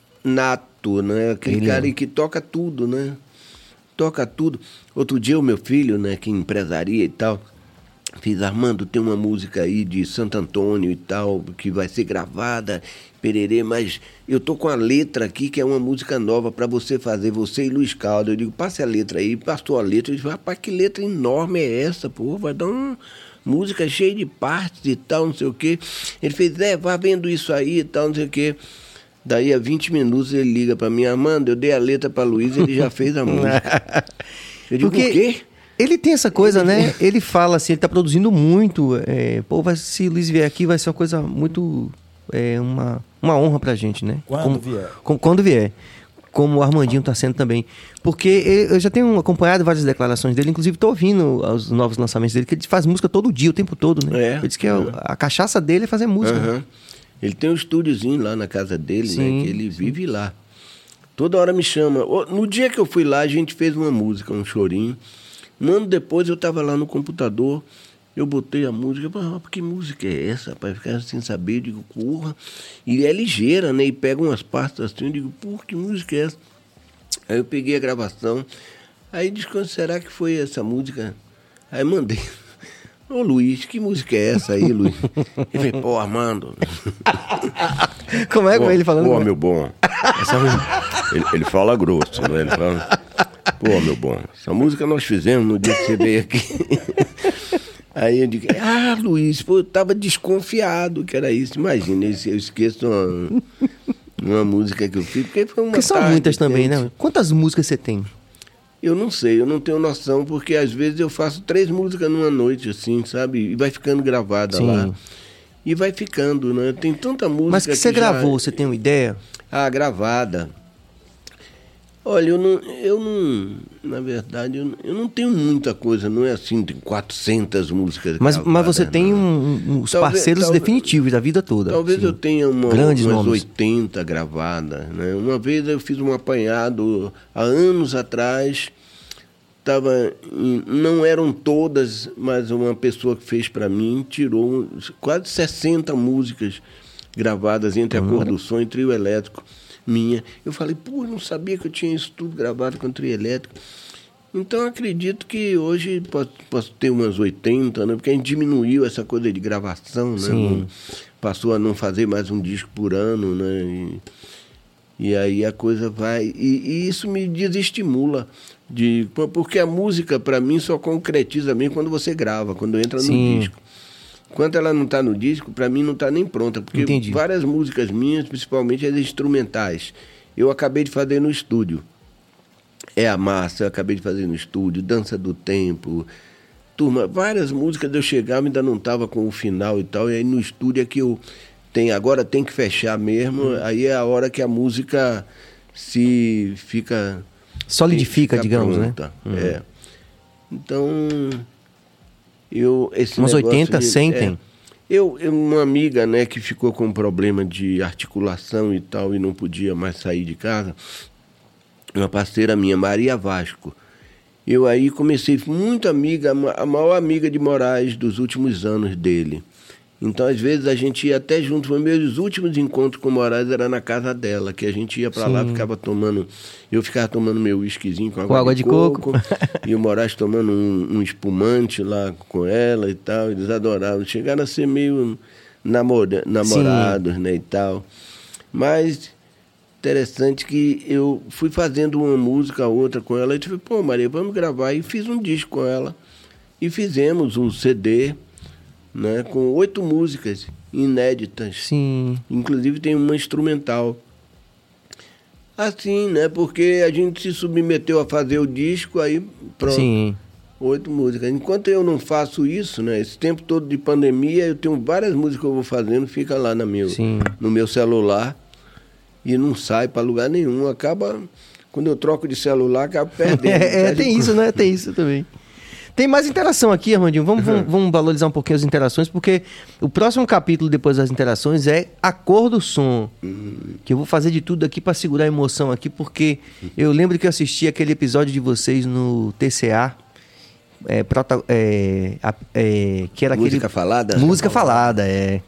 nato, né? Aquele Ele cara é. que toca tudo, né? Toca tudo. Outro dia o meu filho, né, que empresaria e tal, fez, Armando, tem uma música aí de Santo Antônio e tal, que vai ser gravada, pererê, mas eu tô com a letra aqui, que é uma música nova para você fazer, você e Luiz Caldas. Eu digo, passe a letra aí, passou a letra. Eu disse, rapaz, que letra enorme é essa, pô? Vai dar uma música cheia de partes e tal, não sei o quê. Ele fez, é, vá vendo isso aí e tal, não sei o quê. Daí a vinte minutos ele liga para mim, Armando, eu dei a letra para Luiz, ele já fez a música. Eu digo, Porque o quê? ele tem essa coisa, né? Ele fala assim, ele tá produzindo muito. É, pô, vai, se o Luiz vier aqui, vai ser uma coisa muito... É uma, uma honra pra gente, né? Quando Como- vier. com- quando vier. Como o Armandinho tá sendo também. Porque ele- eu já tenho acompanhado várias declarações dele, inclusive tô ouvindo os novos lançamentos dele, que ele faz música todo dia, o tempo todo, né? É. Ele diz que a, a cachaça dele é fazer música. Aham. Ele tem um estúdiozinho lá na casa dele, Sim, né? Que ele vive lá. Toda hora me chama. Ô, no dia que eu fui lá, a gente fez uma música, um chorinho. Um ano depois eu estava lá no computador, eu botei a música, eu falei, ah, que música é essa, rapaz? Ficar sem saber, eu digo, porra. E é ligeira, né? E pega umas partes assim, eu digo, porra, que música é essa? Aí eu peguei a gravação, aí disse, quando será que foi essa música? Aí mandei. Ô Luiz, que música é essa aí, Luiz? Ele falou, pô, Armando. Como é com Pô, ele falando? Pô, meu bom. Essa música- ele, ele fala grosso, né? Ele fala, pô, meu bom, essa música nós fizemos no dia que você veio aqui. Aí eu digo, ah, Luiz, pô, eu tava desconfiado que era isso. Imagina, eu eu esqueço uma, uma música que eu fiz, porque foi uma Porque são tarde muitas também, quente. né? Quantas músicas você tem? Eu não sei, eu não tenho noção, porque às vezes eu faço três músicas numa noite, assim, sabe? E vai ficando gravada Sim. lá. E vai ficando, né? Tem tanta música Mas que você já- gravou, você tem uma ideia? Ah, gravada. Olha, eu não, eu não, na verdade, eu, não- eu não tenho muita coisa, não é assim, tem quatrocentas músicas Mas, gravadas, mas você tem não. um, um- os Talvez- parceiros talvez- definitivos da vida toda. Talvez assim. eu tenha uma, Grandes umas nomes. oitenta gravadas, né? Uma vez eu fiz um apanhado, há anos atrás, tava em- não eram todas, mas uma pessoa que fez para mim tirou uns- quase sessenta músicas gravadas entre a Cor do Som e Trio Elétrico minha. Eu falei, pô, eu não sabia que eu tinha isso tudo gravado com Trio Elétrico. Então, acredito que hoje posso, posso ter umas oitenta, né? Porque a gente diminuiu essa coisa de gravação, né? Sim. Não- passou a não fazer mais um disco por ano, né? E, e aí a coisa vai... E, e isso me desestimula, de, porque a música, para mim, só concretiza mesmo quando você grava, quando entra Sim. no disco. Enquanto ela não está no disco, para mim não está nem pronta, porque Entendi. várias músicas minhas, principalmente as instrumentais, eu acabei de fazer no estúdio. É a Massa, eu acabei de fazer no estúdio, Dança do Tempo, turma, várias músicas eu chegava e ainda não estava com o final e tal, e aí no estúdio é que eu tenho, agora tem que fechar mesmo, Hum. aí é a hora que a música se fica... Solidifica, fica digamos, né? pronta. É. Então, eu... Esse Uns negócio oitenta, de- cem é, tem. Eu, eu, uma amiga, né, que ficou com um problema de articulação e tal, e não podia mais sair de casa, uma parceira minha, Maria Vasco. Eu aí comecei, muito amiga, a maior amiga de Moraes dos últimos anos dele. Então, às vezes, a gente ia até junto. Os meus últimos encontros com Moraes era na casa dela, que a gente ia para lá, Sim. ficava tomando... Eu ficava tomando meu whiskyzinho com água, Com água de, de coco, coco. e o Moraes tomando um, um espumante lá com ela e tal. Eles adoravam. Chegaram a ser meio namora, namorados, né, e tal. Mas... interessante que eu fui fazendo uma música, outra com ela, e eu falei, pô, Maria, vamos gravar. E fiz um disco com ela. E fizemos um C D, né, com oito músicas inéditas. Sim. Inclusive tem uma instrumental. Assim, né, porque a gente se submeteu a fazer o disco, aí pronto. Sim. Oito músicas. Enquanto eu não faço isso, né, esse tempo todo de pandemia, eu tenho várias músicas que eu vou fazendo, fica lá na meu, Sim. no meu celular. E não sai para lugar nenhum. Acaba, quando eu troco de celular, acaba perdendo. É, é, Perde tem o- isso, né? Tem isso também. Tem mais interação aqui, Armandinho. Vamos, vamos, vamos valorizar um pouquinho as interações, porque o próximo capítulo depois das interações é a cor do som. Que eu vou fazer de tudo aqui para segurar a emoção aqui, porque eu lembro que eu assisti aquele episódio de vocês no T C A, é, prota- é, a- é, que era aquele... Música falada? Música falada, é.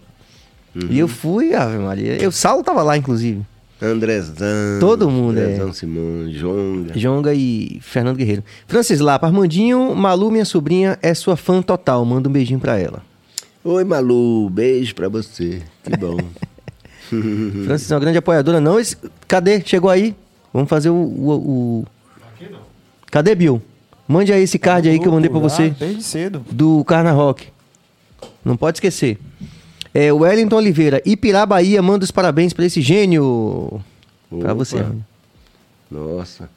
E eu fui, Ave Maria. Eu, Saulo tava lá, inclusive. Andrezão. Todo mundo, é. Andrezão Simões, Jonga. Jonga e Fernando Guerreiro. Francis Lapa, Armandinho, Malu, minha sobrinha, é sua fã total. Manda um beijinho pra ela. Oi, Malu, beijo pra você. Que bom. Francis é uma grande apoiadora. Não, esse... cadê? Chegou aí? Vamos fazer o... o, o... Cadê, Bill? Mande aí esse card aí que eu mandei pra você. Desde cedo. Do Carna Rock. Não pode esquecer. É, o Wellington Oliveira, Ipirá, Bahia, manda os parabéns pra esse gênio. Pra Opa. você, Armandinho. Nossa.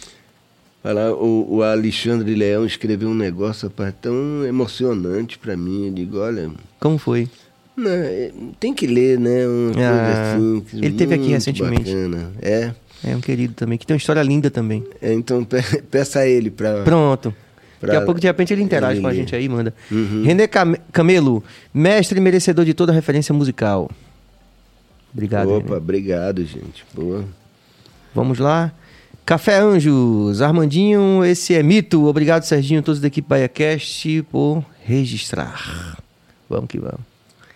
Olha lá, o, o Alexandre Leão escreveu um negócio, rapaz, tão emocionante pra mim. Eu digo, olha, Como foi? não, é, tem que ler, né? Uma Ah, coisa assim. que ele teve aqui muito recentemente. Bacana. É? É um querido também, que tem uma história linda também. É, então pe- peça a ele pra... Pronto. Pra Daqui a pouco, de repente, ele interage ele com a ler. gente aí, manda. Uhum. René Cam- Camelo, mestre e merecedor de toda referência musical. Obrigado, Opa, René. obrigado, gente. Boa. Vamos lá. Café Anjos, Armandinho, esse é mito. Obrigado, Serginho, todos da equipe BaiaCast, por registrar. Vamos que vamos.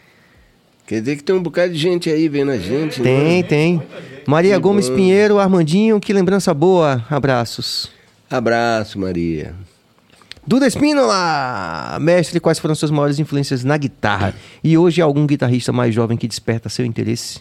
Quer dizer que tem um bocado de gente aí vendo a gente, Tem, né? tem. Maria Que Gomes bom. Pinheiro, Armandinho, que lembrança boa. Abraços. Abraço, Maria. Duda Espínola, mestre, quais foram suas maiores influências na guitarra? E hoje algum guitarrista mais jovem que desperta seu interesse?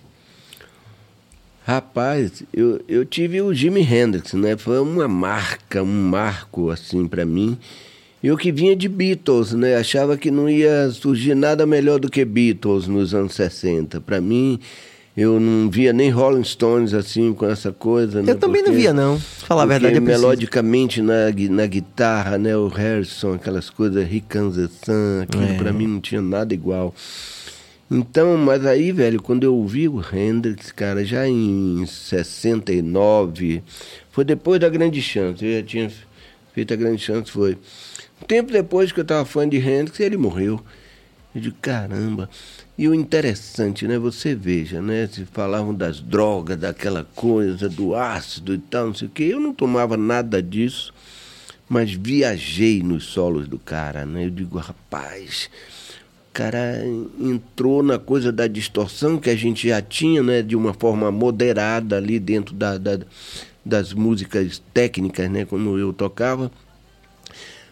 Rapaz, eu, eu tive o Jimi Hendrix, né? Foi uma marca, um marco, assim, pra mim. Eu que vinha de Beatles, né? Achava que não ia surgir nada melhor do que Beatles nos anos sessenta. Pra mim, eu não via nem Rolling Stones, assim, com essa coisa, né? Eu também não Porque- via, não. Falar a porque verdade, é preciso. melodicamente na, gui- na guitarra, né? O Harrison, aquelas coisas, Rick Kansas, aquilo É. pra mim não tinha nada igual. Então, mas aí, velho, quando eu ouvi o Hendrix, cara, já em sessenta e nove, foi depois da Grande Chance, eu já tinha feito a Grande Chance, foi. Um tempo depois que eu tava fã de Hendrix, ele morreu. Eu digo, caramba. E o interessante, né, você veja, né, se falavam das drogas, daquela coisa, do ácido e tal, não sei o quê, eu não tomava nada disso, mas viajei nos solos do cara, né, eu digo, rapaz... O cara entrou na coisa da distorção que a gente já tinha, né, de uma forma moderada ali dentro da, da- das músicas técnicas, né, como eu tocava.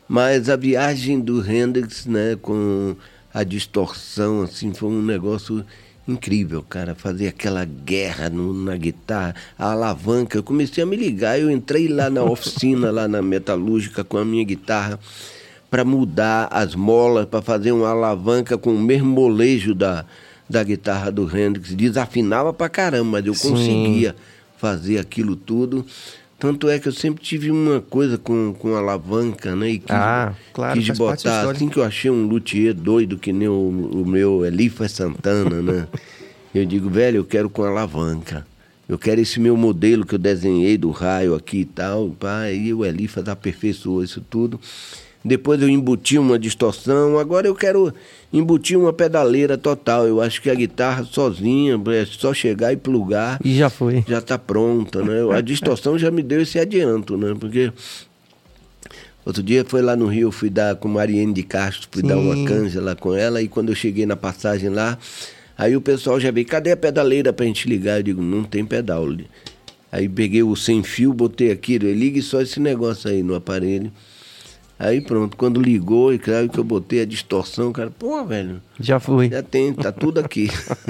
Mas a viagem do Hendrix, né, com a distorção, assim, foi um negócio incrível, cara. Fazer aquela guerra no, na guitarra, a alavanca. Eu comecei a me ligar, eu entrei lá na oficina, lá na metalúrgica, com a minha guitarra, para mudar as molas, para fazer uma alavanca com o mesmo molejo da, da guitarra do Hendrix. Desafinava pra caramba, mas eu Sim. conseguia fazer aquilo tudo. Tanto é que eu sempre tive uma coisa com, com alavanca, né? E quis, Ah, claro, quis faz parte da botar, história. assim que eu achei um luthier doido, que nem o, o meu Elifa Santana, né? Eu digo, velho, eu quero com alavanca. Eu quero esse meu modelo que eu desenhei do raio aqui e tal. Pá, aí o Elifa aperfeiçoou isso tudo. Depois eu embuti uma distorção. Agora eu quero embutir uma pedaleira total. Eu acho que a guitarra sozinha, é só chegar e plugar. E já foi. Já está pronta, né? A distorção já me deu esse adianto, né? Porque outro dia foi lá no Rio, eu fui dar com Mariene de Castro, fui Sim. dar uma canja lá com ela, e quando eu cheguei na passagem lá, aí o pessoal já veio, cadê a pedaleira pra gente ligar? Eu digo, não tem pedal. Aí peguei o sem fio, botei aqui, ligue só esse negócio aí no aparelho. Aí pronto, quando ligou, e claro que eu botei a distorção, cara, pô, velho, Já foi. já tem, tá tudo aqui.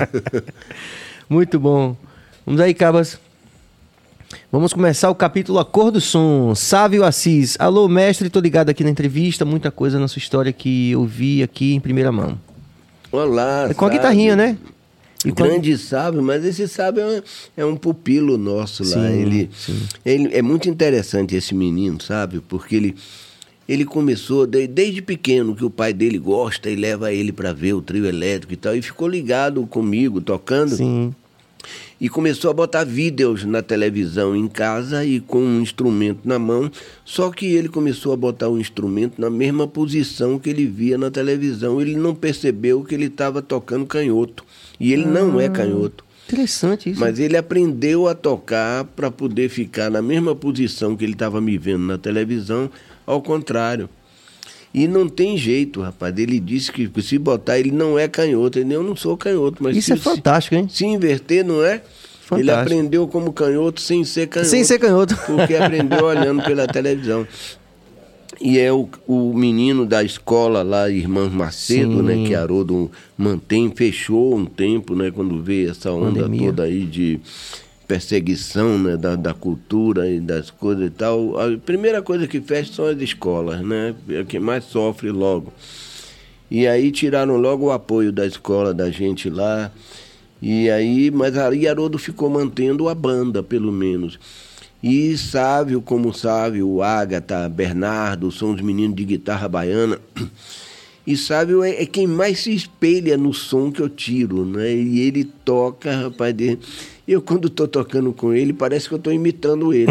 Muito bom. Vamos aí, Cabas. Vamos começar o capítulo A Cor do Som. Sávio Assis. Alô, mestre, tô ligado aqui na entrevista. Muita coisa na sua história que eu vi aqui em primeira mão. Olá, É com a Sábio. guitarrinha, né? E com a- Grande sábio, mas esse sábio é um, é um pupilo nosso lá. Sim, ele, sim. ele é muito interessante esse menino, sabe? Porque ele, ele começou de- desde pequeno, que o pai dele gosta e leva ele para ver o trio elétrico e tal, e ficou ligado comigo, tocando. Sim. E começou a botar vídeos na televisão em casa e com um instrumento na mão, só que ele começou a botar o instrumento na mesma posição que ele via na televisão. Ele não percebeu que ele estava tocando canhoto. E ele não é canhoto. Interessante isso. Mas ele aprendeu a tocar para poder ficar na mesma posição que ele estava me vendo na televisão, ao contrário. E não tem jeito, rapaz. Ele disse que se botar, ele não é canhoto. Ele, eu não sou canhoto, mas Isso se, é fantástico, hein? se, se inverter, não é? Fantástico. Ele aprendeu como canhoto sem ser canhoto. Sem ser canhoto. Porque aprendeu olhando pela televisão. E é o, o menino da escola lá, Irmãos Macedo, Sim. né, que Haroldo mantém, fechou um tempo, né, quando veio essa onda Pandemia. toda aí de perseguição, né, da, da cultura e das coisas e tal. A primeira coisa que fecha são as escolas, né, é quem mais sofre logo. E aí tiraram logo o apoio da escola da gente lá. E aí, mas aí Haroldo ficou mantendo a banda, pelo menos. E Sávio, como Sávio, o Ágata, Bernardo, são os meninos de guitarra baiana. E Sávio é, é quem mais se espelha no som que eu tiro, né? E ele toca, rapaz, dele. Eu quando estou tocando com ele, parece que eu estou imitando ele.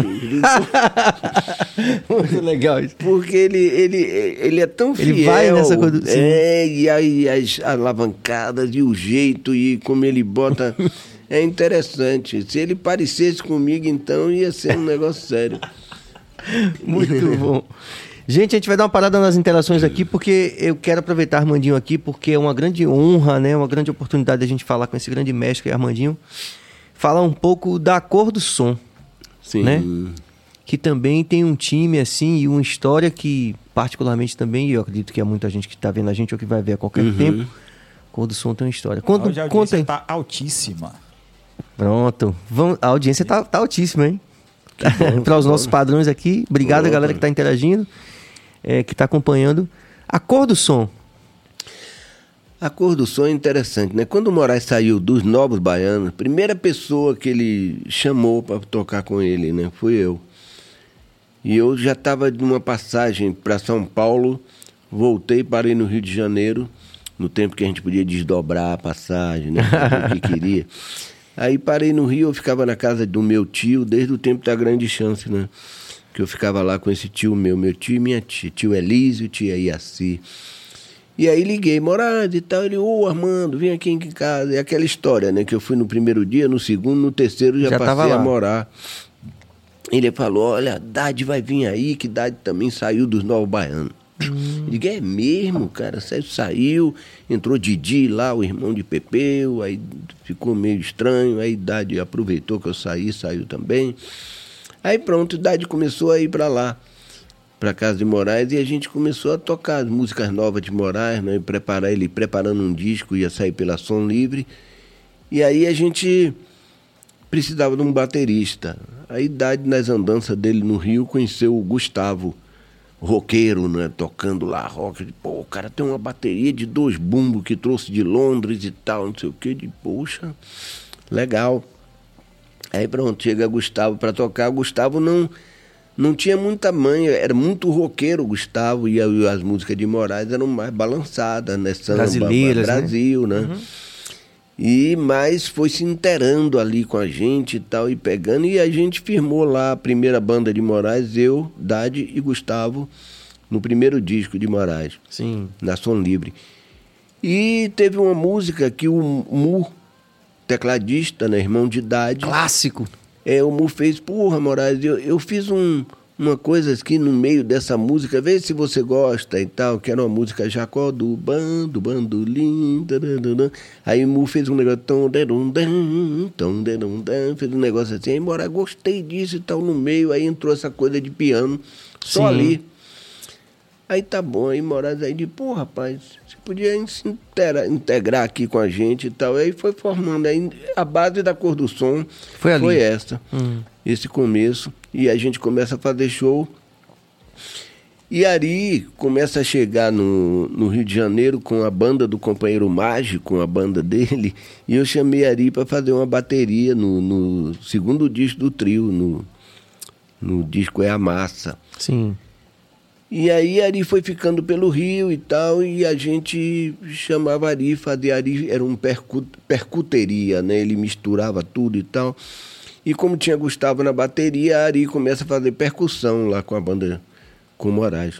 Muito legal isso. Porque ele, ele, ele é tão fiel. Ele vai nessa coisa- sim. É, e aí as alavancadas e o jeito e como ele bota... É interessante. Se ele parecesse comigo, então ia ser um negócio sério. Muito bom. Gente, a gente vai dar uma parada nas interações aqui, porque eu quero aproveitar Armandinho aqui, porque é uma grande honra, né? Uma grande oportunidade de a gente falar com esse grande mestre Armandinho. Falar um pouco da Cor do Som, Sim. né? Que também tem um time, assim, e uma história que, particularmente também, e eu acredito que há muita gente que está vendo a gente ou que vai ver a qualquer Uhum. tempo, Cor do Som tem uma história. Conta, Hoje a conta audiência aí. tá altíssima. Pronto. Vamos, a audiência tá, tá altíssima, hein? Para os nossos padrões aqui. Obrigado, Opa. a galera que está interagindo, é, que está acompanhando. A Cor do Som. A Cor do Som é interessante, né? Quando o Moraes saiu dos Novos Baianos, a primeira pessoa que ele chamou para tocar com ele, né? Fui eu. E eu já estava de uma passagem para São Paulo, voltei, parei no Rio de Janeiro, no tempo que a gente podia desdobrar a passagem, né? Fazer o que queria. Aí parei no Rio, eu ficava na casa do meu tio desde o tempo da Grande Chance, né? Que eu ficava lá com esse tio meu, meu tio e minha tia, tio Elísio, tia Iaci. E aí liguei, Moraes e tal, ele, ô Armando, vem aqui em casa. É aquela história, né? Que eu fui no primeiro dia, no segundo, no terceiro já, Já tava passei a lá. morar. Ele falou, olha, Dade vai vir aí, que Dade também saiu dos Novos Baianos. Hum. Eu digo, é mesmo, cara, Sérgio saiu, entrou Didi lá, o irmão de Pepeu, aí ficou meio estranho, aí Dade aproveitou que eu saí, saiu também. Aí pronto, Dade começou a ir pra lá. para casa de Moraes e a gente começou a tocar as músicas novas de Moraes, né? E preparar ele preparando um disco, ia sair pela Som Livre. E aí a gente precisava de um baterista. A idade nas andanças dele no Rio conheceu o Gustavo, roqueiro, né? Tocando lá rock. Pô, o cara tem uma bateria de dois bumbos que trouxe de Londres e tal, não sei o quê. De poxa, legal. Aí pronto, chega Gustavo para tocar. O Gustavo não, não tinha muita manha, era muito roqueiro o Gustavo, e as músicas de Moraes eram mais balançadas, né? Samba, brasileiras, Brasil, né? né? Uhum. E mas foi se inteirando ali com a gente e tal, e pegando, e a gente firmou lá a primeira banda de Moraes, eu, Dade e Gustavo, no primeiro disco de Moraes. Sim. Na Som Livre. E teve uma música que o Mu, tecladista, né, irmão de Dade... Clássico! É, o Mu fez, porra, Moraes, eu, eu fiz um, uma coisa aqui no meio dessa música, vê se você gosta e tal, que era uma música Jacó do bando, bandolim, dadadadã. Aí o Mu fez um negócio, tom, dedum, dam, tom, dedum, dam, fez um negócio assim, aí Moraes, gostei disso e tal, no meio, aí entrou essa coisa de piano, só Sim. ali. Aí tá bom, aí Moraes aí de, pô, rapaz, você podia se integra, integrar aqui com a gente e tal. Aí foi formando, aí a base da Cor do Som foi, ali. foi essa, hum. esse começo. E a gente começa a fazer show. E Ari começa a chegar no, no Rio de Janeiro com a banda do Companheiro Mágico, a banda dele. E eu chamei Ari para fazer uma bateria no, no segundo disco do trio, no, no disco É a Massa. Sim. E aí Ari foi ficando pelo Rio e tal, e a gente chamava Ari, fazia Ari, era um percu, percuteria, né? Ele misturava tudo e tal. E como tinha Gustavo na bateria, Ari começa a fazer percussão lá com a banda, com Moraes.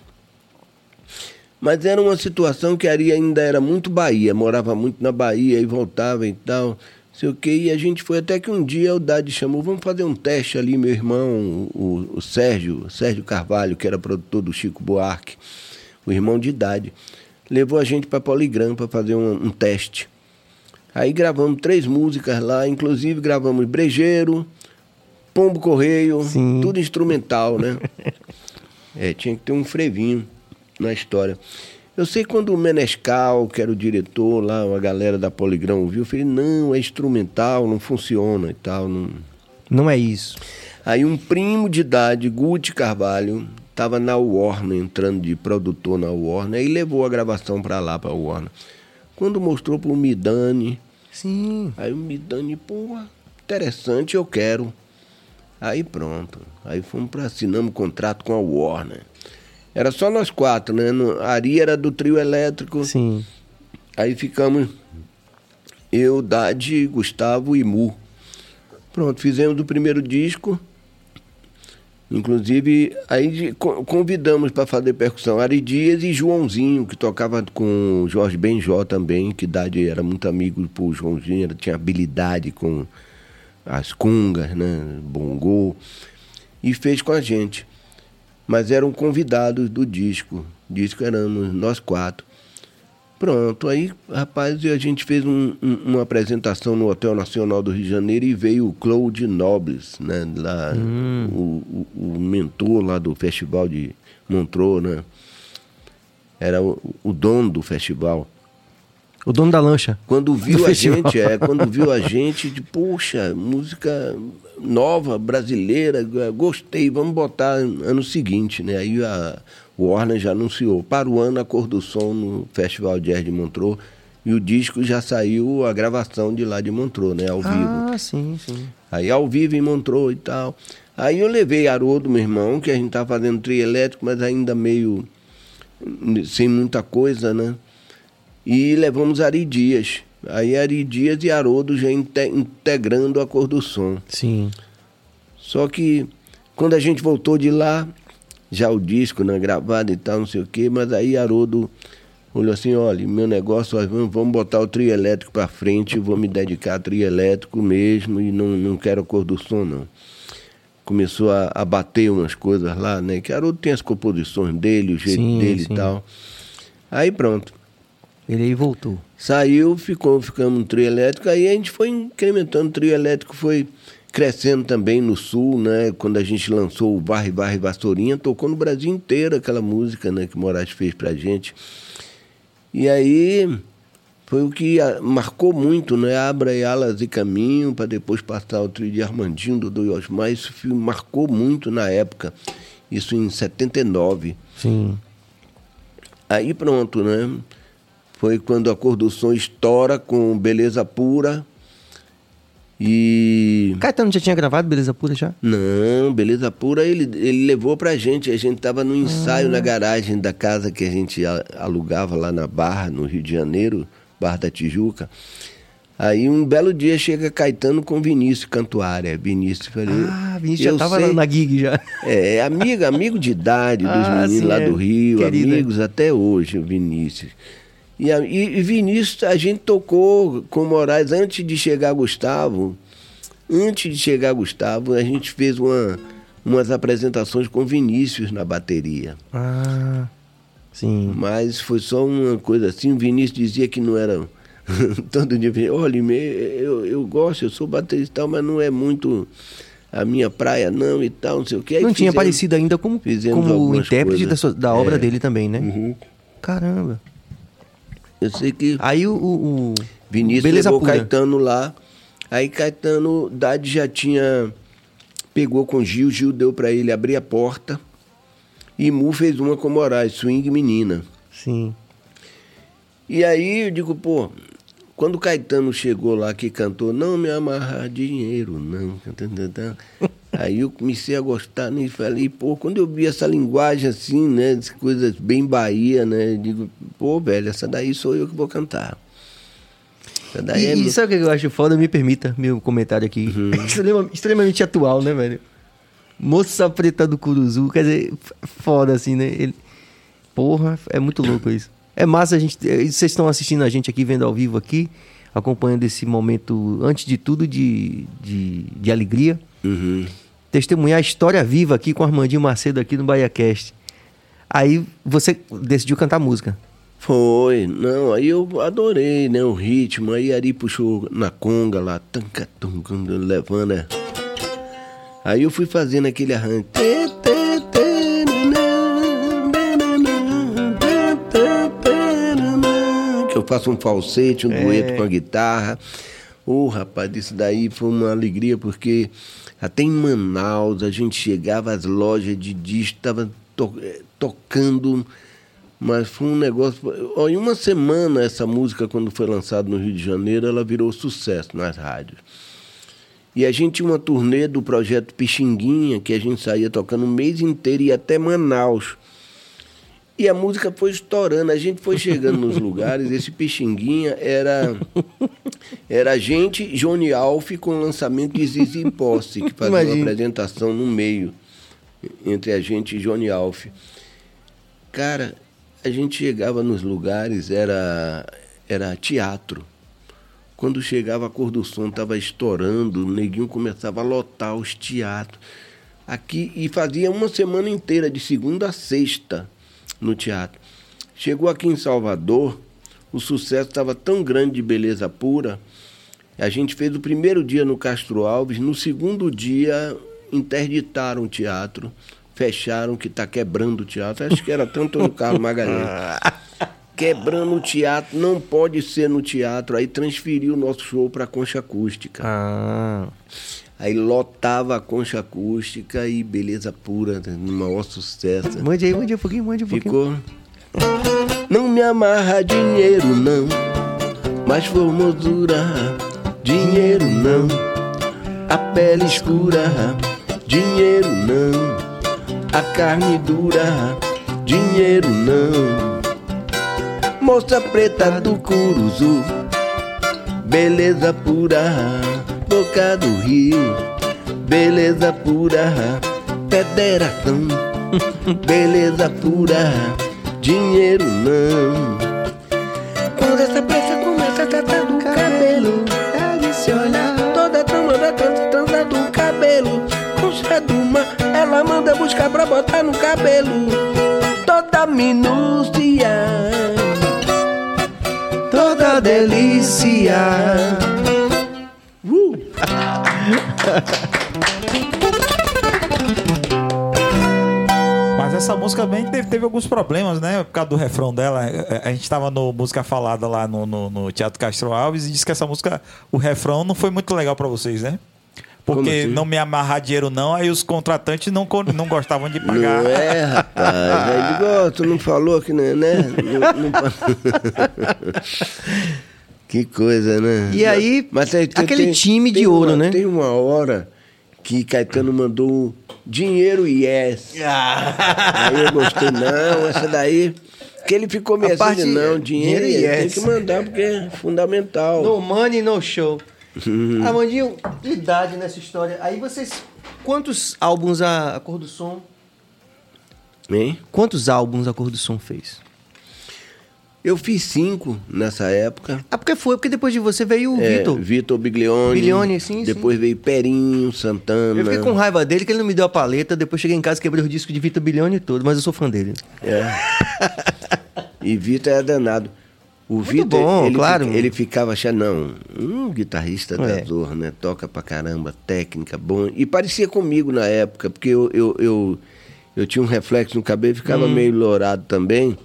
Mas era uma situação que Ari ainda era muito Bahia, morava muito na Bahia e voltava e tal, sei o quê. E a gente foi até que um dia o Dade chamou, vamos fazer um teste ali, meu irmão, o, o Sérgio, Sérgio Carvalho, que era produtor do Chico Buarque, o irmão de Dade, levou a gente para Poligram para fazer um, um teste. Aí gravamos três músicas lá, inclusive gravamos Brejeiro, Pombo Correio, Sim. tudo instrumental, né? É, tinha que ter um frevinho na história. Eu sei quando o Menescal, que era o diretor lá, a galera da Poligram ouviu, eu falei, não, é instrumental, não funciona e tal. Não, não é isso. Aí um primo de idade, Guti Carvalho, estava na Warner, entrando de produtor na Warner, e levou a gravação para lá, para a Warner. Quando mostrou para o Midani, sim. Aí o Midani, pô, interessante, eu quero. Aí pronto, aí fomos para assinamos contrato com a Warner. Era só nós quatro, né? A Ari era do trio elétrico. Sim. Aí ficamos eu, Dade, Gustavo e Mu. Pronto, fizemos o primeiro disco. Inclusive, aí convidamos para fazer percussão Ari Dias e Joãozinho, que tocava com Jorge Benjó também, que Dade era muito amigo pro Joãozinho, ele tinha habilidade com as congas, né? Bongô, e fez com a gente. Mas eram convidados do disco. O disco éramos nós quatro. Pronto, aí, rapaz, a gente fez um, um, uma apresentação no Hotel Nacional do Rio de Janeiro e veio o Claude Nobles, né? Lá, hum. o, o, o mentor lá do festival de Montreux, né? Era o, o dono do festival. O dono da lancha. Quando viu a gente, é, quando viu a gente, de, poxa, música nova, brasileira, gostei, vamos botar ano seguinte, né? Aí a Warner já anunciou, para o ano a Cor do Som no Festival Jazz de Montreux, e o disco já saiu, a gravação de lá de Montreux, né? Ao vivo. Ah, sim, sim. Aí ao vivo em Montreux e tal. Aí eu levei Haroldo, meu irmão, que a gente tava fazendo trio elétrico, mas ainda meio sem muita coisa, né? E levamos Ari Dias. Aí Ari Dias e Haroldo já inte- integrando a Cor do Som. Sim. Só que quando a gente voltou de lá, já o disco, né, gravado e tal, não sei o quê, mas aí Haroldo olhou assim, olha, meu negócio, vamos, vamos botar o trio elétrico pra frente, vou me dedicar a trio elétrico mesmo e não, não quero a Cor do Som, não. Começou a, a bater umas coisas lá, né, que Haroldo tem as composições dele, o jeito sim, dele sim. e tal. Aí pronto. Ele aí voltou. Saiu, ficou, ficamos no trio elétrico, aí a gente foi incrementando, o trio elétrico foi crescendo também no Sul, né? Quando a gente lançou o Varre, Varre, Vassourinha, tocou no Brasil inteiro aquela música, né? Que Moraes fez pra gente. E aí foi o que marcou muito, né? Abra e Alas e Caminho, para depois passar o trio de Armandinho, Dodô e Osmar. Isso marcou muito na época, isso em setenta e nove. Sim. Aí pronto, né? Foi quando a Cor do Som estoura com Beleza Pura. E... Caetano já tinha gravado Beleza Pura já? Não, Beleza Pura ele, ele levou pra gente. A gente tava no ensaio ah. na garagem da casa que a gente alugava lá na Barra, no Rio de Janeiro, Barra da Tijuca. Aí um belo dia chega Caetano com Vinícius Cantuária. Vinícius, falei... Ah, Vinícius já tava sei, na gig já. É, amigo, amigo de idade dos ah, meninos sim, lá é. do Rio, querido. Amigos até hoje, o Vinícius. E, e, e Vinícius, a gente tocou com Moraes antes de chegar Gustavo. Antes de chegar Gustavo, a gente fez uma, umas apresentações com Vinícius na bateria. Ah, sim. Mas foi só uma coisa assim. O Vinícius dizia que não era... Todo dia, olha, eu, eu gosto, eu sou baterista, mas não é muito a minha praia, não, e tal, não sei o que. Aí não tinha aparecido ainda como, como intérprete da, sua, da obra é. dele também, né? Uhum. Caramba. Eu sei que... Aí o... o, o Vinícius Beleza levou Pura. Caetano lá. Aí Caetano, Dade já tinha... Pegou com Gil, Gil deu pra ele abrir a porta. E Mu fez uma com Moraes, Swing Menina. Sim. E aí eu digo, pô... Quando o Caetano chegou lá que cantou Não Me Amarrar Dinheiro, não... Aí eu comecei a gostar, né? E falei, pô, quando eu vi essa linguagem assim, né? Coisas bem Bahia, né? Eu digo, pô, velho, essa daí sou eu que vou cantar. Essa daí e, é e meu... sabe o que eu acho foda? Me permita meu comentário aqui. Uhum. Extrema, extremamente atual, né, velho? Moça Preta do Curuzu, quer dizer, foda assim, né? Ele... Porra, é muito louco isso. É massa a gente... Vocês estão assistindo a gente aqui, vendo ao vivo aqui, acompanhando esse momento, antes de tudo, de, de, de alegria. Uhum. Testemunhar a história viva aqui com o Armandinho Macedo aqui no BahiaCast. Aí você decidiu cantar música. Foi. Não, aí eu adorei, né? O ritmo. Aí Ari puxou na conga lá, tanca, tanca, levando, né? Aí eu fui fazendo aquele arranjo. Que eu faço um falsete, um é. dueto com a guitarra. Ô, oh, rapaz, isso daí foi uma alegria, porque até em Manaus a gente chegava às lojas de disco, estava to- tocando, mas foi um negócio... Oh, em uma semana, essa música, quando foi lançada no Rio de Janeiro, ela virou sucesso nas rádios. E a gente tinha uma turnê do projeto Pixinguinha, que a gente saía tocando o mês inteiro e ia até Manaus. E a música foi estourando, a gente foi chegando nos lugares, esse Pixinguinha era, era a gente, Johnny Alf, com o lançamento de Zizi Posse, que fazia Imagina. uma apresentação no meio, entre a gente e Johnny Alf. Cara, a gente chegava nos lugares, era, era teatro. Quando chegava a Cor do Som, estava estourando, o neguinho começava a lotar os teatros. Aqui, e fazia uma semana inteira, de segunda a sexta, no teatro. Chegou aqui em Salvador, o sucesso estava tão grande de Beleza Pura, a gente fez o primeiro dia no Castro Alves, no segundo dia interditaram o teatro, fecharam, que está quebrando o teatro, acho que era tanto no Carlos Magalhães. Quebrando o teatro, não pode ser no teatro, aí transferiu o nosso show para a Concha Acústica. Ah... Aí lotava a Concha Acústica e Beleza Pura, no maior sucesso. Mande aí, mande um pouquinho, mande um pouquinho. Ficou. Não me amarra dinheiro, não, mas formosura, dinheiro não. A pele escura, dinheiro não. A carne dura, dinheiro não. Moça preta do Curuzu, beleza pura. Boca do Rio, beleza pura, federação, beleza pura, dinheiro não. Quando essa peça começa a tratar do cabelo, é de se olhar, toda trama trança do cabelo, concha do mar, ela manda buscar pra botar no cabelo, toda minúcia, toda delícia. Mas essa música bem teve, teve alguns problemas, né? Por causa do refrão dela. A gente tava no Música Falada lá no, no, no Teatro Castro Alves e disse que essa música, o refrão não foi muito legal pra vocês, né? Porque assim? não me amarrar dinheiro não, aí os contratantes não, não gostavam de pagar. Não é, rapaz. Aí digo, ó, tu não falou que não, né? Não, não... Que coisa, né? E aí, Mas tem, tem, aquele tem, time tem de uma, ouro, né? Tem uma hora que Caetano mandou dinheiro yes. Ah. Aí eu gostei, não, essa daí... Que ele ficou meio A assim, parte- não, dinheiro, dinheiro yes. yes. Tem que mandar porque é fundamental. No money, no show. Armandinho, idade nessa história. Aí vocês... Quantos álbuns a, a Cor do Som... Hein? Quantos álbuns a Cor do Som fez? Eu fiz cinco nessa época. Ah, porque foi, porque depois de você veio o É, Vitor. Vitor Biglione. Biglione, sim, Depois veio Perinho, Santana. Eu fiquei com raiva dele, que ele não me deu a paleta. Depois cheguei em casa e quebrei o disco de Vitor Biglione todo, mas eu sou fã dele. É. E Vitor é danado. O Muito Vitor, bom, ele, claro. fica- ele ficava achando, não, um guitarrista da É. Zorra, né? Toca pra caramba, técnica, bom. E parecia comigo na época, porque eu, eu, eu, eu tinha um reflexo no cabelo e ficava Hum. meio lourado também.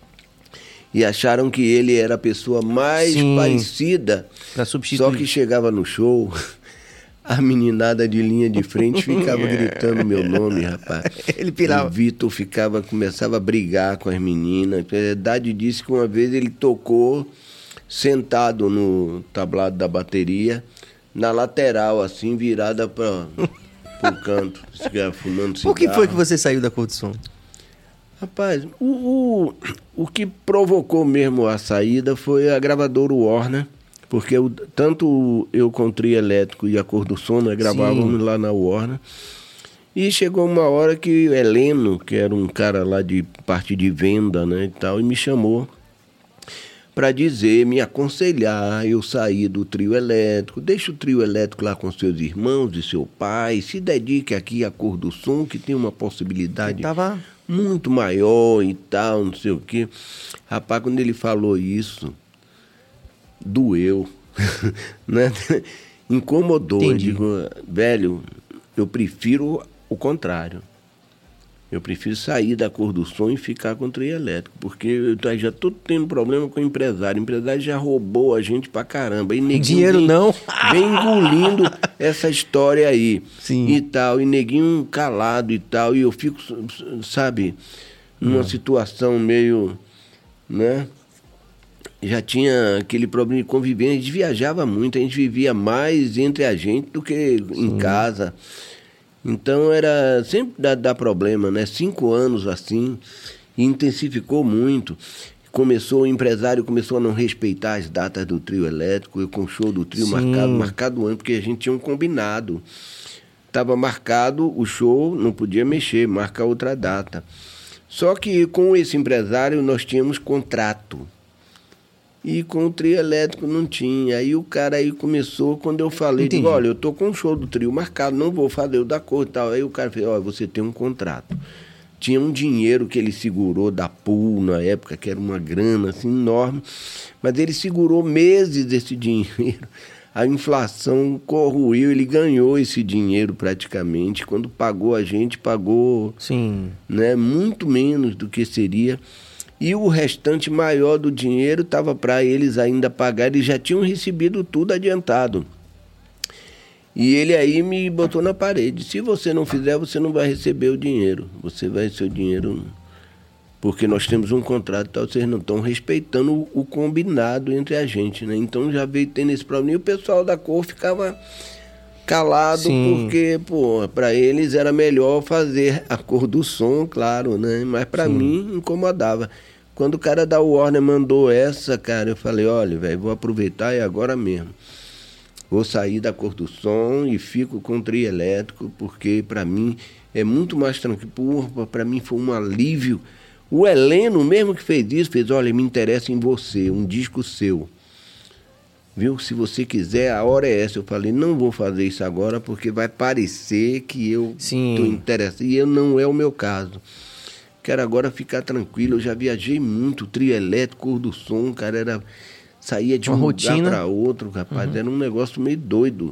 E acharam que ele era a pessoa mais Sim. parecida. Pra substituir. Só que chegava no show, a meninada de linha de frente ficava gritando meu nome, rapaz. Ele pirava. O Vitor ficava, começava a brigar com as meninas. A verdade disse que uma vez ele tocou sentado no tablado da bateria, na lateral, assim, virada para o canto, fumando cigarro. Por que foi que você saiu da Cor do Som? Rapaz, o, o, o que provocou mesmo a saída foi a gravadora Warner, porque eu, tanto eu com o Trio Elétrico e a Cor do Som, nós gravávamos Sim. lá na Warner. E chegou uma hora que o Heleno, que era um cara lá de parte de venda, né, e tal, e me chamou para dizer, me aconselhar, eu sair do Trio Elétrico, deixa o Trio Elétrico lá com seus irmãos e seu pai, se dedique aqui à Cor do Som, que tem uma possibilidade Ele tava... muito maior e tal, não sei o quê. Rapaz, quando ele falou isso, doeu, né? Incomodou. Eu Entendi. digo, velho, eu prefiro o contrário. Eu prefiro sair da Cor do Som e ficar com o Trio Elétrico, porque eu tô- já tô tendo problema com o empresário. O empresário já roubou a gente pra caramba. E neguinho Dinheiro vem- não. Vem engolindo essa história aí. Sim. E tal, e neguinho calado e tal. E eu fico, sabe, numa situação meio, né? Já tinha aquele problema de convivência. A gente viajava muito, a gente vivia mais entre a gente do que em casa. Então era sempre dá, dá problema, né? Cinco anos assim, e intensificou muito. Começou, o empresário começou a não respeitar as datas do Trio Elétrico, eu com o show do trio Sim. marcado, marcado antes, porque a gente tinha um combinado. Estava marcado o show, não podia mexer, marca outra data. Só que com esse empresário nós tínhamos contrato. E com o Trio Elétrico não tinha. Aí o cara aí começou, quando eu falei, Entendi. digo, olha, eu tô com um show do trio marcado, não vou fazer o da cor e tal. Aí o cara falou, olha, você tem um contrato. Tinha um dinheiro que ele segurou da Pool na época, que era uma grana assim enorme, mas ele segurou meses desse dinheiro. A inflação corroiu, ele ganhou esse dinheiro praticamente. Quando pagou a gente, pagou, Sim. né, muito menos do que seria. E o restante maior do dinheiro estava para eles ainda pagar, eles já tinham recebido tudo adiantado. E ele aí me botou na parede. Se você não fizer, você não vai receber o dinheiro. Você vai receber o dinheiro, porque nós temos um contrato e tal, vocês não estão respeitando o, o combinado entre a gente, né? Então já veio tendo esse problema. E o pessoal da cor ficava calado, Sim. porque, pô, para eles era melhor fazer a Cor do Som, claro, né? Mas para mim incomodava. Quando o cara da Warner mandou essa, cara, eu falei, olha, velho, vou aproveitar e agora mesmo. Vou sair da Cor do Som e fico com o Trio Elétrico, porque para mim é muito mais tranquilo. Para mim foi um alívio. O Heleno mesmo que fez isso, fez, olha, me interessa em você, um disco seu. Viu? Se você quiser, a hora é essa. Eu falei, não vou fazer isso agora, porque vai parecer que eu Sim. estou interessado. E eu, não é o meu caso. Quero agora ficar tranquilo. Eu já viajei muito, Trio Elétrico, Cor do Som, cara, era... Saía de Uma um rotina. lugar para outro, rapaz. Uhum. Era um negócio meio doido.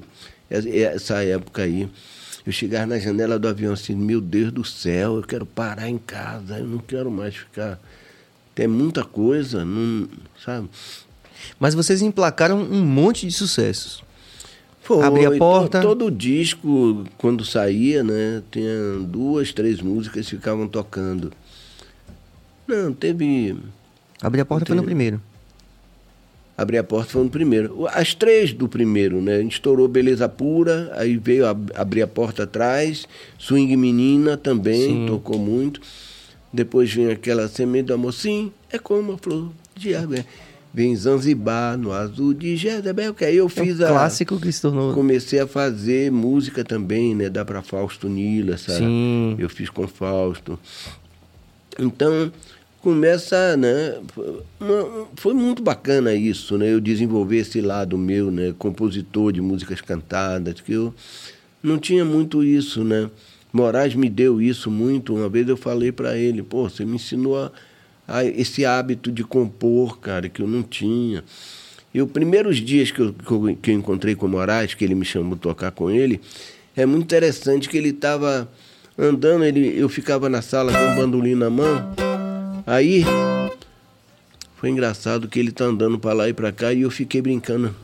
essa época aí. Eu chegava na janela do avião assim, meu Deus do céu, eu quero parar em casa, eu não quero mais ficar... Tem muita coisa, não, sabe? Mas vocês emplacaram um monte de sucessos. Foi, Abrir a porta... Todo, todo disco, quando saía, né, tinha duas, três músicas que ficavam tocando. Não, teve... Abrir a porta teve... foi no primeiro. Abrir a porta foi no primeiro. As três do primeiro, né? A gente estourou Beleza Pura, aí veio ab- Abrir a Porta atrás, Swing Menina também, sim, tocou muito. Depois vem aquela Semente do Amor, sim, é como a flor de água. Vem Zanzibar, no azul de Jezebel, que aí eu fiz é um a... clássico que se tornou... Comecei a fazer música também, né? Dá pra Fausto Nila, sabe? Sim. Eu fiz com Fausto. Então... Começa, né? Foi muito bacana isso, né? Eu desenvolver esse lado meu, né? Compositor de músicas cantadas, que eu não tinha muito isso, né? Moraes me deu isso muito. Uma vez eu falei para ele, pô, você me ensinou a, a esse hábito de compor, cara, que eu não tinha. E os primeiros dias que eu, que eu, que eu encontrei com o Moraes, que ele me chamou tocar com ele, é muito interessante que ele estava andando, ele, eu ficava na sala com o bandolim na mão. Aí, foi engraçado que ele tá andando pra lá e pra cá e eu fiquei brincando.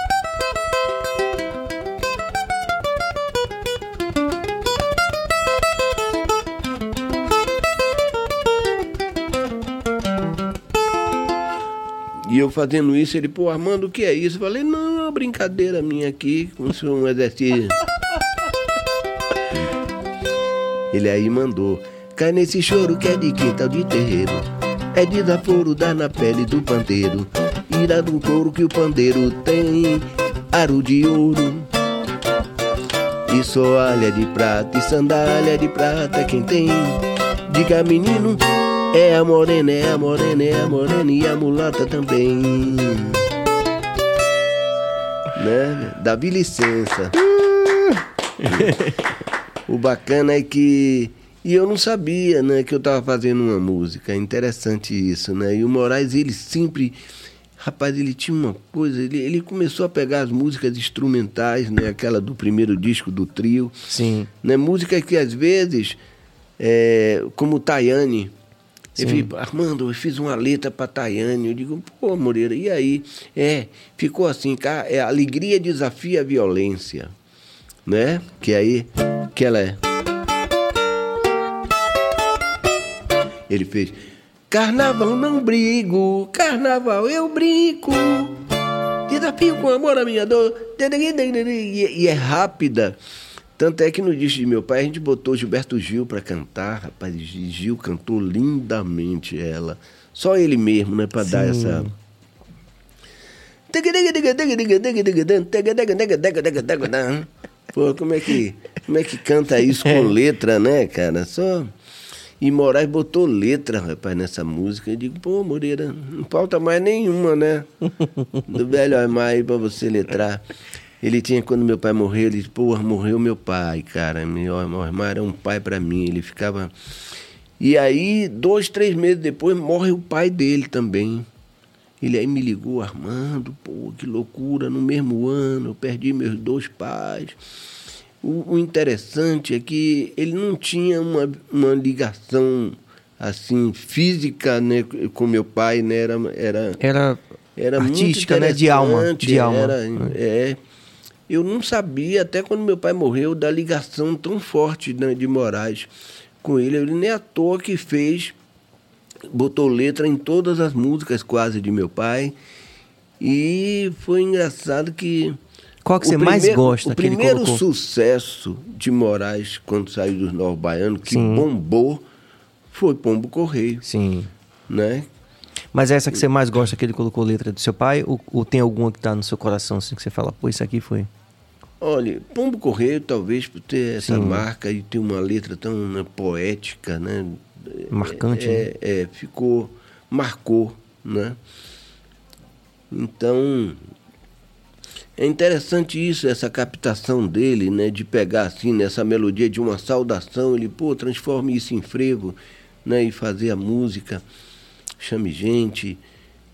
E eu fazendo isso, ele, pô, Armando, o que é isso? Eu falei, não, é uma brincadeira minha aqui, como se fosse um exercício. Ele aí mandou... Cai nesse choro que é de quintal de terreiro, é desaforo dar na pele do pandeiro, ira do couro que o pandeiro tem, aro de ouro, e soalha de prata, e sandália de prata quem tem. Diga menino, é a morena, é a morena, é a morena e a mulata também, né? Dá-me licença. O bacana é que... E eu não sabia, né, que eu estava fazendo uma música. É interessante isso, né? E o Moraes, ele sempre... Rapaz, ele tinha uma coisa... Ele, ele começou a pegar as músicas instrumentais, né? Aquela do primeiro disco do trio. Sim. Né? Músicas que, às vezes, é, como Tayane... Eu fiz, Armando, eu fiz uma letra para Tayane. Eu digo, pô, Moreira, e aí? É, ficou assim, cara, é alegria desafia a violência. Né? Que aí, que ela é... Ele fez, carnaval não brigo, carnaval eu brinco, desafio com amor a minha dor, e, e é rápida. Tanto é que no disco de meu pai a gente botou Gilberto Gil para cantar, rapaz, Gil cantou lindamente ela, só ele mesmo, né, para dar essa... Pô, como é que, como é que canta isso com letra, né, cara, só... E Moraes botou letra, rapaz, nessa música. Eu digo, pô, Moreira, não falta mais nenhuma, né? Do velho Aimar aí pra você letrar. Ele tinha, quando meu pai morreu, ele disse, pô, morreu meu pai, cara. Meu Aimar era um pai pra mim. Ele ficava... E aí, dois, três meses depois, morre o pai dele também. Ele aí me ligou, Armando, pô, que loucura, no mesmo ano eu perdi meus dois pais. O, o interessante é que ele não tinha uma, uma ligação assim física, né, com meu pai, né, era era, era, era artística, né, de alma, de era, alma. É, eu não sabia até quando meu pai morreu da ligação tão forte, né, de Moraes com ele. Ele nem à toa que fez, botou letra em todas as músicas quase de meu pai, e foi engraçado que qual que você primeiro, mais gosta? O que primeiro ele colocou? sucesso de Moraes, quando saiu dos Novos Baianos, que Sim. bombou, foi Pombo Correio. Sim. Né? Mas essa que você mais gosta, que ele colocou letra do seu pai, ou, ou tem alguma que está no seu coração, assim, que você fala, pô, isso aqui foi... Olha, Pombo Correio, talvez por ter essa Sim. marca e ter uma letra tão, né, poética, né? Marcante, é, né? É, ficou, marcou, né? Então... É interessante isso, essa captação dele, né, de pegar assim, nessa melodia de uma saudação, ele, pô, transforme isso em frevo, né, e fazer a música, chame gente,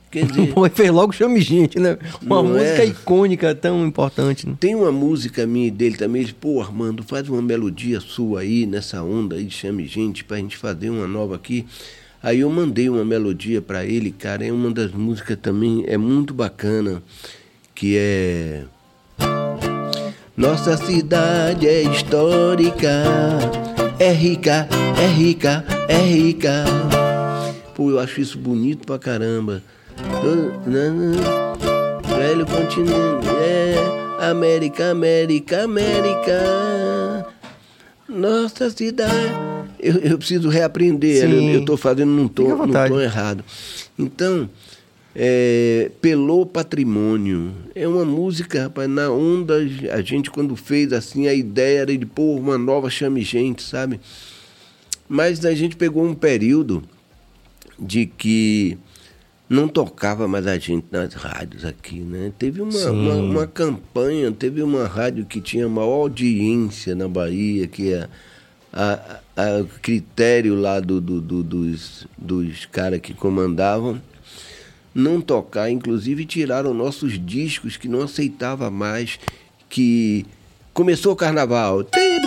Quer dizer... Fez logo Chame Gente, né? Uma Não música é? icônica, tão importante. Né? Tem uma música minha e dele também, ele disse, pô, Armando, faz uma melodia sua aí, nessa onda aí de Chame Gente, pra gente fazer uma nova aqui. Aí eu mandei uma melodia pra ele, cara, é uma das músicas também, é muito bacana, que é... Nossa cidade é histórica, é rica, é rica, é rica. Pô, eu acho isso bonito pra caramba. Velho continente, é América, América, América. Nossa cidade. Eu, eu preciso reaprender ela, eu, eu tô fazendo num tom, num tom errado. Então, é, Pelô Patrimônio. É uma música, rapaz, na onda, a gente quando fez assim, a ideia era de pôr uma nova Chame Gente, sabe? Mas a gente pegou um período de que não tocava mais a gente nas rádios aqui, né? Teve uma, uma, uma campanha, teve uma rádio que tinha maior audiência na Bahia, que é a, a, a critério lá do, do, do, dos, dos caras que comandavam, não tocar, inclusive tiraram nossos discos que não aceitava mais, que começou o carnaval.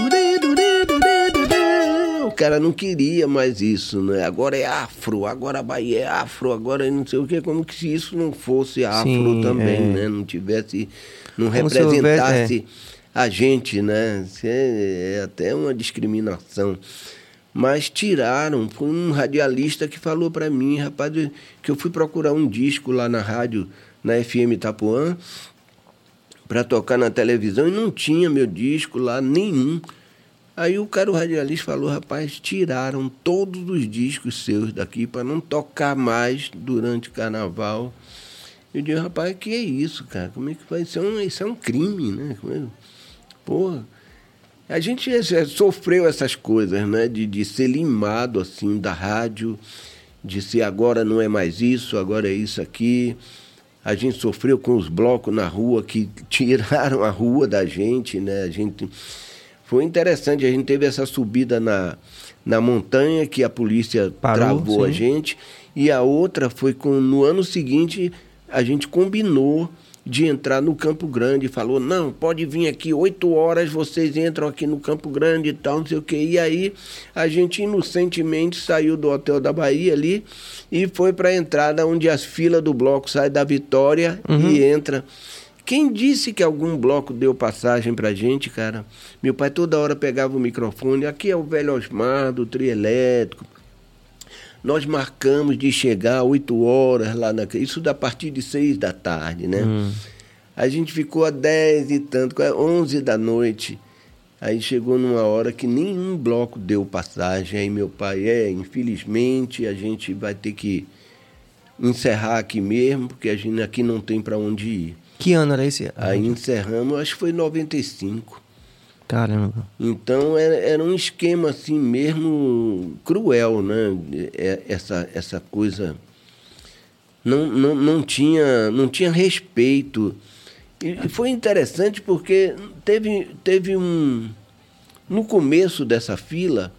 O cara não queria mais isso, né? Agora é afro, agora a Bahia é afro, agora não sei o quê, como que se isso não fosse afro Sim, também, é. né? Não tivesse, não como representasse houvesse, é. a gente, né? Isso é, é até uma discriminação. Mas tiraram, foi um radialista que falou para mim, rapaz, que eu fui procurar um disco lá na rádio, na F M Itapuã, para tocar na televisão, e não tinha meu disco lá nenhum. Aí o cara, o radialista, falou, rapaz, tiraram todos os discos seus daqui para não tocar mais durante o carnaval. Eu digo, rapaz, que é isso, cara? Como é que vai? Isso é um, isso é um crime, né? Porra. A gente sofreu essas coisas, né? De, de ser limado, assim, da rádio, de ser agora não é mais isso, agora é isso aqui. A gente sofreu com os blocos na rua que tiraram a rua da gente, né? A gente... Foi interessante, a gente teve essa subida na, na montanha, que a polícia Parou, travou sim. a gente, e a outra foi com, no ano seguinte, a gente combinou de entrar no Campo Grande, falou, não, pode vir aqui, oito horas vocês entram aqui no Campo Grande e tal, não sei o quê. E aí a gente inocentemente saiu do Hotel da Bahia ali e foi para a entrada onde as filas do bloco saem da Vitória uhum. e entra... Quem disse que algum bloco deu passagem pra gente, cara? Meu pai toda hora pegava o microfone. Aqui é o velho Osmar, do trio elétrico. Nós marcamos de chegar oito horas lá na... Isso da partir de seis da tarde, né? Hum. A gente ficou a dez e tanto, onze da noite. Aí chegou numa hora que nenhum bloco deu passagem. Aí meu pai, é, infelizmente, a gente vai ter que encerrar aqui mesmo, porque a gente aqui não tem pra onde ir. Que ano era esse? Aí encerramos, acho que foi em noventa e cinco. Caramba. Então era, era um esquema assim mesmo cruel, né? Essa, essa coisa não, não, não, tinha, não tinha respeito. E foi interessante porque teve, teve um... No começo dessa fila,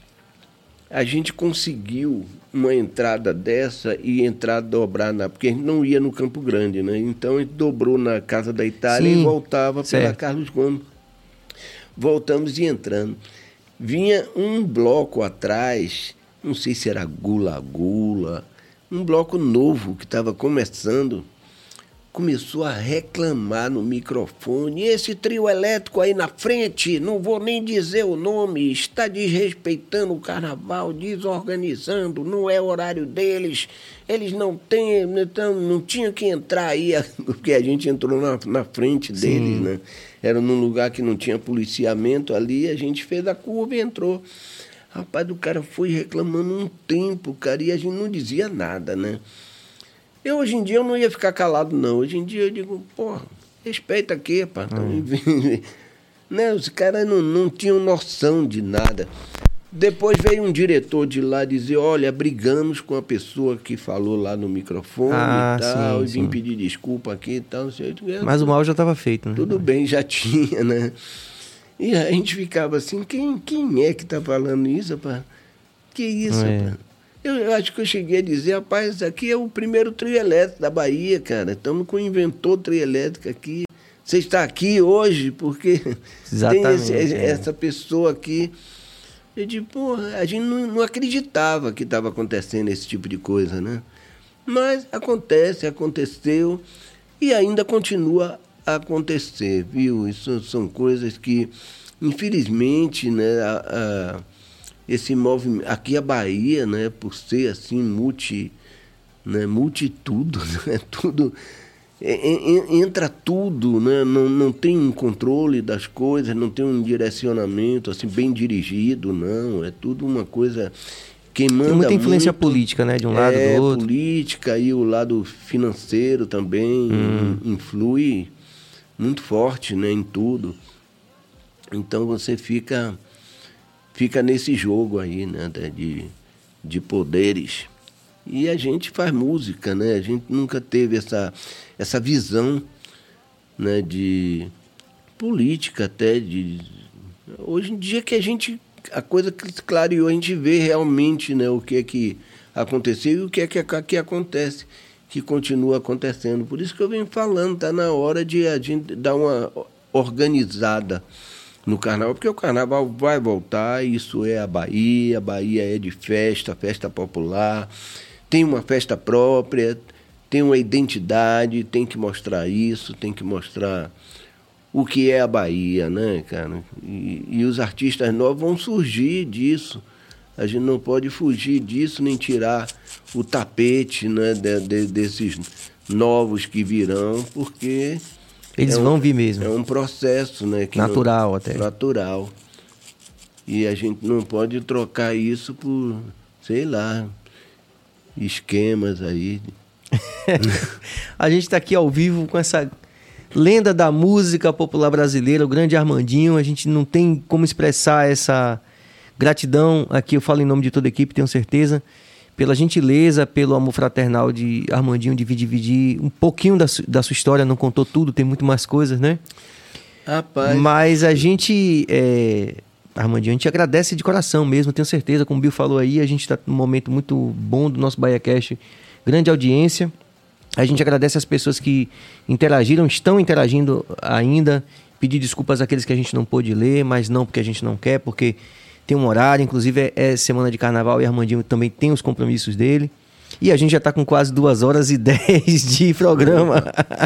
a gente conseguiu uma entrada dessa e entrar, dobrar, na, porque a gente não ia no Campo Grande, né? Então a gente dobrou na Casa da Itália Sim, e voltava certo. pela Carlos Gomes. Voltamos e entrando. Vinha um bloco atrás, não sei se era Gula Gula, um bloco novo que estava começando, começou a reclamar no microfone, esse trio elétrico aí na frente, não vou nem dizer o nome, está desrespeitando o carnaval, desorganizando, não é horário deles, eles não têm, então não tinha que entrar aí, porque a gente entrou na, na frente deles, Sim. né? Era num lugar que não tinha policiamento ali, a gente fez a curva e entrou. Rapaz, o cara foi reclamando um tempo, cara, e a gente não dizia nada, né? Eu, hoje em dia, eu não ia ficar calado, não. Hoje em dia, eu digo, porra, respeita aqui, pá. Hum. Né? Os caras não, não tinham noção de nada. Depois veio um diretor de lá dizer, olha, brigamos com a pessoa que falou lá no microfone ah, e tal, sim, e vim sim. pedir desculpa aqui e tal. Não sei. Mas o mal já estava feito, né? Tudo bem, já tinha, né? E a gente ficava assim, quem, quem é que tá falando isso, pá? Que isso, é. pá? Eu, eu acho que eu cheguei a dizer, rapaz, aqui é o primeiro trio elétrico da Bahia, cara. Estamos com o inventor trio elétrico aqui. Você está aqui hoje porque Exatamente, tem esse, é. essa pessoa aqui. Eu digo, pô, a gente não, não acreditava que estava acontecendo esse tipo de coisa, né? Mas acontece, aconteceu e ainda continua a acontecer, viu? Isso são coisas que, infelizmente, né, a, a, esse movimento... Aqui a Bahia, né, por ser assim, multi, né, multitudo, né, tudo... entra tudo, né? não, não tem um controle das coisas, não tem um direcionamento assim bem dirigido, não, é tudo uma coisa que manda tem muita influência muito, política, né, de um lado é, do outro. Política e o lado financeiro também hum. influi muito forte, né, em tudo. Então você fica fica nesse jogo aí, né, de, de poderes. E a gente faz música, né? A gente nunca teve essa, essa visão, né, de política até. De... Hoje em dia que a gente, a coisa que clareou, a gente vê realmente, né, o que é que aconteceu e o que é que, que acontece, que continua acontecendo. Por isso que eu venho falando, está na hora de a gente dar uma organizada no carnaval, porque o carnaval vai voltar, isso é a Bahia, a Bahia é de festa, festa popular. Tem uma festa própria, tem uma identidade, tem que mostrar isso, tem que mostrar o que é a Bahia, né, cara? E, e os artistas novos vão surgir disso. A gente não pode fugir disso, nem tirar o tapete, né, de, de, desses novos que virão, porque... Eles é um, vão vir mesmo. É um processo, né? Que natural não, até. Natural. E a gente não pode trocar isso por, sei lá... esquemas aí. A gente está aqui ao vivo com essa lenda da música popular brasileira, o grande Armandinho. A gente não tem como expressar essa gratidão aqui, eu falo em nome de toda a equipe, tenho certeza, pela gentileza, pelo amor fraternal de Armandinho de dividir um pouquinho da, su- da sua história. Não contou tudo, tem muito mais coisas, né? Rapaz. Mas a gente... É... Armandinho, a gente agradece de coração mesmo, tenho certeza, como o Bill falou aí, a gente está num momento muito bom do nosso BahiaCast, grande audiência. A gente agradece as pessoas que interagiram, estão interagindo ainda, pedir desculpas àqueles que a gente não pôde ler, mas não porque a gente não quer, porque tem um horário, inclusive é, é semana de carnaval e Armandinho também tem os compromissos dele. E a gente já está com quase duas horas e dez de programa.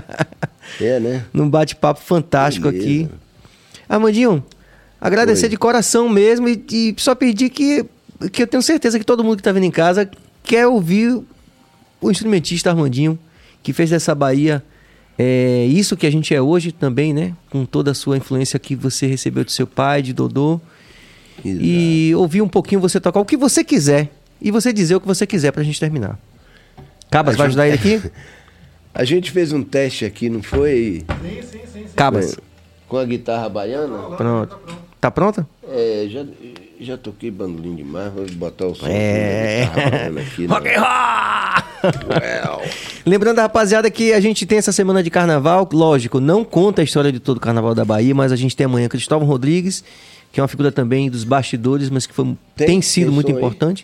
É, né? Num bate-papo fantástico Beleza. aqui. Armandinho, agradecer Oi. de coração mesmo e, e só pedir que, que eu tenho certeza que todo mundo que está vindo em casa quer ouvir o instrumentista Armandinho, que fez dessa Bahia é, isso que a gente é hoje também, né? Com toda a sua influência que você recebeu do seu pai, de Dodô. Exato. E ouvir um pouquinho você tocar o que você quiser. E você dizer o que você quiser pra gente terminar. Cabas, A vai gente- ajudar ele aqui? A gente fez um teste aqui, não foi? Cabas, Com a guitarra baiana? pronto. Tá pronta? É, já, já toquei bandolim demais, vou botar o som É. da guitarra baiana aqui. Rock Né? and roll! Well. Lembrando, rapaziada, que a gente tem essa semana de carnaval. Lógico, não conta a história de todo o carnaval da Bahia, mas a gente tem amanhã Cristóvão Rodrigues, que é uma figura também dos bastidores, mas que foi, tem, Tem- sido tem muito som aí? importante.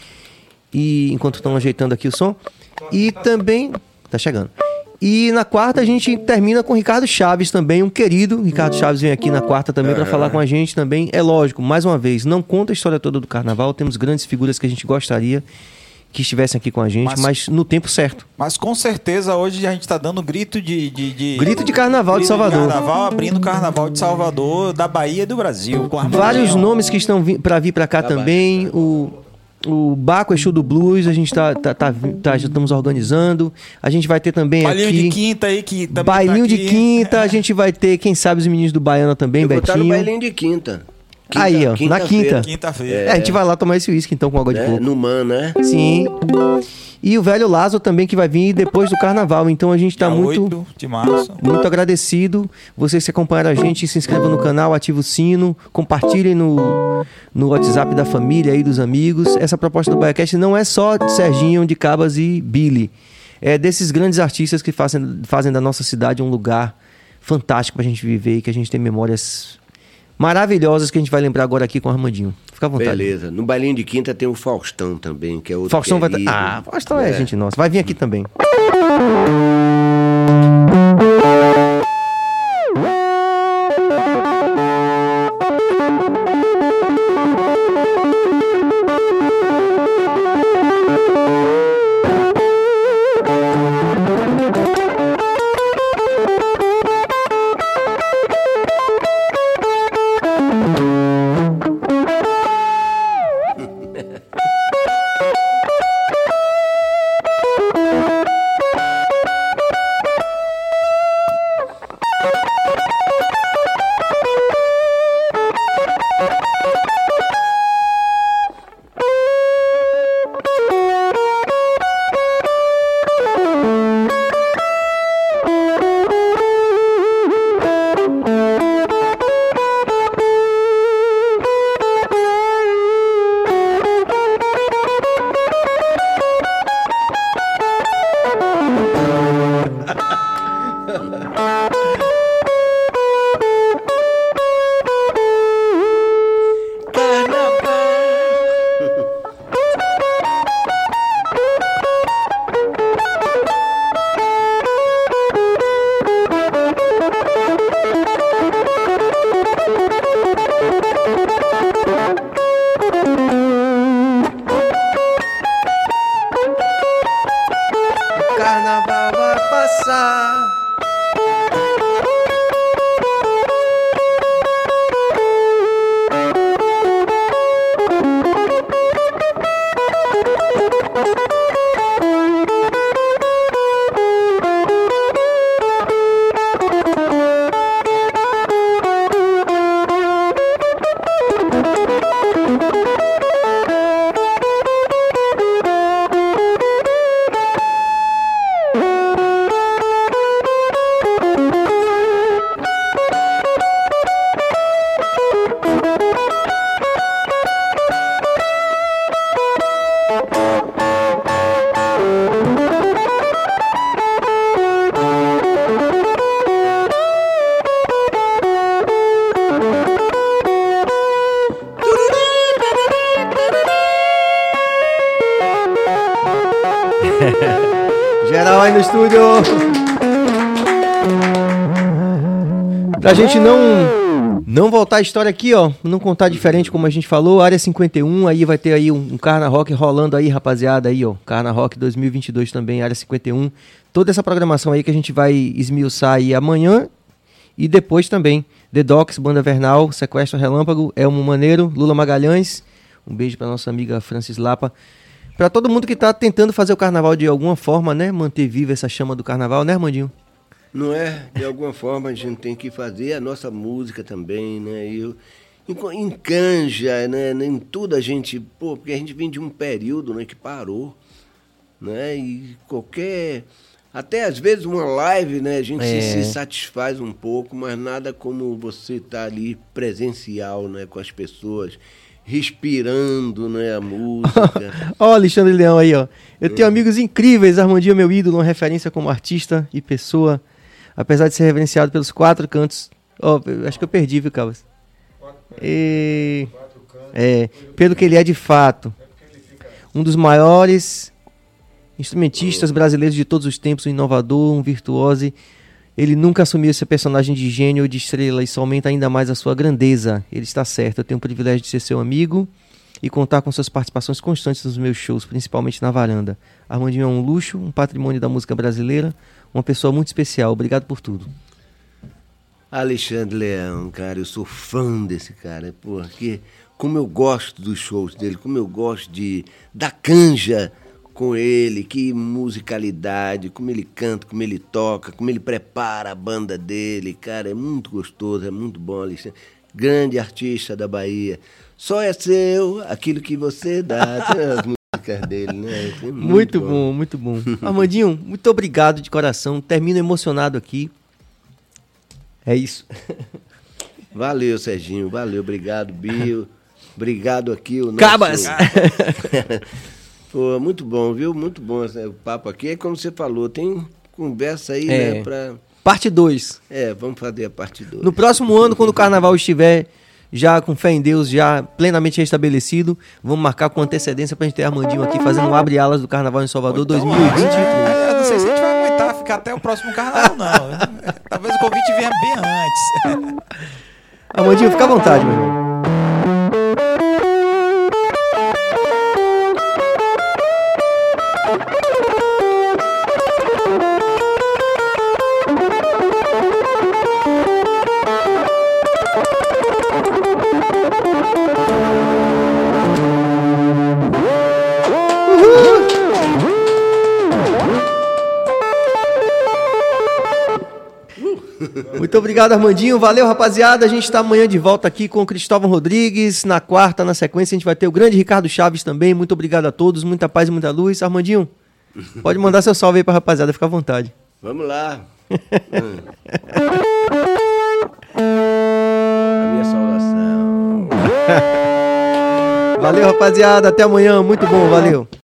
E enquanto estão ajeitando aqui o som. E também. Tá chegando. E na quarta a gente termina com o Ricardo Chaves também, um querido. Ricardo Chaves vem aqui na quarta também para falar com a gente também. É lógico, mais uma vez, não conta a história toda do carnaval. Temos grandes figuras que a gente gostaria que estivessem aqui com a gente, mas, Mas- no tempo certo. Mas com certeza hoje a gente tá dando grito de... de, de- Grito de carnaval de grito Salvador. carnaval, abrindo o carnaval de Salvador, da Bahia e do Brasil. Com Armandinho. Vários nomes que estão vi- pra vir pra cá também. O, o Baco Exu do Blues, a gente tá, tá, tá, tá- já estamos organizando. A gente vai ter também Bailinho aqui... de quinta aí que também Bailinho tá de aqui. quinta, a gente vai ter, quem sabe, os meninos do Baiana também, Eu vou estar no Betinho. bailinho de quinta. Quinta- Aí, ó, na quinta-feira. quinta. Quinta-feira. É, a gente vai lá tomar esse uísque então com água de Né? coco. No Man, né? Sim. E o velho Lázaro também que vai vir depois do carnaval. Então a gente tá Dia muito, oito de março. muito agradecido. Vocês que acompanharam a gente, se inscrevam no canal, ativem o sino, compartilhem no, no WhatsApp da família e dos amigos. Essa proposta do BahiaCast não é só de Serginho, de Cabas e Billy. É desses grandes artistas que fazem, fazem da nossa cidade um lugar fantástico pra gente viver e que a gente tem memórias maravilhosas que a gente vai lembrar agora aqui com o Armandinho. Fica fica à vontade. Beleza. No bailinho de quinta tem o Faustão também, que é outro Faustão vai... querido. Ah, Faustão é, é gente nossa. Vai vir aqui também. Carnaval vai passar. Geral aí no estúdio. Pra gente não não voltar a história aqui, ó, não contar diferente como a gente falou, Área cinquenta e um, aí vai ter aí um, um Carna Rock rolando aí, rapaziada, aí, ó, Carna Rock dois mil e vinte e dois também, Área cinquenta e um. Toda essa programação aí que a gente vai esmiuçar aí amanhã e depois também. The Docs, Banda Vernal, Sequestro Relâmpago, Elmo Maneiro, Lula Magalhães. Um beijo pra nossa amiga Francis Lapa. Pra todo mundo que tá tentando fazer o carnaval de alguma forma, né? Manter viva essa chama do carnaval, né, Armandinho? Não é? De alguma forma a gente tem que fazer a nossa música também, né? E eu, em, em canja, né? Em tudo a gente... Pô, porque a gente vem de um período, né, que parou, né? E qualquer... Até às vezes uma live, né? A gente É. se, se satisfaz um pouco, mas nada como você estar ali presencial, né? Com as pessoas... respirando, né, a música. Ó, Alexandre Leão aí, ó. Eu tenho amigos incríveis, Armandinho é meu ídolo, uma referência como artista e pessoa, apesar de ser reverenciado pelos quatro cantos. Ó, eu acho que eu perdi, viu, Cabas? E... É, pelo que ele é de fato. Um dos maiores instrumentistas brasileiros de todos os tempos, um inovador, um virtuoso. Ele nunca assumiu esse personagem de gênio ou de estrela, isso aumenta ainda mais a sua grandeza. Ele está certo, eu tenho o privilégio de ser seu amigo e contar com suas participações constantes nos meus shows, principalmente na varanda. Armandinho é um luxo, um patrimônio da música brasileira, uma pessoa muito especial. Obrigado por tudo. Alexandre Leão, cara, eu sou fã desse cara, porque como eu gosto dos shows dele, como eu gosto de da canja com ele, que musicalidade, como ele canta, como ele toca, como ele prepara a banda dele, cara, é muito gostoso, é muito bom, Alexandre. Grande artista da Bahia. Só é seu aquilo que você dá. Tem as músicas dele, né? É muito, Muito bom. bom, muito bom. Armandinho, muito obrigado de coração. Termino emocionado aqui. É isso. Valeu, Serginho. Valeu, obrigado, Bio. Obrigado aqui o nosso... Cabas! Pô, muito bom, viu? Muito bom esse, o papo aqui. É como você falou, tem conversa aí, É. né? Pra... Parte dois. É, vamos fazer a parte dois. No próximo ano, quando o carnaval estiver já com fé em Deus, já plenamente restabelecido. Vamos marcar com antecedência pra gente ter Armandinho aqui fazendo um abre-alas do Carnaval em Salvador Então, dois mil e vinte e três. é, eu não sei se a gente vai aguentar ficar até o próximo carnaval, não. Talvez o convite venha bem antes. Armandinho, fica à vontade, meu irmão. Muito obrigado, Armandinho. Valeu, rapaziada. A gente está amanhã de volta aqui com o Cristóvão Rodrigues. Na quarta, na sequência, a gente vai ter o grande Ricardo Chaves também. Muito obrigado a todos. Muita paz e muita luz. Armandinho, pode mandar seu salve aí pra rapaziada. Fica à vontade. Vamos lá. hum. A minha saudação. Valeu, rapaziada. Até amanhã. Muito bom. Valeu.